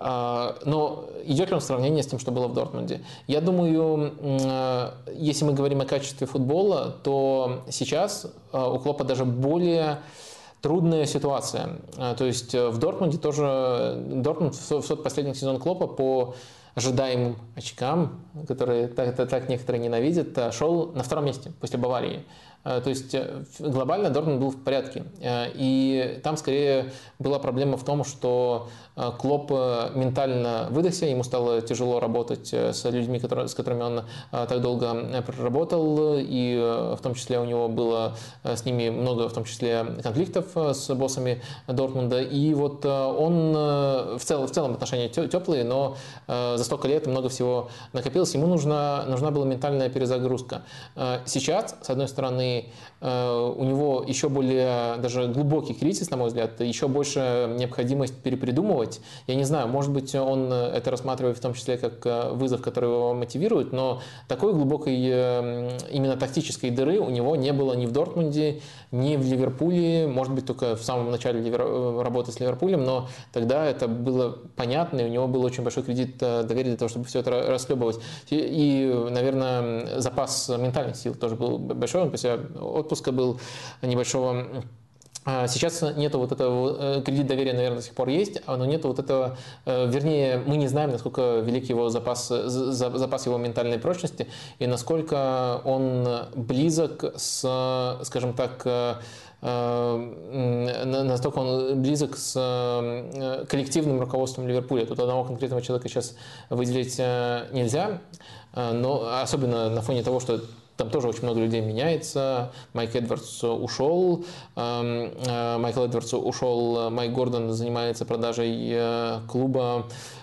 Но идет ли он в сравнение с тем, что было в Дортмунде? Я думаю, если мы говорим о качестве футбола, то сейчас у Клоппа даже более трудная ситуация. То есть в Дортмунде тоже, Дортмунд в тот последний сезон Клоппа по ожидаемым очкам, которые так, так некоторые ненавидят, шел на втором месте после Баварии. То есть глобально Дортмунд был в порядке. И там скорее была проблема в том, что Клопп ментально выдохся, ему стало тяжело работать с людьми, которые, с которыми он так долго проработал, и в том числе у него было с ними много, в том числе, конфликтов с боссами Дортмунда. И вот он в целом, в целом отношения теплые, но за столько лет много всего накопилось, ему нужна, нужна была ментальная перезагрузка. Сейчас, с одной стороны, у него еще более даже глубокий кризис, на мой взгляд, еще больше необходимость перепридумывать. Я не знаю, может быть, он это рассматривает в том числе как вызов, который его мотивирует, но такой глубокой именно тактической дыры у него не было ни в Дортмунде, ни в Ливерпуле, может быть, только в самом начале работы с Ливерпулем, но тогда это было понятно, и у него был очень большой кредит доверия для того, чтобы все это расхлебывать. И, наверное, запас ментальных сил тоже был большой, он после отпуска был небольшого. Сейчас нету вот этого, кредит доверия, наверное, до сих пор есть, но нету вот этого, вернее, мы не знаем, насколько велик его запас, запас его ментальной прочности и насколько он близок с, скажем так, настолько он близок с коллективным руководством Ливерпуля. Тут одного конкретного человека сейчас выделить нельзя, но особенно на фоне того, что там тоже очень много людей меняется. Майк Эдвардс ушел, Майкл Эдвардс ушел, Майк Гордон занимается продажей клуба.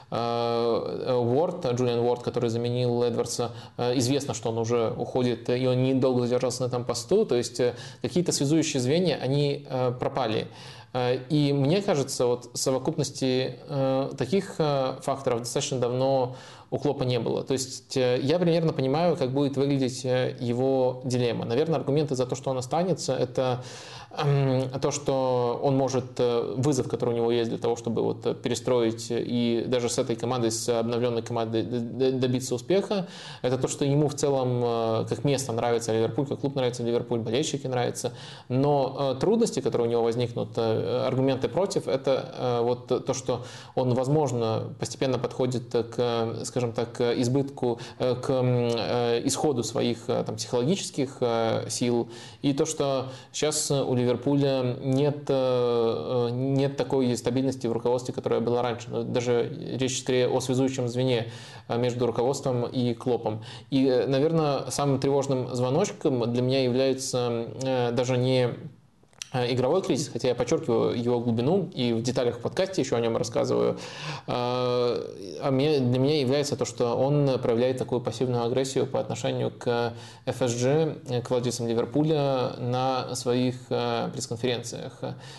Уорд, Джулиан Уорд, который заменил Эдвардса, известно, что он уже уходит, и он недолго задержался на этом посту, то есть какие-то связующие звенья, они пропали. И мне кажется, вот совокупности таких факторов достаточно давно у Клоппа не было. То есть я примерно понимаю, как будет выглядеть его дилемма. Наверное, аргументы за то, что он останется, это то, что он может, вызов, который у него есть для того, чтобы вот перестроить и даже с этой командой, с обновленной командой добиться успеха, это то, что ему в целом как место нравится Ливерпуль, как клуб нравится Ливерпуль, болельщики нравятся. Но трудности, которые у него возникнут, аргументы против, это вот то, что он, возможно, постепенно подходит к, скажем так, избытку, к исходу своих там, психологических сил, и то, что сейчас у Ливерпуля нет, нет такой стабильности в руководстве, которая была раньше. Даже речь скорее о связующем звене между руководством и Клоппом. И, наверное, самым тревожным звоночком для меня является даже не игровой кризис, хотя я подчеркиваю его глубину и в деталях в подкасте еще о нем рассказываю, а для меня является то, что он проявляет такую пассивную агрессию по отношению к эф эс джи, к владельцам Ливерпуля на своих пресс-конференциях.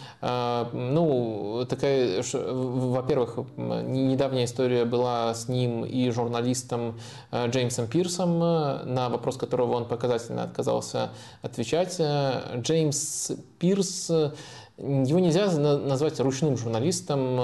Ну, такая, во-первых, недавняя история была с ним и журналистом Джеймсом Пирсом, на вопрос которого он показательно отказался отвечать. Джеймс Пирс, его нельзя назвать ручным журналистом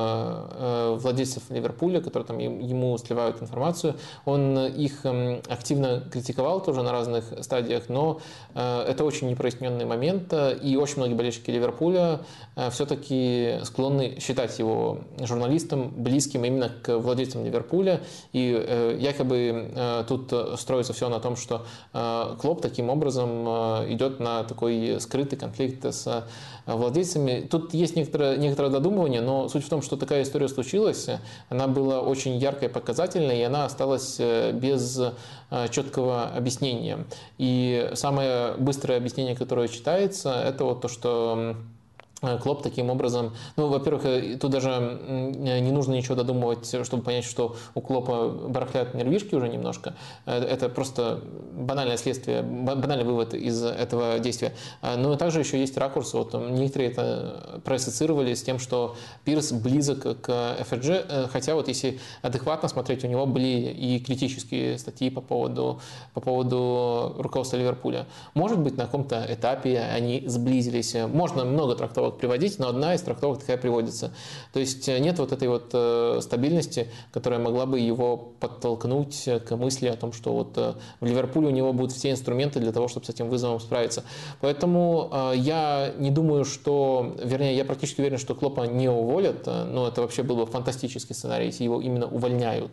владельцев Ливерпуля, которые там ему сливают информацию. Он их активно критиковал тоже на разных стадиях, но это очень непроясненный момент, и очень многие болельщики Ливерпуля все-таки склонны считать его журналистом, близким именно к владельцам Ливерпуля, и якобы тут строится все на том, что Клопп таким образом идет на такой скрытый конфликт с владельцами. Тут есть некоторое, некоторое додумывание, но суть в том, что такая история случилась, она была очень яркой, показательной, и она осталась без четкого объяснения. И самое быстрое объяснение, которое читается, это вот то, что Клопп таким образом, ну, во-первых, тут даже не нужно ничего додумывать, чтобы понять, что у Клоппа барахлят нервишки уже немножко. Это просто банальное следствие, банальный вывод из этого действия. Но также еще есть ракурс, вот некоторые это проассоциировали с тем, что Пирс близок к эф эс джи, хотя вот если адекватно смотреть, у него были и критические статьи по поводу, по поводу руководства Ливерпуля. Может быть, на каком-то этапе они сблизились. Можно много трактовок приводить, но одна из трактовок такая приводится. То есть нет вот этой вот стабильности, которая могла бы его подтолкнуть к мысли о том, что вот в Ливерпуле у него будут все инструменты для того, чтобы с этим вызовом справиться. Поэтому я не думаю, что, вернее, я практически уверен, что Клоппа не уволят, но это вообще был бы фантастический сценарий, если его именно увольняют.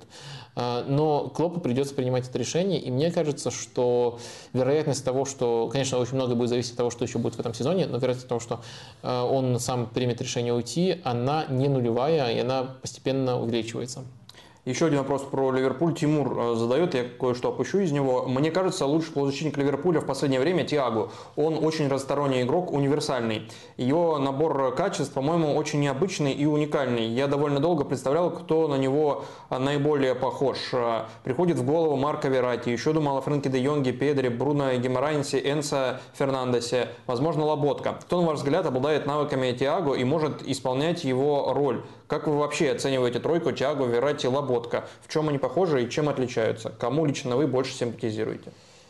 Но Клоппу придется принимать это решение, и мне кажется, что вероятность того, что, конечно, очень много будет зависеть от того, что еще будет в этом сезоне, но вероятность того, что он сам примет решение уйти, она не нулевая, и она постепенно увеличивается. Еще один вопрос про Ливерпуль. Тимур задает, я кое-что опущу из него. Мне кажется, лучший полузащитник Ливерпуля в последнее время Тиаго. Он очень разносторонний игрок, универсальный. Ее набор качеств, по-моему, очень необычный и уникальный. Я довольно долго представлял, кто на него наиболее похож. Приходит в голову Марко Верратти. Еще думал о Фрэнке де Йонге, Педри, Бруно Гимарайнсе, Энсо Фернандесе. Возможно, Лоботка. Кто, на ваш взгляд, обладает навыками Тиаго и может исполнять его роль? Как вы вообще оцениваете тройку Тиаго, Верратти, Лоботка? В чем они похожи и чем отличаются? Кому лично вы больше симпатизируете?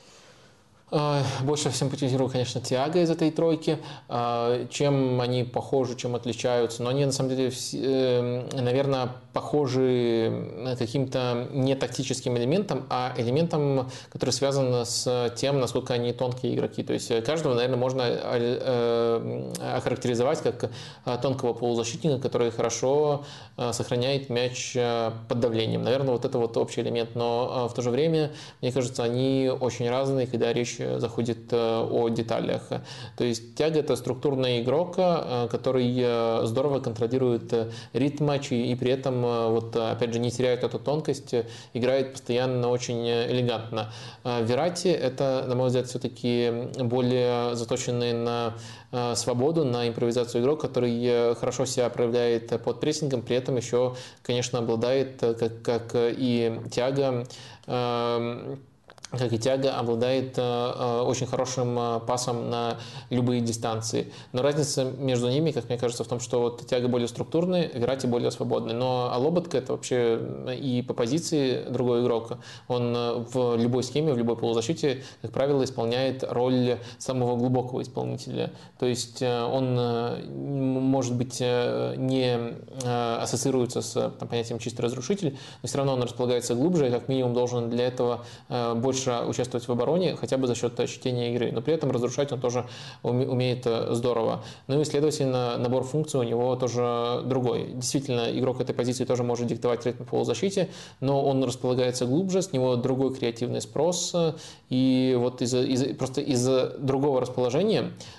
Больше симпатизирую, конечно, Тиаго из этой тройки. Чем они похожи, чем отличаются? Но они, на самом деле, наверное, похожи каким-то не тактическим элементом, а элементом, который связан с тем, насколько они тонкие игроки. То есть каждого, наверное, можно охарактеризовать как тонкого полузащитника, который хорошо сохраняет мяч под давлением. Наверное, вот это вот общий элемент. Но в то же время, мне кажется, они очень разные, когда речь заходит о деталях. То есть Тиаго — это структурный игрок, который здорово контролирует ритм матча и при этом, вот, опять же, не теряет эту тонкость, играет постоянно очень элегантно. Верратти — это, на мой взгляд, все-таки более заточенный на свободу, на импровизацию игрок, который хорошо себя проявляет под прессингом, при этом еще, конечно, обладает, как, как и Тиаго, как и Тиаго, обладает э, очень хорошим э, пасом на любые дистанции. Но разница между ними, как мне кажется, в том, что вот Тиаго более структурный, Верратти более свободный. Но а Лоботка — это вообще и по позиции другой игрок. Он в любой схеме, в любой полузащите, как правило, исполняет роль самого глубокого исполнителя. То есть э, он, э, может быть, э, не э, ассоциируется с там, понятием чистый разрушитель, но все равно он располагается глубже и как минимум должен для этого э, больше участвовать в обороне, хотя бы за счет чтения игры. Но при этом разрушать он тоже умеет здорово. Ну и, следовательно, набор функций у него тоже другой. Действительно, игрок этой позиции тоже может диктовать ритм в полузащите, но он располагается глубже, с него другой креативный спрос. И вот из, из, просто из-за другого расположения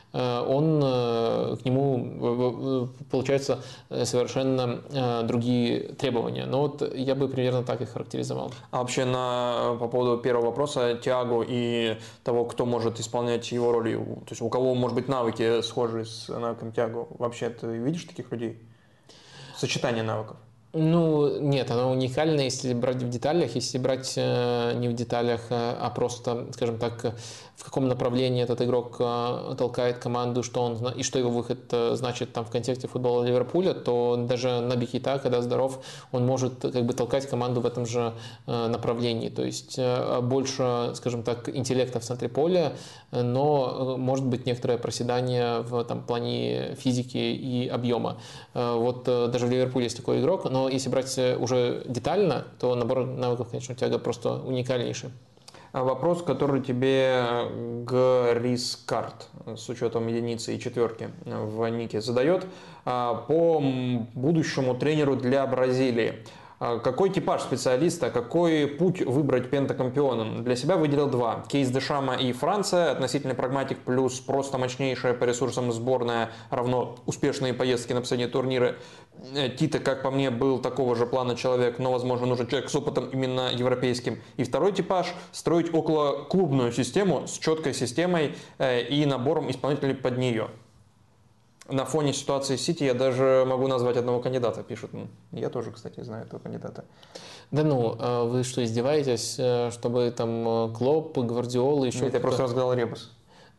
он, к нему, получается, совершенно другие требования. Но вот я бы примерно так их характеризовал. А вообще на, по поводу первого вопроса, Тиаго и того, кто может исполнять его роли, то есть у кого, может быть, навыки схожи с навыком Тиаго, вообще ты видишь таких людей? Сочетание навыков? Ну, нет, оно уникально, если брать в деталях. Если брать э, не в деталях, а просто, скажем так, в каком направлении этот игрок э, толкает команду, что он, и что его выход э, значит там в контексте футбола Ливерпуля, то даже Наби Кейта, когда здоров, он может как бы толкать команду в этом же э, направлении. То есть э, больше, скажем так, интеллекта в центре поля, но э, может быть некоторое проседание в там, плане физики и объема. Э, вот э, даже в Ливерпуле есть такой игрок, но если брать уже детально, то набор навыков, конечно, у Тиаго просто уникальнейший. Вопрос, который тебе Грис Карт с учетом единицы и четверки в нике задает по будущему тренеру для Бразилии. Какой типаж специалиста, какой путь выбрать пентакампионом? Для себя выделил два. Кейс Дешама и Франция, относительный прагматик плюс просто мощнейшая по ресурсам сборная, равно успешные поездки на последние турниры. Тита, как по мне, был такого же плана человек, но, возможно, нужен человек с опытом именно европейским. И второй типаж – строить около клубную систему с четкой системой и набором исполнителей под нее. На фоне ситуации с Сити я даже могу назвать одного кандидата, пишут. Я тоже, кстати, знаю этого кандидата. Да ну, вы что, издеваетесь, чтобы там Клоп, Гвардиола, еще... Нет, я просто разгадал ребус.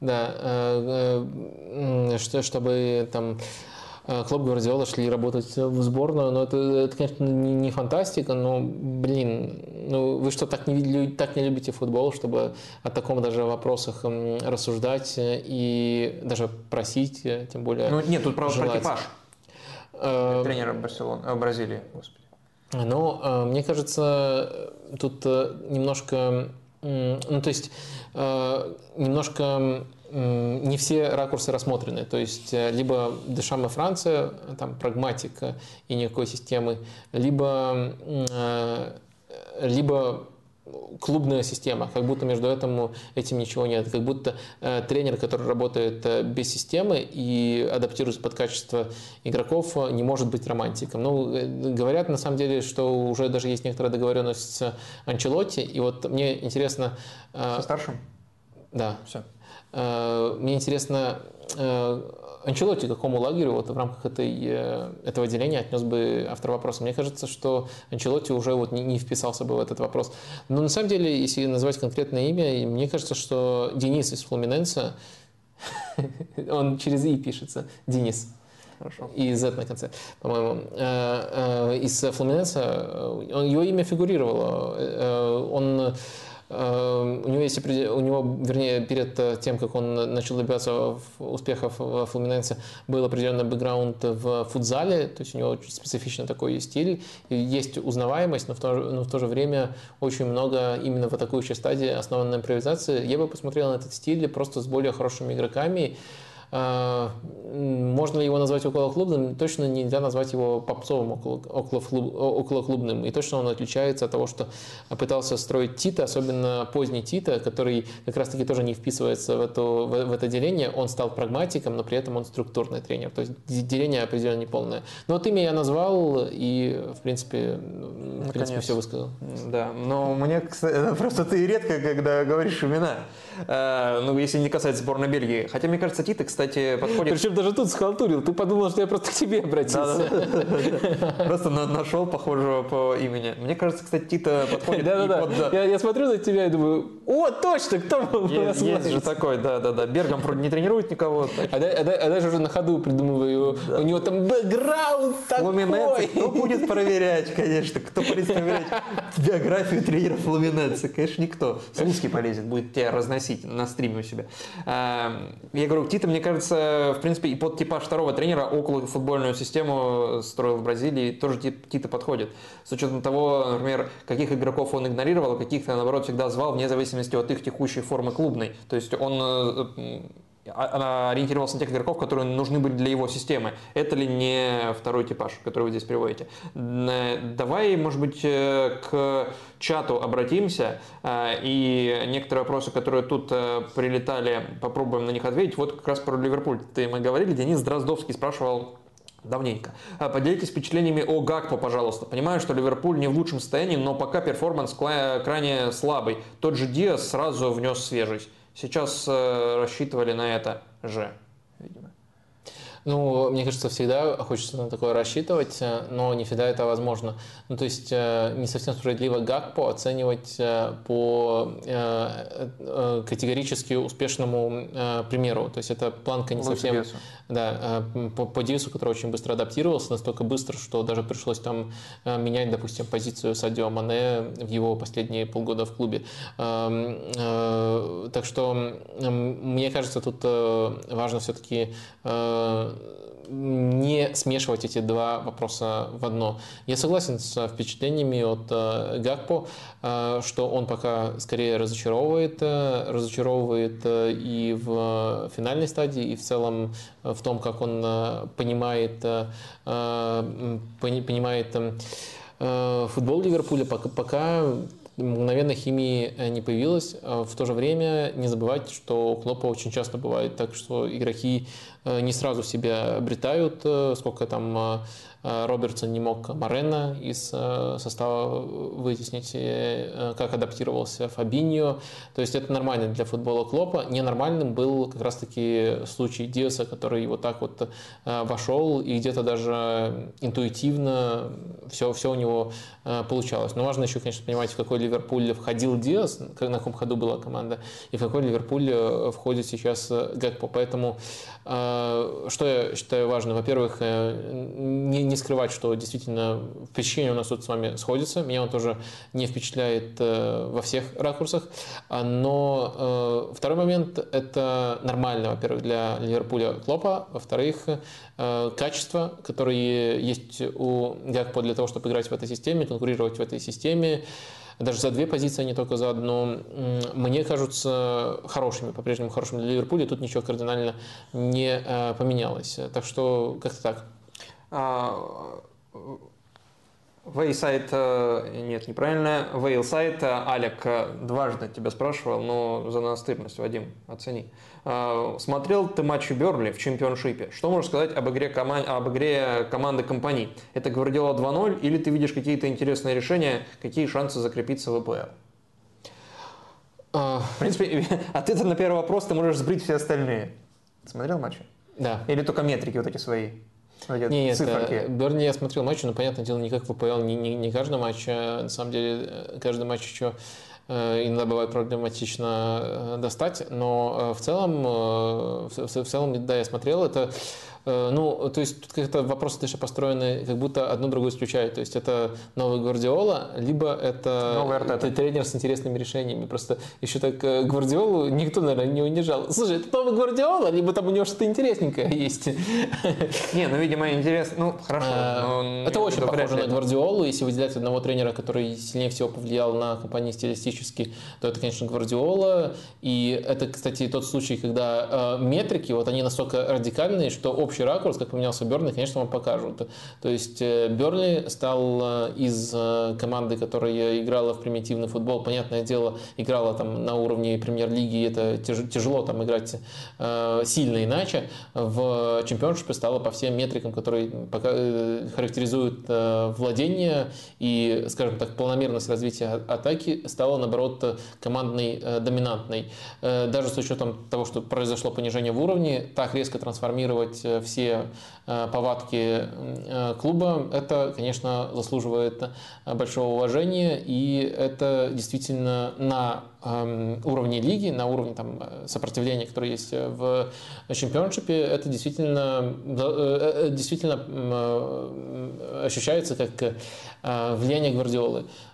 Да, что, чтобы там... Клоп, Гвардиола шли работать в сборную, но это, это конечно, не, не фантастика, но, блин, ну вы что, так не, так не любите футбол, чтобы о таком даже вопросах рассуждать и даже просить, тем более Ну нет, тут про, про типаж э, тренера Барселоны, Бразилии, господи. Ну, мне кажется, тут немножко, ну то есть немножко не все ракурсы рассмотрены. То есть либо Дешам и Франция, там прагматика и никакой системы, либо, либо клубная система, как будто между этим, этим ничего нет. Как будто э, тренер, который работает э, без системы и адаптируется под качество игроков, не может быть романтиком. Ну, э, говорят на самом деле, что уже даже есть некоторая договоренность с Анчелотти, и вот мне интересно... Э, Со старшим? Да. Все. Э, мне интересно... Э, Анчелотти к какому лагерю вот в рамках этой, этого деления отнес бы автор вопроса? Мне кажется, что Анчелотти уже вот не, не вписался бы в этот вопрос. Но на самом деле, если назвать конкретное имя, мне кажется, что Денис из Флуминенса, он через «и» пишется, Денис. Хорошо. И Z на конце, по-моему. Из Флуминенса, его имя фигурировало. Он... У него, есть, у него, вернее, перед тем, как он начал добиваться успехов в Флуминенсе, был определенный бэкграунд в футзале, то есть у него очень специфичный такой стиль, есть узнаваемость, но в то, но в то же время очень много именно в атакующей стадии основано на импровизации. Я бы посмотрел на этот стиль просто с более хорошими игроками. Можно ли его назвать околоклубным? Точно нельзя назвать его попсовым околоклубным. И точно он отличается от того, что пытался строить Тита, особенно поздний Тита, который как раз-таки тоже не вписывается в, эту, в, в это деление. Он стал прагматиком, но при этом он структурный тренер. То есть деление определенно неполное. Но вот имя я назвал и, в принципе, в принципе все высказал. Да, но мне, кстати, просто ты редко, когда говоришь имена. Ну, если не касается сборной Бельгии. Хотя, мне кажется, Тита, кстати, подходит... Причем даже тут схалтурил. Ты подумал, что я просто к тебе обратился. Да, да, да. Просто нашел похожего по имени. Мне кажется, кстати, Тита подходит... Да, да, да. Я, я смотрю на тебя и думаю, о, точно, кто был? Есть, есть же такой, да, да, да. Бергам вроде не тренирует никого. А, а, а даже уже на ходу придумываю. Да. У него там бэкграунд такой. Флуминенсе. Кто будет проверять, конечно? Кто будет проверять биографию тренера Флуминенсе? Конечно, никто. Слуцкий полезет, будет тебя разносить на стриме у себя. Я говорю, Тита, мне кажется, в принципе, и под типаж второго тренера около футбольную систему строил в Бразилии, тоже Тита подходит. С учетом того, например, каких игроков он игнорировал, каких-то, наоборот, всегда звал, вне зависимости от их текущей формы клубной. То есть он ориентировался на тех игроков, которые нужны были для его системы. Это ли не второй типаж, который вы здесь приводите? Давай, может быть, к чату обратимся и некоторые вопросы, которые тут прилетали, попробуем на них ответить. Вот как раз про Ливерпуль ты мы говорили. Денис Дроздовский спрашивал давненько. Поделитесь впечатлениями о Гакпо, пожалуйста. Понимаю, что Ливерпуль не в лучшем состоянии, но пока перформанс крайне слабый. Тот же Диас сразу внес свежесть. Сейчас э, рассчитывали на это же, видимо. Ну, мне кажется, всегда хочется на такое рассчитывать, но не всегда это возможно. Ну, то есть не совсем справедливо Гакпо оценивать по категорически успешному примеру. То есть это планка не совсем... Диасу. Да, по, по Диасу, который очень быстро адаптировался, настолько быстро, что даже пришлось там менять, допустим, позицию Садио Мане в его последние полгода в клубе. Так что, мне кажется, тут важно все-таки не смешивать эти два вопроса в одно. Я согласен с впечатлениями от Гакпо, что он пока скорее разочаровывает, разочаровывает и в финальной стадии, и в целом в том, как он понимает, понимает футбол Ливерпуля. Пока мгновенно химии не появилось. В то же время не забывайте, что у Клопа очень часто бывает так, что игроки не сразу себя обретают. Сколько там Робертсон не мог Морено из состава вытеснить, как адаптировался Фабиньо. То есть это нормально для футбола Клопа. Ненормальным был как раз-таки случай Диаса, который вот так вот вошел и где-то даже интуитивно все, все у него получалось. Но важно еще, конечно, понимать, в какой Ливерпуль входил Диас, на каком ходу была команда, и в какой Ливерпуль входит сейчас Гакпо. Поэтому что я считаю важным? Во-первых, не, не скрывать, что действительно впечатление у нас тут с вами сходится. Меня он тоже не впечатляет во всех ракурсах. Но второй момент – это нормально, во-первых, для Ливерпуля Клопа. Во-вторых, качества, которые есть у Гакпо для того, чтобы играть в этой системе, конкурировать в этой системе, даже за две позиции, а не только за одну, мне кажутся хорошими, по-прежнему хорошими для Ливерпуля. Тут ничего кардинально не поменялось. Так что как-то так. Вейсайт, нет, неправильно. Вейлсайт, Алек дважды тебя спрашивал, но за настырность, Вадим, оцени. Смотрел ты матчи Бернли в чемпионшипе. Что можешь сказать об игре, коман... об игре команды компании? Это Гвардиола два ноль или ты видишь какие-то интересные решения, какие шансы закрепиться в АПЛ? В принципе, ответ на первый вопрос ты можешь сбрить все остальные. Смотрел матчи? Да. Или только метрики вот эти свои? Нет, нет, Бернли я смотрел матчи, но, понятное дело, не как в АПЛ, не, не, не каждый матч. На самом деле, каждый матч еще иногда бывает проблематично достать, но в целом, в целом, да, я смотрел, это, ну, то есть тут как-то вопросы даже построены, как будто одно другое исключает, то есть это новый Гвардиола, либо это тренер с интересными решениями, просто еще так Гвардиолу никто, наверное, не унижал. Слушай, это новый Гвардиола, либо там у него что-то интересненькое есть. Не, ну, видимо, интересно, ну, хорошо. Это очень похоже на Гвардиолу, если выделять одного тренера, который сильнее всего повлиял на компанию стилистически, то это, конечно, Гвардиола. И это, кстати, тот случай, когда э, метрики, вот они настолько радикальные, что общий ракурс, как поменялся Бернли, конечно, вам покажут. То есть э, Бернли стал э, из э, команды, которая играла в примитивный футбол, понятное дело, играла там на уровне премьер-лиги, это тяж, тяжело там играть э, сильно иначе. В чемпионшипе стало по всем метрикам, которые пока, э, характеризуют э, владение и, скажем так, планомерность развития атаки, стало наоборот, командной, э, доминантной. Э, даже с учетом того, что произошло понижение в уровне, так резко трансформировать э, все э, повадки э, клуба, это, конечно, заслуживает э, большого уважения, и это действительно на э, уровне лиги, на уровне там, сопротивления, которое есть в чемпионшипе, это действительно, э, действительно э, ощущается как э, влияние Гвардиолы.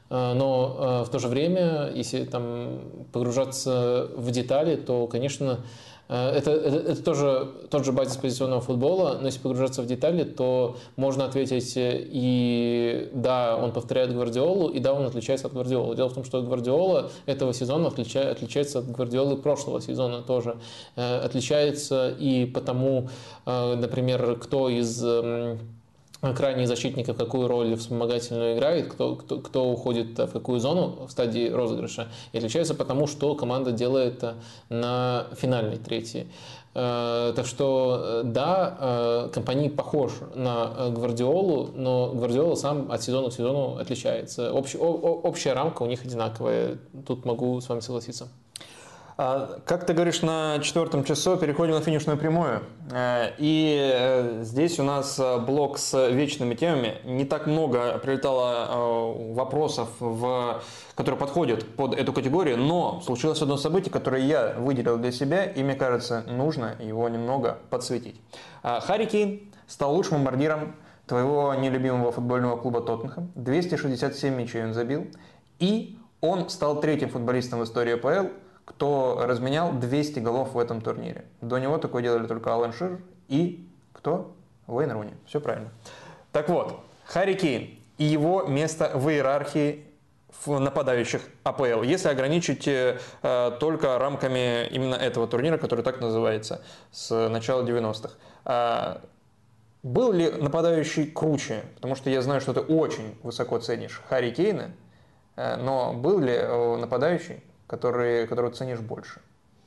но в то же время, если там погружаться в детали, то, конечно, Это, это, это тоже тот же базис позиционного футбола, но если погружаться в детали, то можно ответить и да, он повторяет Гвардиолу, и да, он отличается от Гвардиолы. Дело в том, что Гвардиола этого сезона отличает, отличается от Гвардиолы прошлого сезона тоже. Отличается и потому, например, кто из крайних защитников какую роль вспомогательную играет, кто, кто, кто уходит в какую зону в стадии розыгрыша, и отличается потому, что команда делает на финальной трети. Так что да, Компани похож на Гвардиолу, но Гвардиола сам от сезона к сезону отличается. Общ, общая рамка у них одинаковая, тут могу с вами согласиться. Как ты говоришь, на четвертом часу переходим на финишную прямую. И здесь у нас блок с вечными темами. Не так много прилетало вопросов, в, которые подходят под эту категорию, но случилось одно событие, которое я выделил для себя, и мне кажется, нужно его немного подсветить. Харри Кейн стал лучшим бомбардиром твоего нелюбимого футбольного клуба Тоттенхэм. двести шестьдесят семь мячей он забил. И он стал третьим футболистом в истории АПЛ, кто разменял двести голов в этом турнире. До него такое делали только Алан Ширер и кто? Уэйн Руни. Все правильно. Так вот, Харри Кейн и его место в иерархии нападающих АПЛ, если ограничить э, только рамками именно этого турнира, который так называется, с начала девяностых. А, был ли нападающий круче? Потому что я знаю, что ты очень высоко ценишь Харри Кейна, э, но был ли э, нападающий, Который, которого ценишь больше?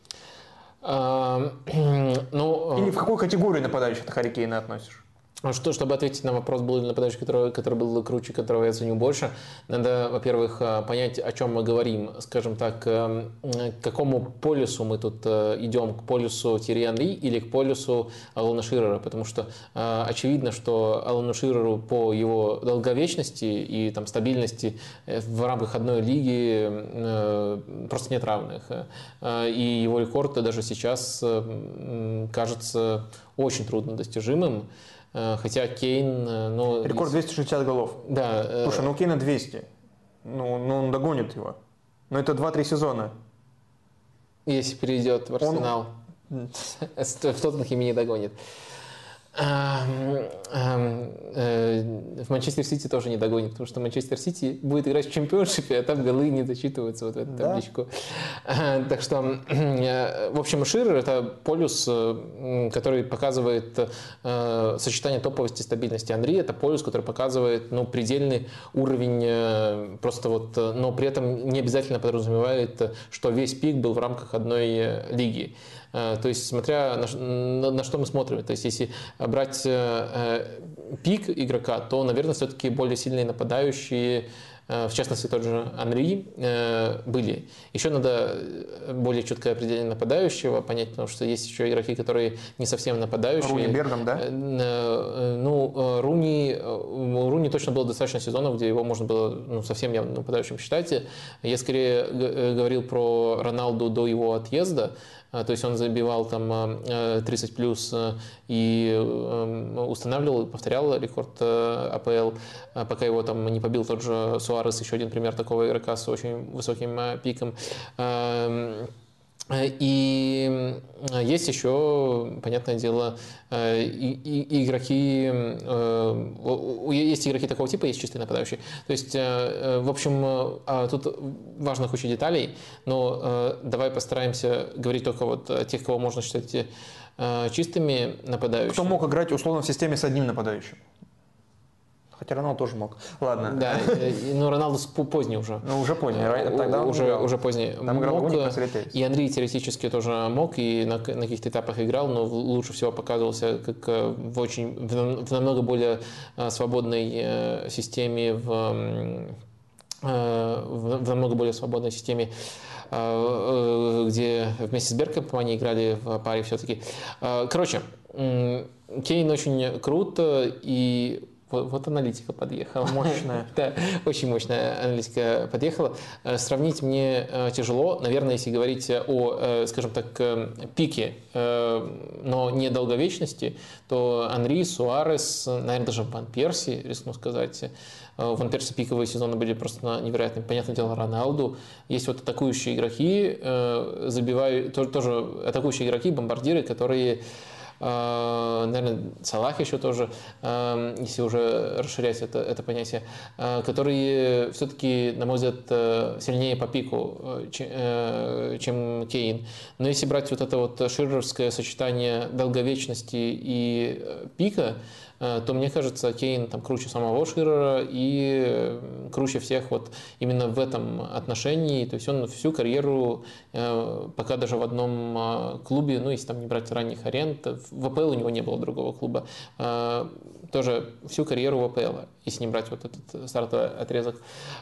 А, ну, Или в какую категорию нападающих ты Харри Кейна относишь? Что, чтобы ответить на вопрос, был ли нападающий, который, который был круче, которого я ценю больше, надо, во-первых, понять, о чем мы говорим. Скажем так, к какому полюсу мы тут идем, к полюсу Тьерри Анри или к полюсу Алана Ширера, потому что очевидно, что Алану Ширеру по его долговечности и там, стабильности в рамках одной лиги просто нет равных. И его рекорд даже сейчас кажется очень труднодостижимым. Хотя Кейн... Ну, рекорд двести шестьдесят голов. Да. Слушай, ну у Кейна двести. Ну, ну он догонит его. Но это два-три сезона. Если перейдет в Арсенал. Он... В Тоттенхэме не догонит. В Манчестер Сити тоже не догонит, потому что Манчестер Сити будет играть в чемпионшипе, а там голы не дочитываются вот в эту да? табличку. Так что, в общем, Ширер – это полюс, который показывает сочетание топовости и стабильности. Анри – это полюс, который показывает ну, предельный уровень, просто вот, но при этом не обязательно подразумевает, что весь пик был в рамках одной лиги. То есть, смотря на, на, на что мы смотрим. То есть, если брать э, пик игрока, то, наверное, все-таки более сильные нападающие, э, в частности, тот же Анри, э, были. Еще надо более четкое определение нападающего понять, потому что есть еще игроки, которые не совсем нападающие. Руни Бергам, да? Э, э, ну, Руни, у Руни точно было достаточно сезонов, где его можно было ну, совсем явно нападающим считать. Я скорее говорил про Роналду до его отъезда. То есть он забивал там тридцать плюс и устанавливал, повторял рекорд АПЛ, пока его там не побил тот же Суарес, еще один пример такого игрока с очень высоким пиком. И есть еще, понятное дело, и, и игроки, есть игроки такого типа, есть чистые нападающие. То есть, в общем, тут важно куча деталей, но давай постараемся говорить только вот о тех, кого можно считать чистыми нападающими. Кто мог играть условно в системе с одним нападающим? Хотя Роналду тоже мог. Ладно. Да, но Роналду поздний уже. Ну, уже поздний. Тогда уже, уже поздний. Там играл мог, Руни, и Андрей теоретически тоже мог, и на, на каких-то этапах играл, но лучше всего показывался как в, очень, в намного более свободной системе, в, в намного более свободной системе, где вместе с Беркомпом они играли в паре все-таки. Короче, Кейн очень крут, и Вот, вот аналитика подъехала. Мощная. Да, очень мощная аналитика подъехала. Сравнить мне тяжело. Наверное, если говорить о, скажем так, пике, но не долговечности, то Анри, Суарес, наверное, даже Ван Перси, рискну сказать. У Ван Перси пиковые сезоны были просто невероятные. Понятное дело, Роналду. Есть вот атакующие игроки, забивают, тоже атакующие игроки, бомбардиры, которые... наверное, Салах еще тоже, если уже расширять это, это понятие, которые все-таки, на мой взгляд, сильнее по пику, чем Кейн. Но если брать вот это вот ширеровское сочетание долговечности и пика, то, мне кажется, Кейн там круче самого Ширера и круче всех вот именно в этом отношении. То есть он всю карьеру, пока даже в одном клубе, ну, если там не брать ранних аренд, в АПЛ у него не было другого клуба, тоже всю карьеру в АПЛ, если не брать вот этот стартовый отрезок.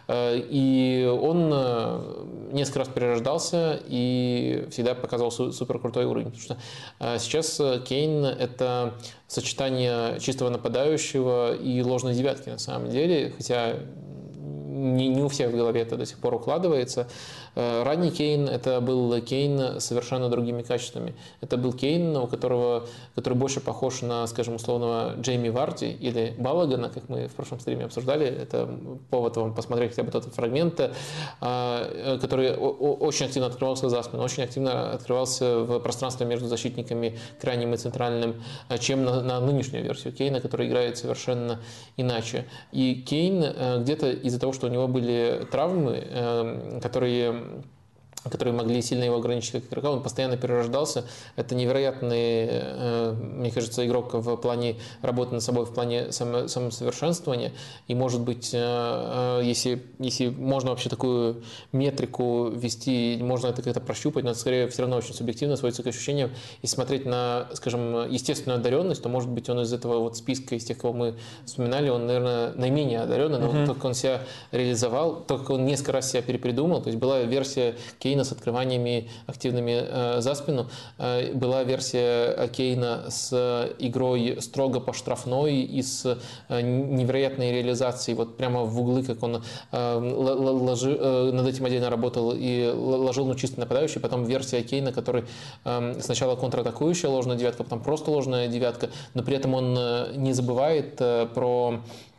И он несколько раз перерождался и всегда показывал супер крутой уровень. Потому что сейчас Кейн – это сочетание чистого нападающего и ложной девятки на самом деле, хотя не, не у всех в голове это до сих пор укладывается. Ранний Кейн – это был Кейн с совершенно другими качествами. Это был Кейн, у которого, который больше похож на, скажем, условного Джейми Варди или Балагана, как мы в прошлом стриме обсуждали. Это повод вам посмотреть хотя бы тот фрагмент, который очень активно открывался за спину, очень активно открывался в пространстве между защитниками крайним и центральным, чем на, на нынешнюю версию Кейна, который играет совершенно иначе. И Кейн где-то из-за того, что у него были травмы, которые которые могли сильно его ограничить как игрока, он постоянно перерождался. Это невероятный, мне кажется, игрок в плане работы над собой, в плане самосовершенствования. И, может быть, если, если можно вообще такую метрику ввести, можно это как-то прощупать, но это скорее все равно очень субъективно сводится к ощущениям. И смотреть на, скажем, естественную одаренность, то, может быть, он из этого вот списка, из тех, кого мы вспоминали, он, наверное, наименее одаренный, но uh-huh. только он себя реализовал, только он несколько раз себя перепридумал. То есть была версия Кейна с открываниями активными э, за спину. Э, была версия Кейна с игрой строго по штрафной и с э, невероятной реализацией. Вот прямо в углы, как он э, ложи, э, над этим отдельно работал и ложил, ну, чисто нападающий. Потом версия Кейна, который э, сначала контратакующая ложная девятка, потом просто ложная девятка, но при этом он не забывает э, про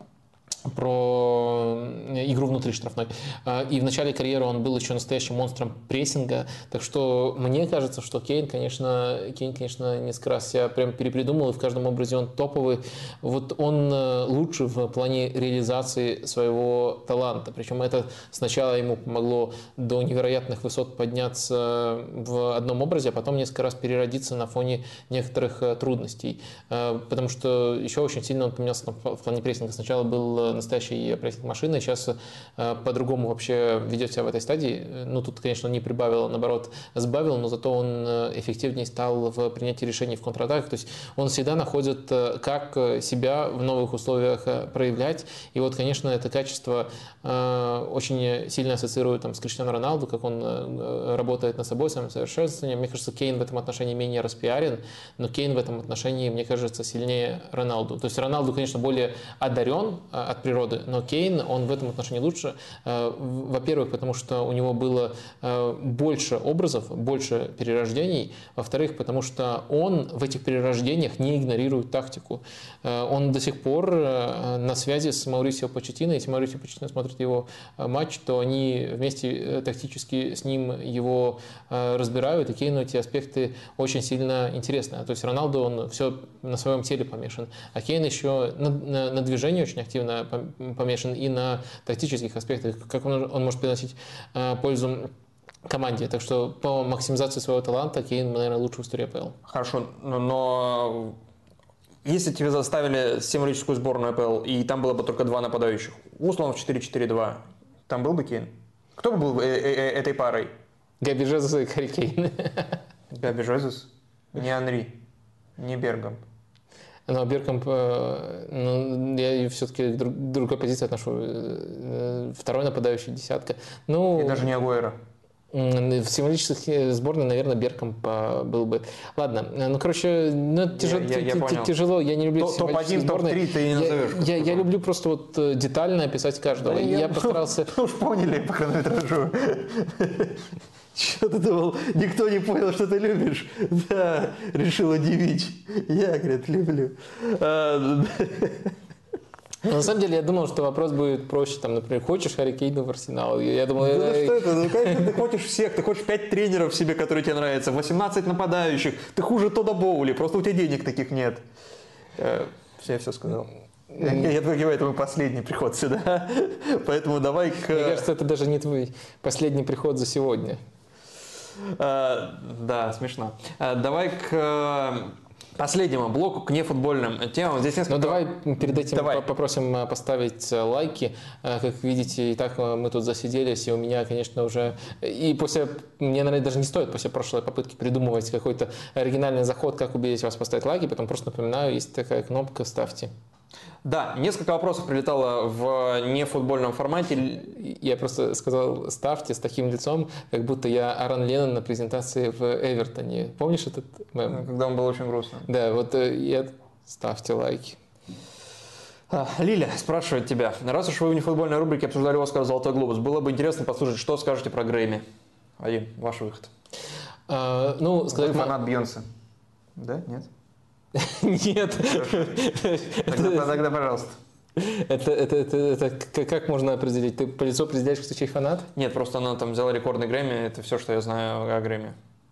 про игру внутри штрафной. И в начале карьеры он был еще настоящим монстром прессинга. Так что мне кажется, что Кейн, конечно, Кейн, конечно, несколько раз себя прям перепридумал, и в каждом образе он топовый. Вот он лучше в плане реализации своего таланта. Причем это сначала ему помогло до невероятных высот подняться в одном образе, а потом несколько раз переродиться на фоне некоторых трудностей. Потому что еще очень сильно он поменялся в плане прессинга. Сначала был настоящей прессинг-машиной, сейчас э, по-другому вообще ведет себя в этой стадии. Ну, тут, конечно, не прибавил, а наоборот, сбавил, но зато он эффективнее стал в принятии решений в контратаках. То есть он всегда находит, как себя в новых условиях проявлять. И вот, конечно, это качество э, очень сильно ассоциирует там, с Криштиану Роналду, как он э, работает над собой, самосовершенствованием. Мне кажется, Кейн в этом отношении менее распиарен, но Кейн в этом отношении, мне кажется, сильнее Роналду. То есть Роналду, конечно, более одарен от природы, но Кейн, он в этом отношении лучше. Во-первых, потому что у него было больше образов, больше перерождений. Во-вторых, потому что он в этих перерождениях не игнорирует тактику. Он до сих пор на связи с Маурисио Почеттино. Если Маурисио Почеттино смотрит его матч, то они вместе тактически с ним его разбирают, и Кейну эти аспекты очень сильно интересны. То есть Роналду, он все на своем теле помешан, а Кейн еще на, на, на движении очень активно помешан и на тактических аспектах, как он, он может приносить э, пользу команде. Так что по максимизации своего таланта Кейн, наверное, лучший в истории АПЛ. Хорошо, но если тебе заставили символическую сборную АПЛ, и там было бы только два нападающих, условно в четыре четыре два, там был бы Кейн? Кто бы был э- э- этой парой? Габи Жезус и Харри Кейн. Габи Жезус? Не Анри, не Бергамп. Но Бергамп, ну, я все-таки к другой позиции отношу. Второй нападающий, десятка. Ну, и даже не Агуэро. В символических сборной, наверное, Берком был бы. Ладно, ну, короче, ну, тяжело, я, я, я тяжело, я не люблю символические сборные. топ один, топ три ты не назовешь. Я, я, я люблю просто вот детально описать каждого. Да, я, я постарался... Ну, уж поняли по хронометражу. Что ты думал, никто не понял, что ты любишь? Да, решил удивить. Я, говорит, люблю. Но на самом деле я думал, что вопрос будет проще, там, например, хочешь Харри Кейна в Арсенал? Я думал, да это... что это? Ну, конечно, ты хочешь всех, ты хочешь пять тренеров себе, которые тебе нравятся, восемнадцать нападающих, ты хуже Тодда Боули, просто у тебя денег таких нет. Все, я все сказал. Я, я понимаю, это мой последний приход сюда, поэтому давай к... Мне кажется, это даже не твой последний приход за сегодня. А, да, смешно. А, давай к... последнему блоку, к нефутбольным темам. Здесь несколько... Ну давай перед этим давай. попросим поставить лайки. Как видите, и так мы тут засиделись, и у меня, конечно, уже... И после... Мне, наверное, даже не стоит после прошлой попытки придумывать какой-то оригинальный заход, как убедить вас поставить лайки. Потом просто напоминаю, есть такая кнопка «Ставьте». Да, несколько вопросов прилетало в нефутбольном формате. Я просто сказал «ставьте» с таким лицом, как будто я Аарон Леннон на презентации в Эвертоне. Помнишь этот мем? Когда он был очень грустным. Да, вот я... Ставьте лайки. А, Лиля спрашивает тебя. Раз уж вы в нефутбольной рубрике обсуждали «Оскар «Золотой глобус», было бы интересно послушать, что скажете про Грэмми. Один, ваш выход. А, ну, сказать... Вы фанат Бейонсе? Да? Нет? Нет. Тогда, тогда пожалуйста. Это, это, это, это как можно определить? Ты по лицу определяешь, кто чей фанат? Нет, просто она там взяла рекордный Грэмми. Это все, что я знаю о Грэмми.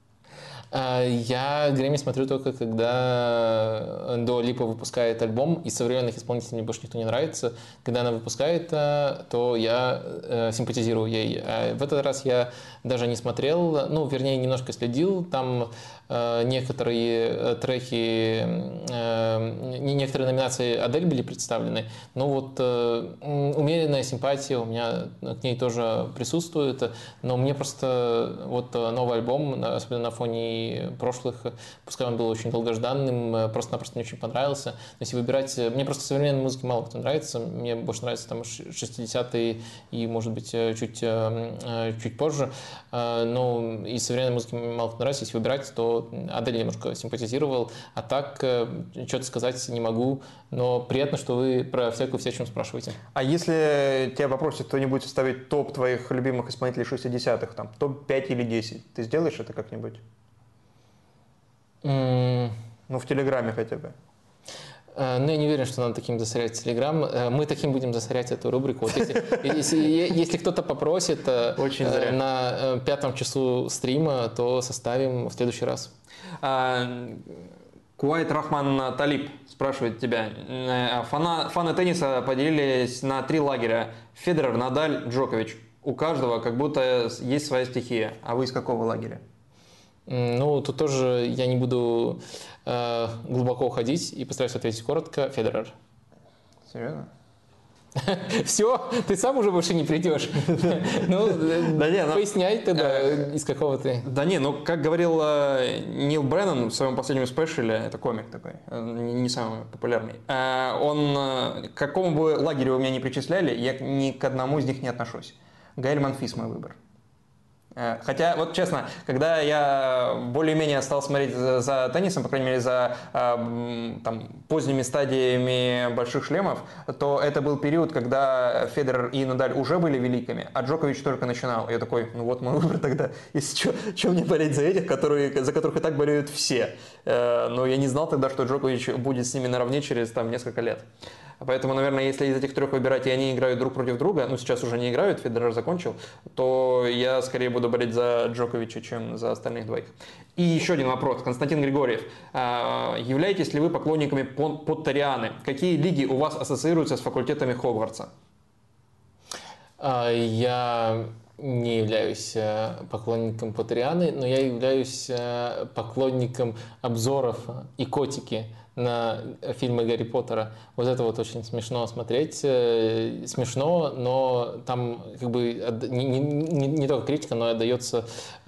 Я Грэмми смотрю только, когда Дуа Липа выпускает альбом, и современных исполнителей мне больше никто не нравится. Когда она выпускает, то я симпатизирую ей. А в этот раз я даже не смотрел, ну, вернее, немножко следил. Там некоторые треки, некоторые номинации Адель были представлены. Но вот умеренная симпатия у меня к ней тоже присутствует. Но мне просто вот новый альбом, особенно на фоне прошлых, пускай он был очень долгожданным, просто-напросто не очень понравился. Но если выбирать... Мне просто современной музыки мало кто нравится. Мне больше нравятся там шестидесятые и, может быть, чуть, чуть позже. Но и современной музыки мало кто нравится. Если выбирать, то Адель немножко симпатизировал. А так, что-то сказать не могу. Но приятно, что вы про всякую всячину спрашиваете. А если тебя попросит кто-нибудь составить топ твоих любимых исполнителей шестидесятых, там, топ пять или десять, ты сделаешь это как-нибудь? Mm. Ну, в Телеграме хотя бы. Ну, я не уверен, что надо таким засорять Телеграм. Мы таким будем засорять эту рубрику. Вот если, если, если кто-то попросит на пятом часу стрима, то составим в следующий раз. Куайт Рахман Талиб спрашивает тебя. Фана, фаны тенниса поделились на три лагеря. Федерер, Надаль, Джокович. У каждого как будто есть своя стихия. А вы из какого лагеря? Ну, тут тоже я не буду э, глубоко уходить и постараюсь ответить коротко. Федерер. Серьезно? Все? Ты сам уже больше не придешь? Ну, поясняй тогда, из какого ты. Да не, ну, как говорил Нил Бреннан в своем последнем спешле, это комик такой, не самый популярный, он, к какому бы лагерю вы меня не причисляли, я ни к одному из них не отношусь. Гаэль Монфис мой выбор. Хотя, вот честно, когда я более-менее стал смотреть за, за теннисом, по крайней мере, за э, там, поздними стадиями больших шлемов, то это был период, когда Федерер и Надаль уже были великими, а Джокович только начинал. Я такой, ну вот мой выбор тогда. Если что, что мне болеть за этих, которые, за которых и так болеют все. Э, но я не знал тогда, что Джокович будет с ними наравне через там, несколько лет. Поэтому, наверное, если из этих трех выбирать, и они играют друг против друга, ну, сейчас уже не играют, Федерер закончил, то я скорее буду болеть за Джоковича, чем за остальных двоих. И еще один вопрос. Константин Григорьев. Являетесь ли вы поклонниками Поттерианы? Какие лиги у вас ассоциируются с факультетами Хогвартса? Я не являюсь поклонником Поттерианы, но я являюсь поклонником обзоров и котики на фильмы Гарри Поттера. Вот это вот очень смешно смотреть. Смешно, но там как бы не, не, не, не только критика, но и отдается,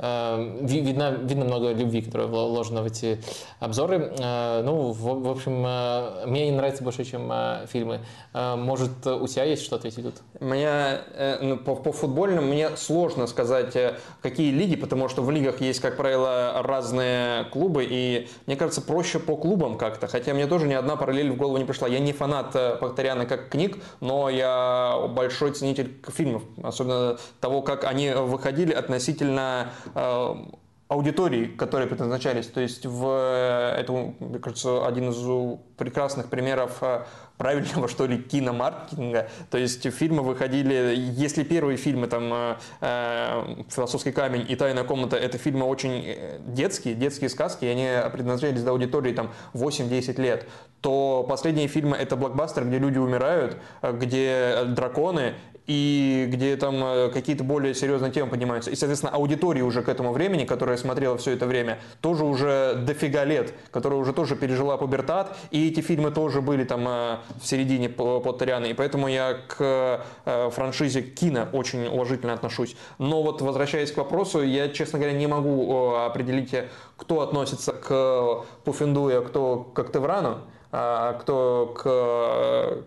видно, видно много любви, которая вложена в эти обзоры. Ну, в, в общем, мне не нравится больше, чем фильмы. Может, у тебя есть что ответить тут? Мне, ну, по, по футбольным мне сложно сказать, какие лиги, потому что в лигах есть, как правило, разные клубы, и мне кажется, проще по клубам как-то. Хотя мне тоже ни одна параллель в голову не пришла. Я не фанат Пахтаряна как книг, но я большой ценитель фильмов, особенно того, как они выходили относительно э, аудитории, которые предназначались. То есть в это, мне кажется, один из прекрасных примеров правильного, что ли, киномаркетинга. То есть фильмы выходили, если первые фильмы, там, э, «Философский камень» и «Тайная комната» — это фильмы очень детские, детские сказки, и они предназначались для аудитории там восемь-десять лет, то последние фильмы — это блокбастеры, где люди умирают, где драконы, и где там какие-то более серьезные темы поднимаются. И, соответственно, аудитории уже к этому времени, которая смотрела все это время, тоже уже дофига лет, которая уже тоже пережила пубертат, и эти фильмы тоже были там в середине Поттериана, и поэтому я к франшизе кино очень уважительно отношусь. Но вот, возвращаясь к вопросу, я, честно говоря, не могу определить, кто относится к Пуффендуй, а кто к Октеврану, а кто к,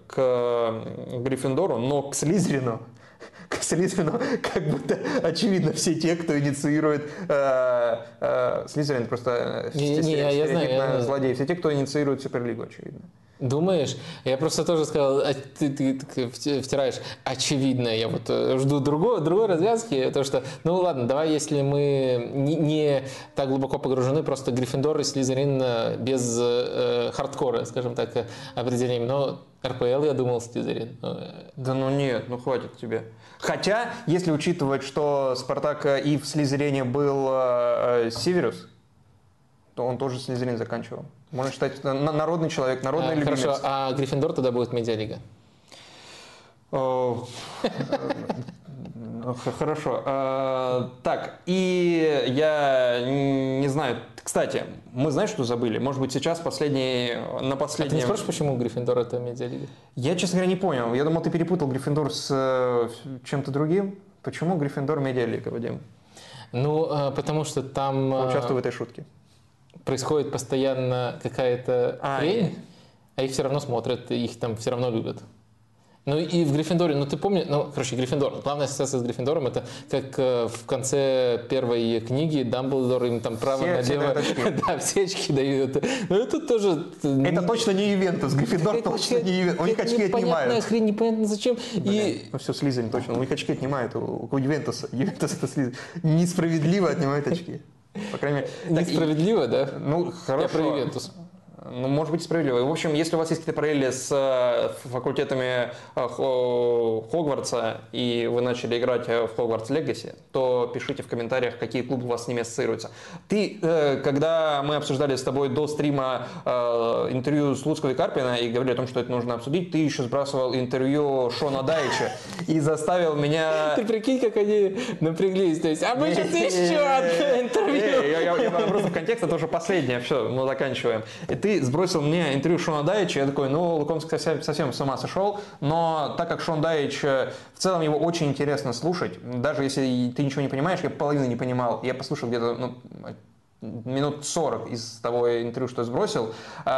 к Гриффиндору, но к Слизерину, к Слизерину как будто очевидно все те, кто инициирует э, э, Слизерин просто не, не, я, я знаю, я злодей, все те, кто инициирует Суперлигу, очевидно. Думаешь? Я просто тоже сказал, а ты, ты, ты втираешь, очевидно, я вот жду другой, другой развязки, потому что, ну ладно, давай, если мы не, не так глубоко погружены, просто Гриффиндор и Слизерин без э, хардкора, скажем так, определением, но эр пэ эл, я думал, Слизерин. Да ну нет, ну хватит тебе. Хотя, если учитывать, что Спартак и в Слизерине был э, Северус, то он тоже Слизерин заканчивал. Можно считать, народный человек, народный а, любимец. Хорошо, а Гриффиндор тогда будет Медиалига? Хорошо. Так, и я не знаю, кстати, мы знаешь, что забыли? Может быть, сейчас последний, на последнем... А ты не спрашиваешь, почему Гриффиндор это Медиалига? Я, честно говоря, не понял. Я думал, ты перепутал Гриффиндор с чем-то другим. Почему Гриффиндор Медиалига, Вадим? Ну, потому что там... Участвую в этой шутке. Происходит постоянно какая-то а, хрень, а их все равно смотрят, их там все равно любят. Ну и в Гриффиндоре, ну ты помнишь, ну, короче, Гриффиндор, главная ассоциация с Гриффиндором, это как э, в конце первой книги Дамблдор им там право налево, да, все очки дают. Но это тоже... Это точно не Ювентус, Гриффиндор точно не Ювентус, у них очки отнимают. Непонятная хрень, непонятно зачем. И... Ну все, Слизерин точно, у них очки отнимают, у Ювентуса, Ювентус это Слизерин, несправедливо отнимают очки. По крайней мере. Несправедливо, так, да? Ну, хорошо. Я про Ювентус. Ну, может быть, справедливо. В общем, если у вас есть какие-то параллели с факультетами Хогвартса, и вы начали играть в Хогвартс Легаси, то пишите в комментариях, какие клубы у вас с ними ассоциируются. Ты, когда мы обсуждали с тобой до стрима интервью с Слуцкого и Карпина и говорили о том, что это нужно обсудить, ты еще сбрасывал интервью Шона Дайича и заставил меня... Ты прикинь, как они напряглись. То есть, а мы сейчас еще одно интервью. Я просто в контексте, это уже последнее, все, мы заканчиваем. Ты сбросил мне интервью Шона Дайича, я такой, ну, Лукомский совсем, совсем с ума сошел, но так как Шон Дайич, в целом его очень интересно слушать, даже если ты ничего не понимаешь, я половины не понимал, я послушал где-то, ну, минут сорок из того интервью, что я сбросил,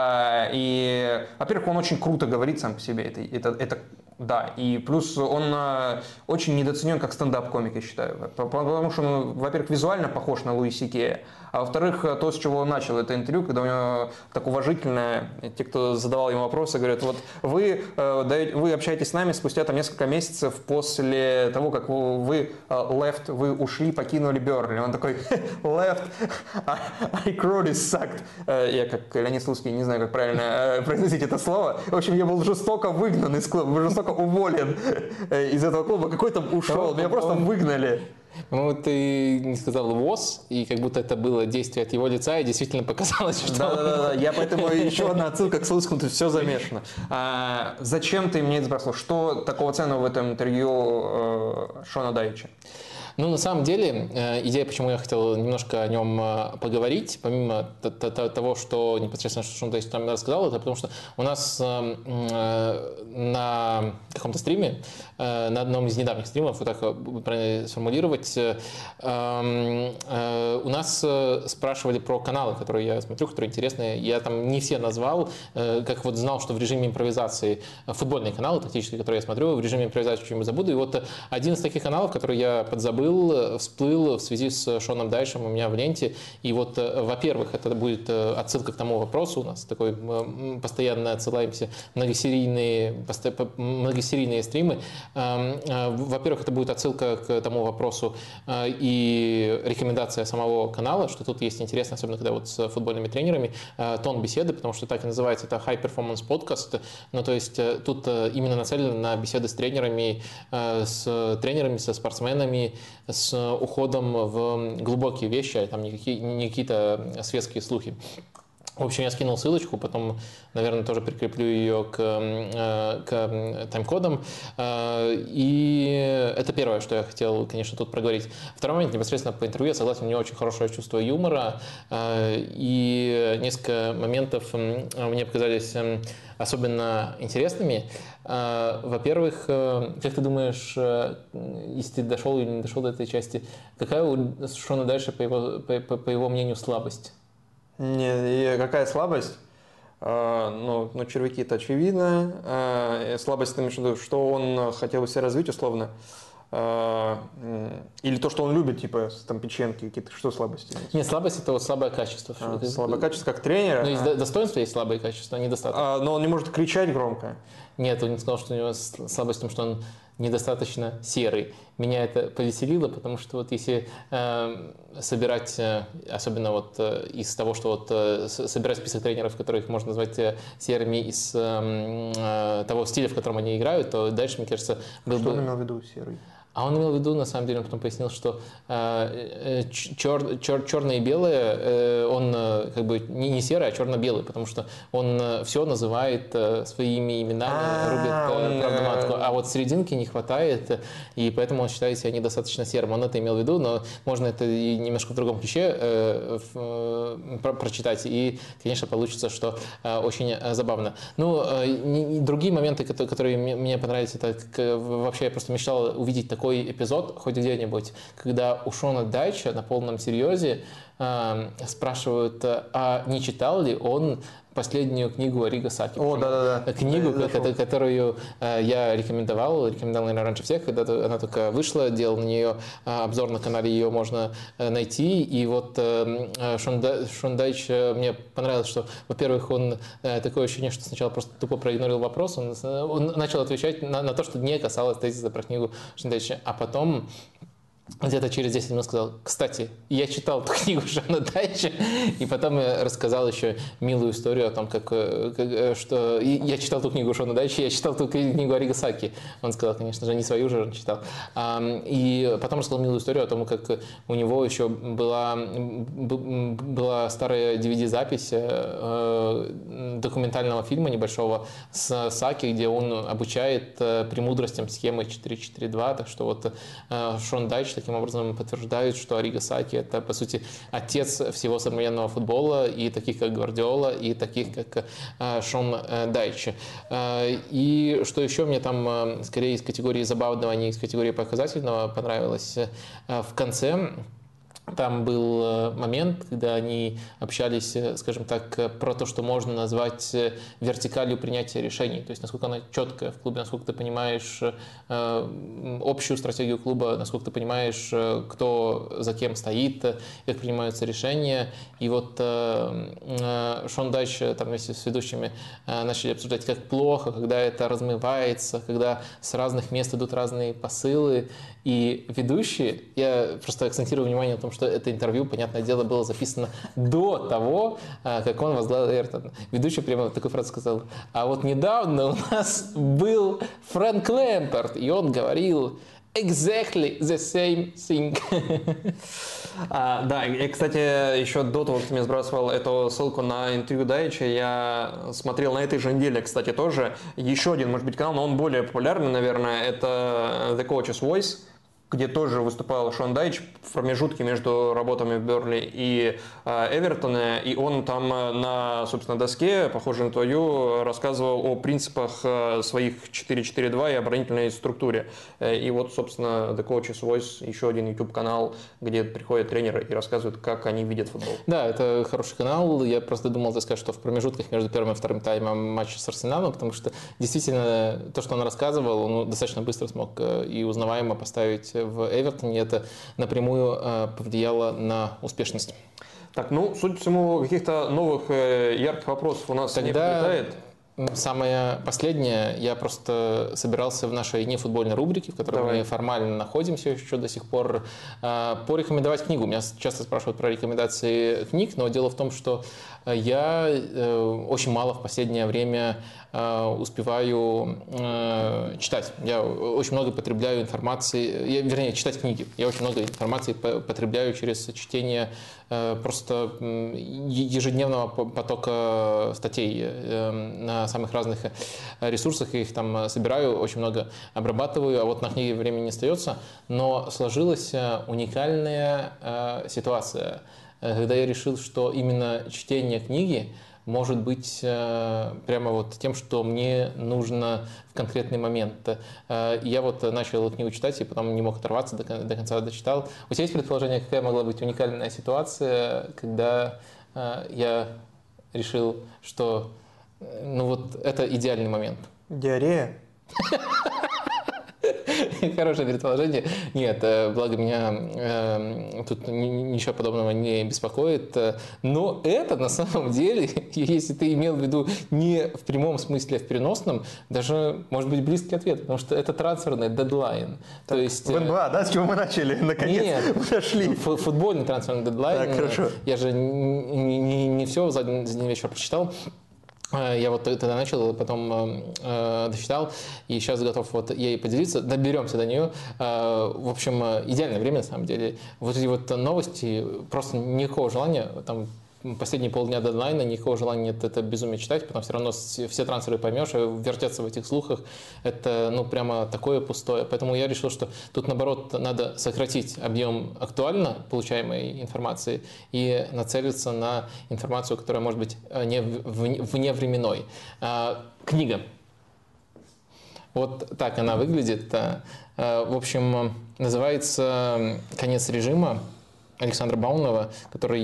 и, во-первых, он очень круто говорит сам по себе, это, это, это да, и плюс он очень недооценен как стендап-комик, я считаю, потому что он, во-первых, визуально похож на Луи Си Кея, а во-вторых, то, с чего он начал это интервью, когда у него так уважительно, те, кто задавал ему вопросы, говорят, вот вы, вы общаетесь с нами спустя там несколько месяцев после того, как вы left, вы ушли, покинули Бернли. Он такой, left, I, I crowd is sucked. Я как Леонид Слуцкий не знаю, как правильно произносить это слово. В общем, я был жестоко выгнан из клуба, жестоко уволен из этого клуба. Какой там ушел, меня просто выгнали. Ну, ты не сказал ВОЗ, и как будто это было действие от его лица, и действительно показалось, что... Да-да-да, я поэтому еще одна отсылка к Слуцкому, тут все замешано. А, зачем ты мне это сбросил? Что такого ценного в этом интервью э, Шона Дайича? Ну, на самом деле, идея, почему я хотел немножко о нем поговорить, помимо того, что непосредственно Шон Дайч там рассказал, это потому что у нас на каком-то стриме, на одном из недавних стримов, вот так правильно сформулировать, у нас спрашивали про каналы, которые я смотрю, которые интересные. Я там не все назвал, как вот знал, что в режиме импровизации футбольные каналы тактические, которые я смотрю, в режиме импровизации что-нибудь забуду. И вот один из таких каналов, который я подзабыл, всплыл в связи с Шоном Дайчем у меня в ленте. И вот, во-первых, это будет отсылка к тому вопросу. У нас такой постоянно отсылаемся многосерийные, многосерийные стримы. Во-первых, это будет отсылка к тому вопросу и рекомендация самого канала, что тут есть интересно, особенно когда вот с футбольными тренерами, тон беседы, потому что так и называется, это High Performance Podcast. Ну, то есть тут именно нацелено на беседы с тренерами, с тренерами, со спортсменами, с уходом в глубокие вещи, а там не какие-то светские слухи. В общем, я скинул ссылочку, потом, наверное, тоже прикреплю ее к, к тайм-кодам. И это первое, что я хотел, конечно, тут проговорить. Второй момент, непосредственно по интервью, я согласен, у него очень хорошее чувство юмора. И несколько моментов мне показались особенно интересными. Во-первых, как ты думаешь, если ты дошел или не дошел до этой части, какая у Шона Дайча, по его, по, по его мнению, слабость? Не, какая слабость? А, ну, ну, червяки это очевидно. А, слабость, ты имеешь в виду, что он хотел бы себя развить условно? А, или то, что он любит, типа, там, печеньки какие-то, что слабости? Нет, слабость это вот слабое качество. А, слабое качество как тренера? Ну, есть а. достоинства, есть слабые качества, недостаток. А, но он не может кричать громко? Нет, он не сказал, что у него слабость в том, что он недостаточно серый. Меня это повеселило, потому что вот если э, собирать, э, особенно вот э, из того, что вот э, собирать список тренеров, которых можно назвать э, серыми из э, э, того стиля, в котором они играют, то дальше, мне кажется, был что бы... он имел в виду серый? А он имел в виду, на самом деле, он потом пояснил, что э, чер, чер, черное и белое, э, он э, как бы не, не серый, а черно-белый, потому что он э, все называет э, своими именами, рубит э, правду матку, а вот серединки не хватает, и поэтому он считает себя недостаточно серым. Он это имел в виду, но можно это и немножко в другом ключе э, э, про, прочитать, и, конечно, получится, что э, очень забавно. Ну, э, не, другие моменты, которые, которые мне понравились, это как, вообще я просто мечтал увидеть такой такой эпизод хоть где-нибудь, когда у Шона Дайча на полном серьезе э, спрашивают, а не читал ли он последнюю книгу Арриго Саки. О, да-да-да. Книгу, да, которую, которую э, я рекомендовал, рекомендовал, наверное, раньше всех, когда она только вышла, делал на нее э, обзор на канале, ее можно э, найти. И вот э, Шон, Шон Дайч, э, мне понравилось, что, во-первых, он э, такое ощущение, что сначала просто тупо проигнорил вопрос, он, он начал отвечать на, на то, что не касалось тезиса про книгу Шона Дайча, а потом где-то через десять минут сказал, кстати, я читал ту книгу Шона Дайча, и потом я рассказал еще милую историю о том, как, как что я читал ту книгу Шона Дайча, я читал ту книгу Арриго Саки. Он сказал, конечно же, не свою же он читал. И потом рассказал милую историю о том, как у него еще была, была старая ди ви ди-запись документального фильма небольшого с Саки, где он обучает премудростям схемы четыре четыре два, так что вот Шон Дайч таким образом подтверждают, что Арриго Саки это, по сути, отец всего современного футбола, и таких, как Гвардиола, и таких, как Шон Дайч. И что еще мне там, скорее, из категории забавного, а не из категории показательного понравилось, в конце там был момент, когда они общались, скажем так, про то, что можно назвать вертикалью принятия решений. То есть, насколько она четкая в клубе, насколько ты понимаешь общую стратегию клуба, насколько ты понимаешь, кто за кем стоит, как принимаются решения. И вот Шон Дайч там вместе с ведущими начали обсуждать, как плохо, когда это размывается, когда с разных мест идут разные посылы. И ведущие, я просто акцентирую внимание на том, что это интервью, понятное дело, было записано до того, как он возглавил Эвертон. Ведущий прямо такую фразу сказал, а вот недавно у нас был Фрэнк Лэмпард, и он говорил exactly the same thing. А, да, и, кстати, еще до того, как ты мне сбрасывал эту ссылку на интервью Дайча, я смотрел на этой же неделе, кстати, тоже еще один, может быть, канал, но он более популярный, наверное, это The Coach's Voice. где тоже выступал Шон Дайч в промежутке между работами в Бернли и э, Эвертоне, и он там на, собственно, доске, похожей на твою, рассказывал о принципах э, своих четыре четыре два и оборонительной структуре. И вот, собственно, The Coach's Voice, еще один YouTube-канал, где приходят тренеры и рассказывают, как они видят футбол. Да, это хороший канал. Я просто думал, ты скажешь, что в промежутках между первым и вторым таймом матча с Арсеналом, потому что действительно то, что он рассказывал, он достаточно быстро смог и узнаваемо поставить в Эвертоне. Это напрямую повлияло на успешность. Так, ну, судя по всему, каких-то новых ярких вопросов у нас Тогда... не прилетает. Самое последнее, я просто собирался в нашей нефутбольной рубрике, в которой Давай. мы формально находимся еще до сих пор, порекомендовать книгу. Меня часто спрашивают про рекомендации книг, но дело в том, что я очень мало в последнее время успеваю читать. Я очень много потребляю информации, я, вернее, читать книги. Я очень много информации потребляю через чтение просто ежедневного потока статей на самых разных ресурсах. Я их там собираю, очень много обрабатываю, а вот на книге времени не остается. Но сложилась уникальная ситуация, когда я решил, что именно чтение книги может быть прямо вот тем, что мне нужно в конкретный момент. Я вот начал книгу читать и потом не мог оторваться, до конца дочитал. У тебя есть предположение, какая могла быть уникальная ситуация, когда я решил, что ну вот это идеальный момент? Диарея? Хорошее предположение. Нет, благо меня э, тут ничего подобного не беспокоит. Но это на самом деле, если ты имел в виду не в прямом смысле, а в переносном, даже может быть близкий ответ, потому что это трансферный дедлайн. Так, То есть, в эн бэ а, да, с чего мы начали? Наконец нет, дошли. Футбольный трансферный дедлайн. Так, хорошо. Я же не, не, не все за один вечер прочитал. Я вот тогда начал, потом э, дочитал, и сейчас готов вот ей поделиться, доберемся до нее. Э, в общем, идеальное время, на самом деле. Вот эти вот новости, просто никакого желания, там, последние полдня дедлайна, никакого желания нет это безумие читать, потому что все равно все трансферы поймешь, вертеться в этих слухах, это ну прямо такое пустое. Поэтому я решил, что тут наоборот надо сократить объем актуально получаемой информации и нацелиться на информацию, которая может быть не вневременной. Книга. Вот так она выглядит. В общем, называется «Конец режима» Александра Баунова, который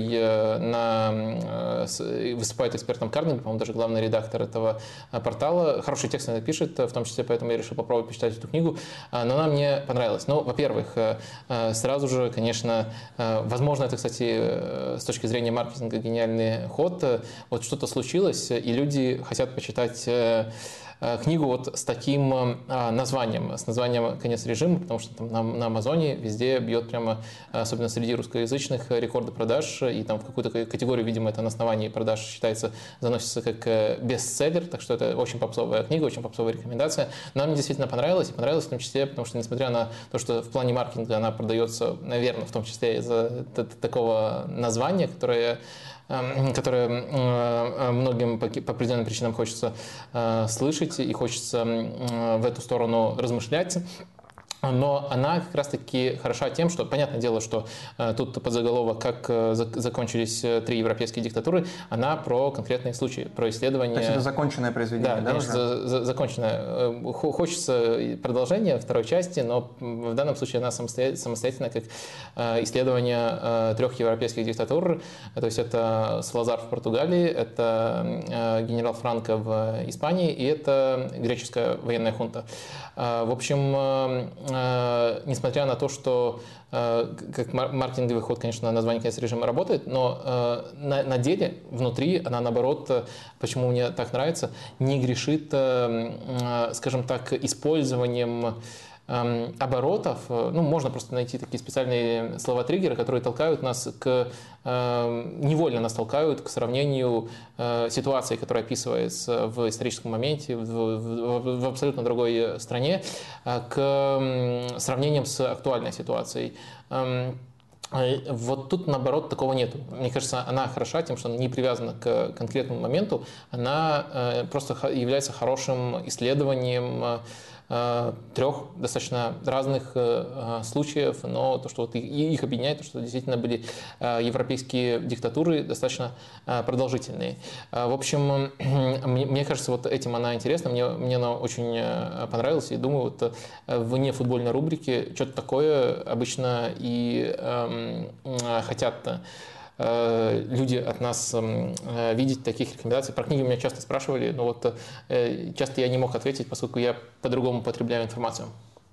на, выступает экспертом Карнеги, по-моему, даже главный редактор этого портала. Хороший текст она пишет, в том числе, поэтому я решил попробовать почитать эту книгу. Но она мне понравилась. Ну, во-первых, сразу же, конечно, возможно, это, кстати, с точки зрения маркетинга гениальный ход. Вот что-то случилось, и люди хотят почитать книгу вот с таким названием, с названием «Конец режима», потому что там на, на Амазоне везде бьет прямо, особенно среди русскоязычных, рекорды продаж, и там в какую-то категорию, видимо, это на основании продаж считается, заносится как бестселлер, так что это очень попсовая книга, очень попсовая рекомендация. Но она мне действительно понравилась, и понравилась в том числе, потому что, несмотря на то, что в плане маркетинга она продается, наверное, в том числе из-за такого названия, которое которое многим по определенным причинам хочется слышать и хочется в эту сторону размышлять. Но она как раз-таки хороша тем, что, понятное дело, что э, тут подзаголовок, как э, закончились три европейские диктатуры, она про конкретные случаи, про исследования. То есть это законченное произведение, да? Да, конечно, за, за, законченное. Хочется продолжения второй части, но в данном случае она самостоятельно, самостоятельно как э, исследование э, трех европейских диктатур. То есть это Салазар в Португалии, это э, генерал Франко в Испании и это греческая военная хунта. Э, в общем, э, несмотря на то, что как маркетинговый ход, конечно, название «Конец режима» работает, но на, на деле, внутри, она, наоборот, почему мне так нравится, не грешит, скажем так, использованием оборотов. Ну, можно просто найти такие специальные слова-триггеры, которые толкают нас к, невольно нас толкают к сравнению ситуации, которая описывается в историческом моменте, в, в, в абсолютно другой стране, к сравнениям с актуальной ситуацией. Вот тут, наоборот, такого нет. Мне кажется, она хороша тем, что она не привязана к конкретному моменту, она просто является хорошим исследованием трех достаточно разных случаев, но то, что вот их объединяет, то, что действительно были европейские диктатуры достаточно продолжительные. В общем, мне кажется, вот этим она интересна, мне, мне она очень понравилась, и думаю, вот вне футбольной рубрики что-то такое обычно и эм, хотят люди от нас видеть таких рекомендаций. Про книги меня часто спрашивали, но вот часто я не мог ответить, поскольку я по-другому потребляю информацию.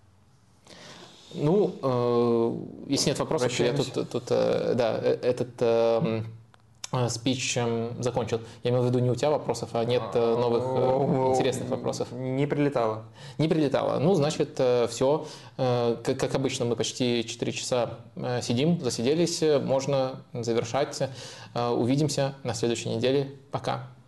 Ну, если нет вопросов, то я тут, тут да, этот спич закончил. Я имел в виду не у тебя вопросов, а нет новых интересных вопросов. Не прилетало. Не прилетало. Ну, значит, все. Как обычно, мы почти четыре часа сидим, засиделись. Можно завершать. Увидимся на следующей неделе. Пока.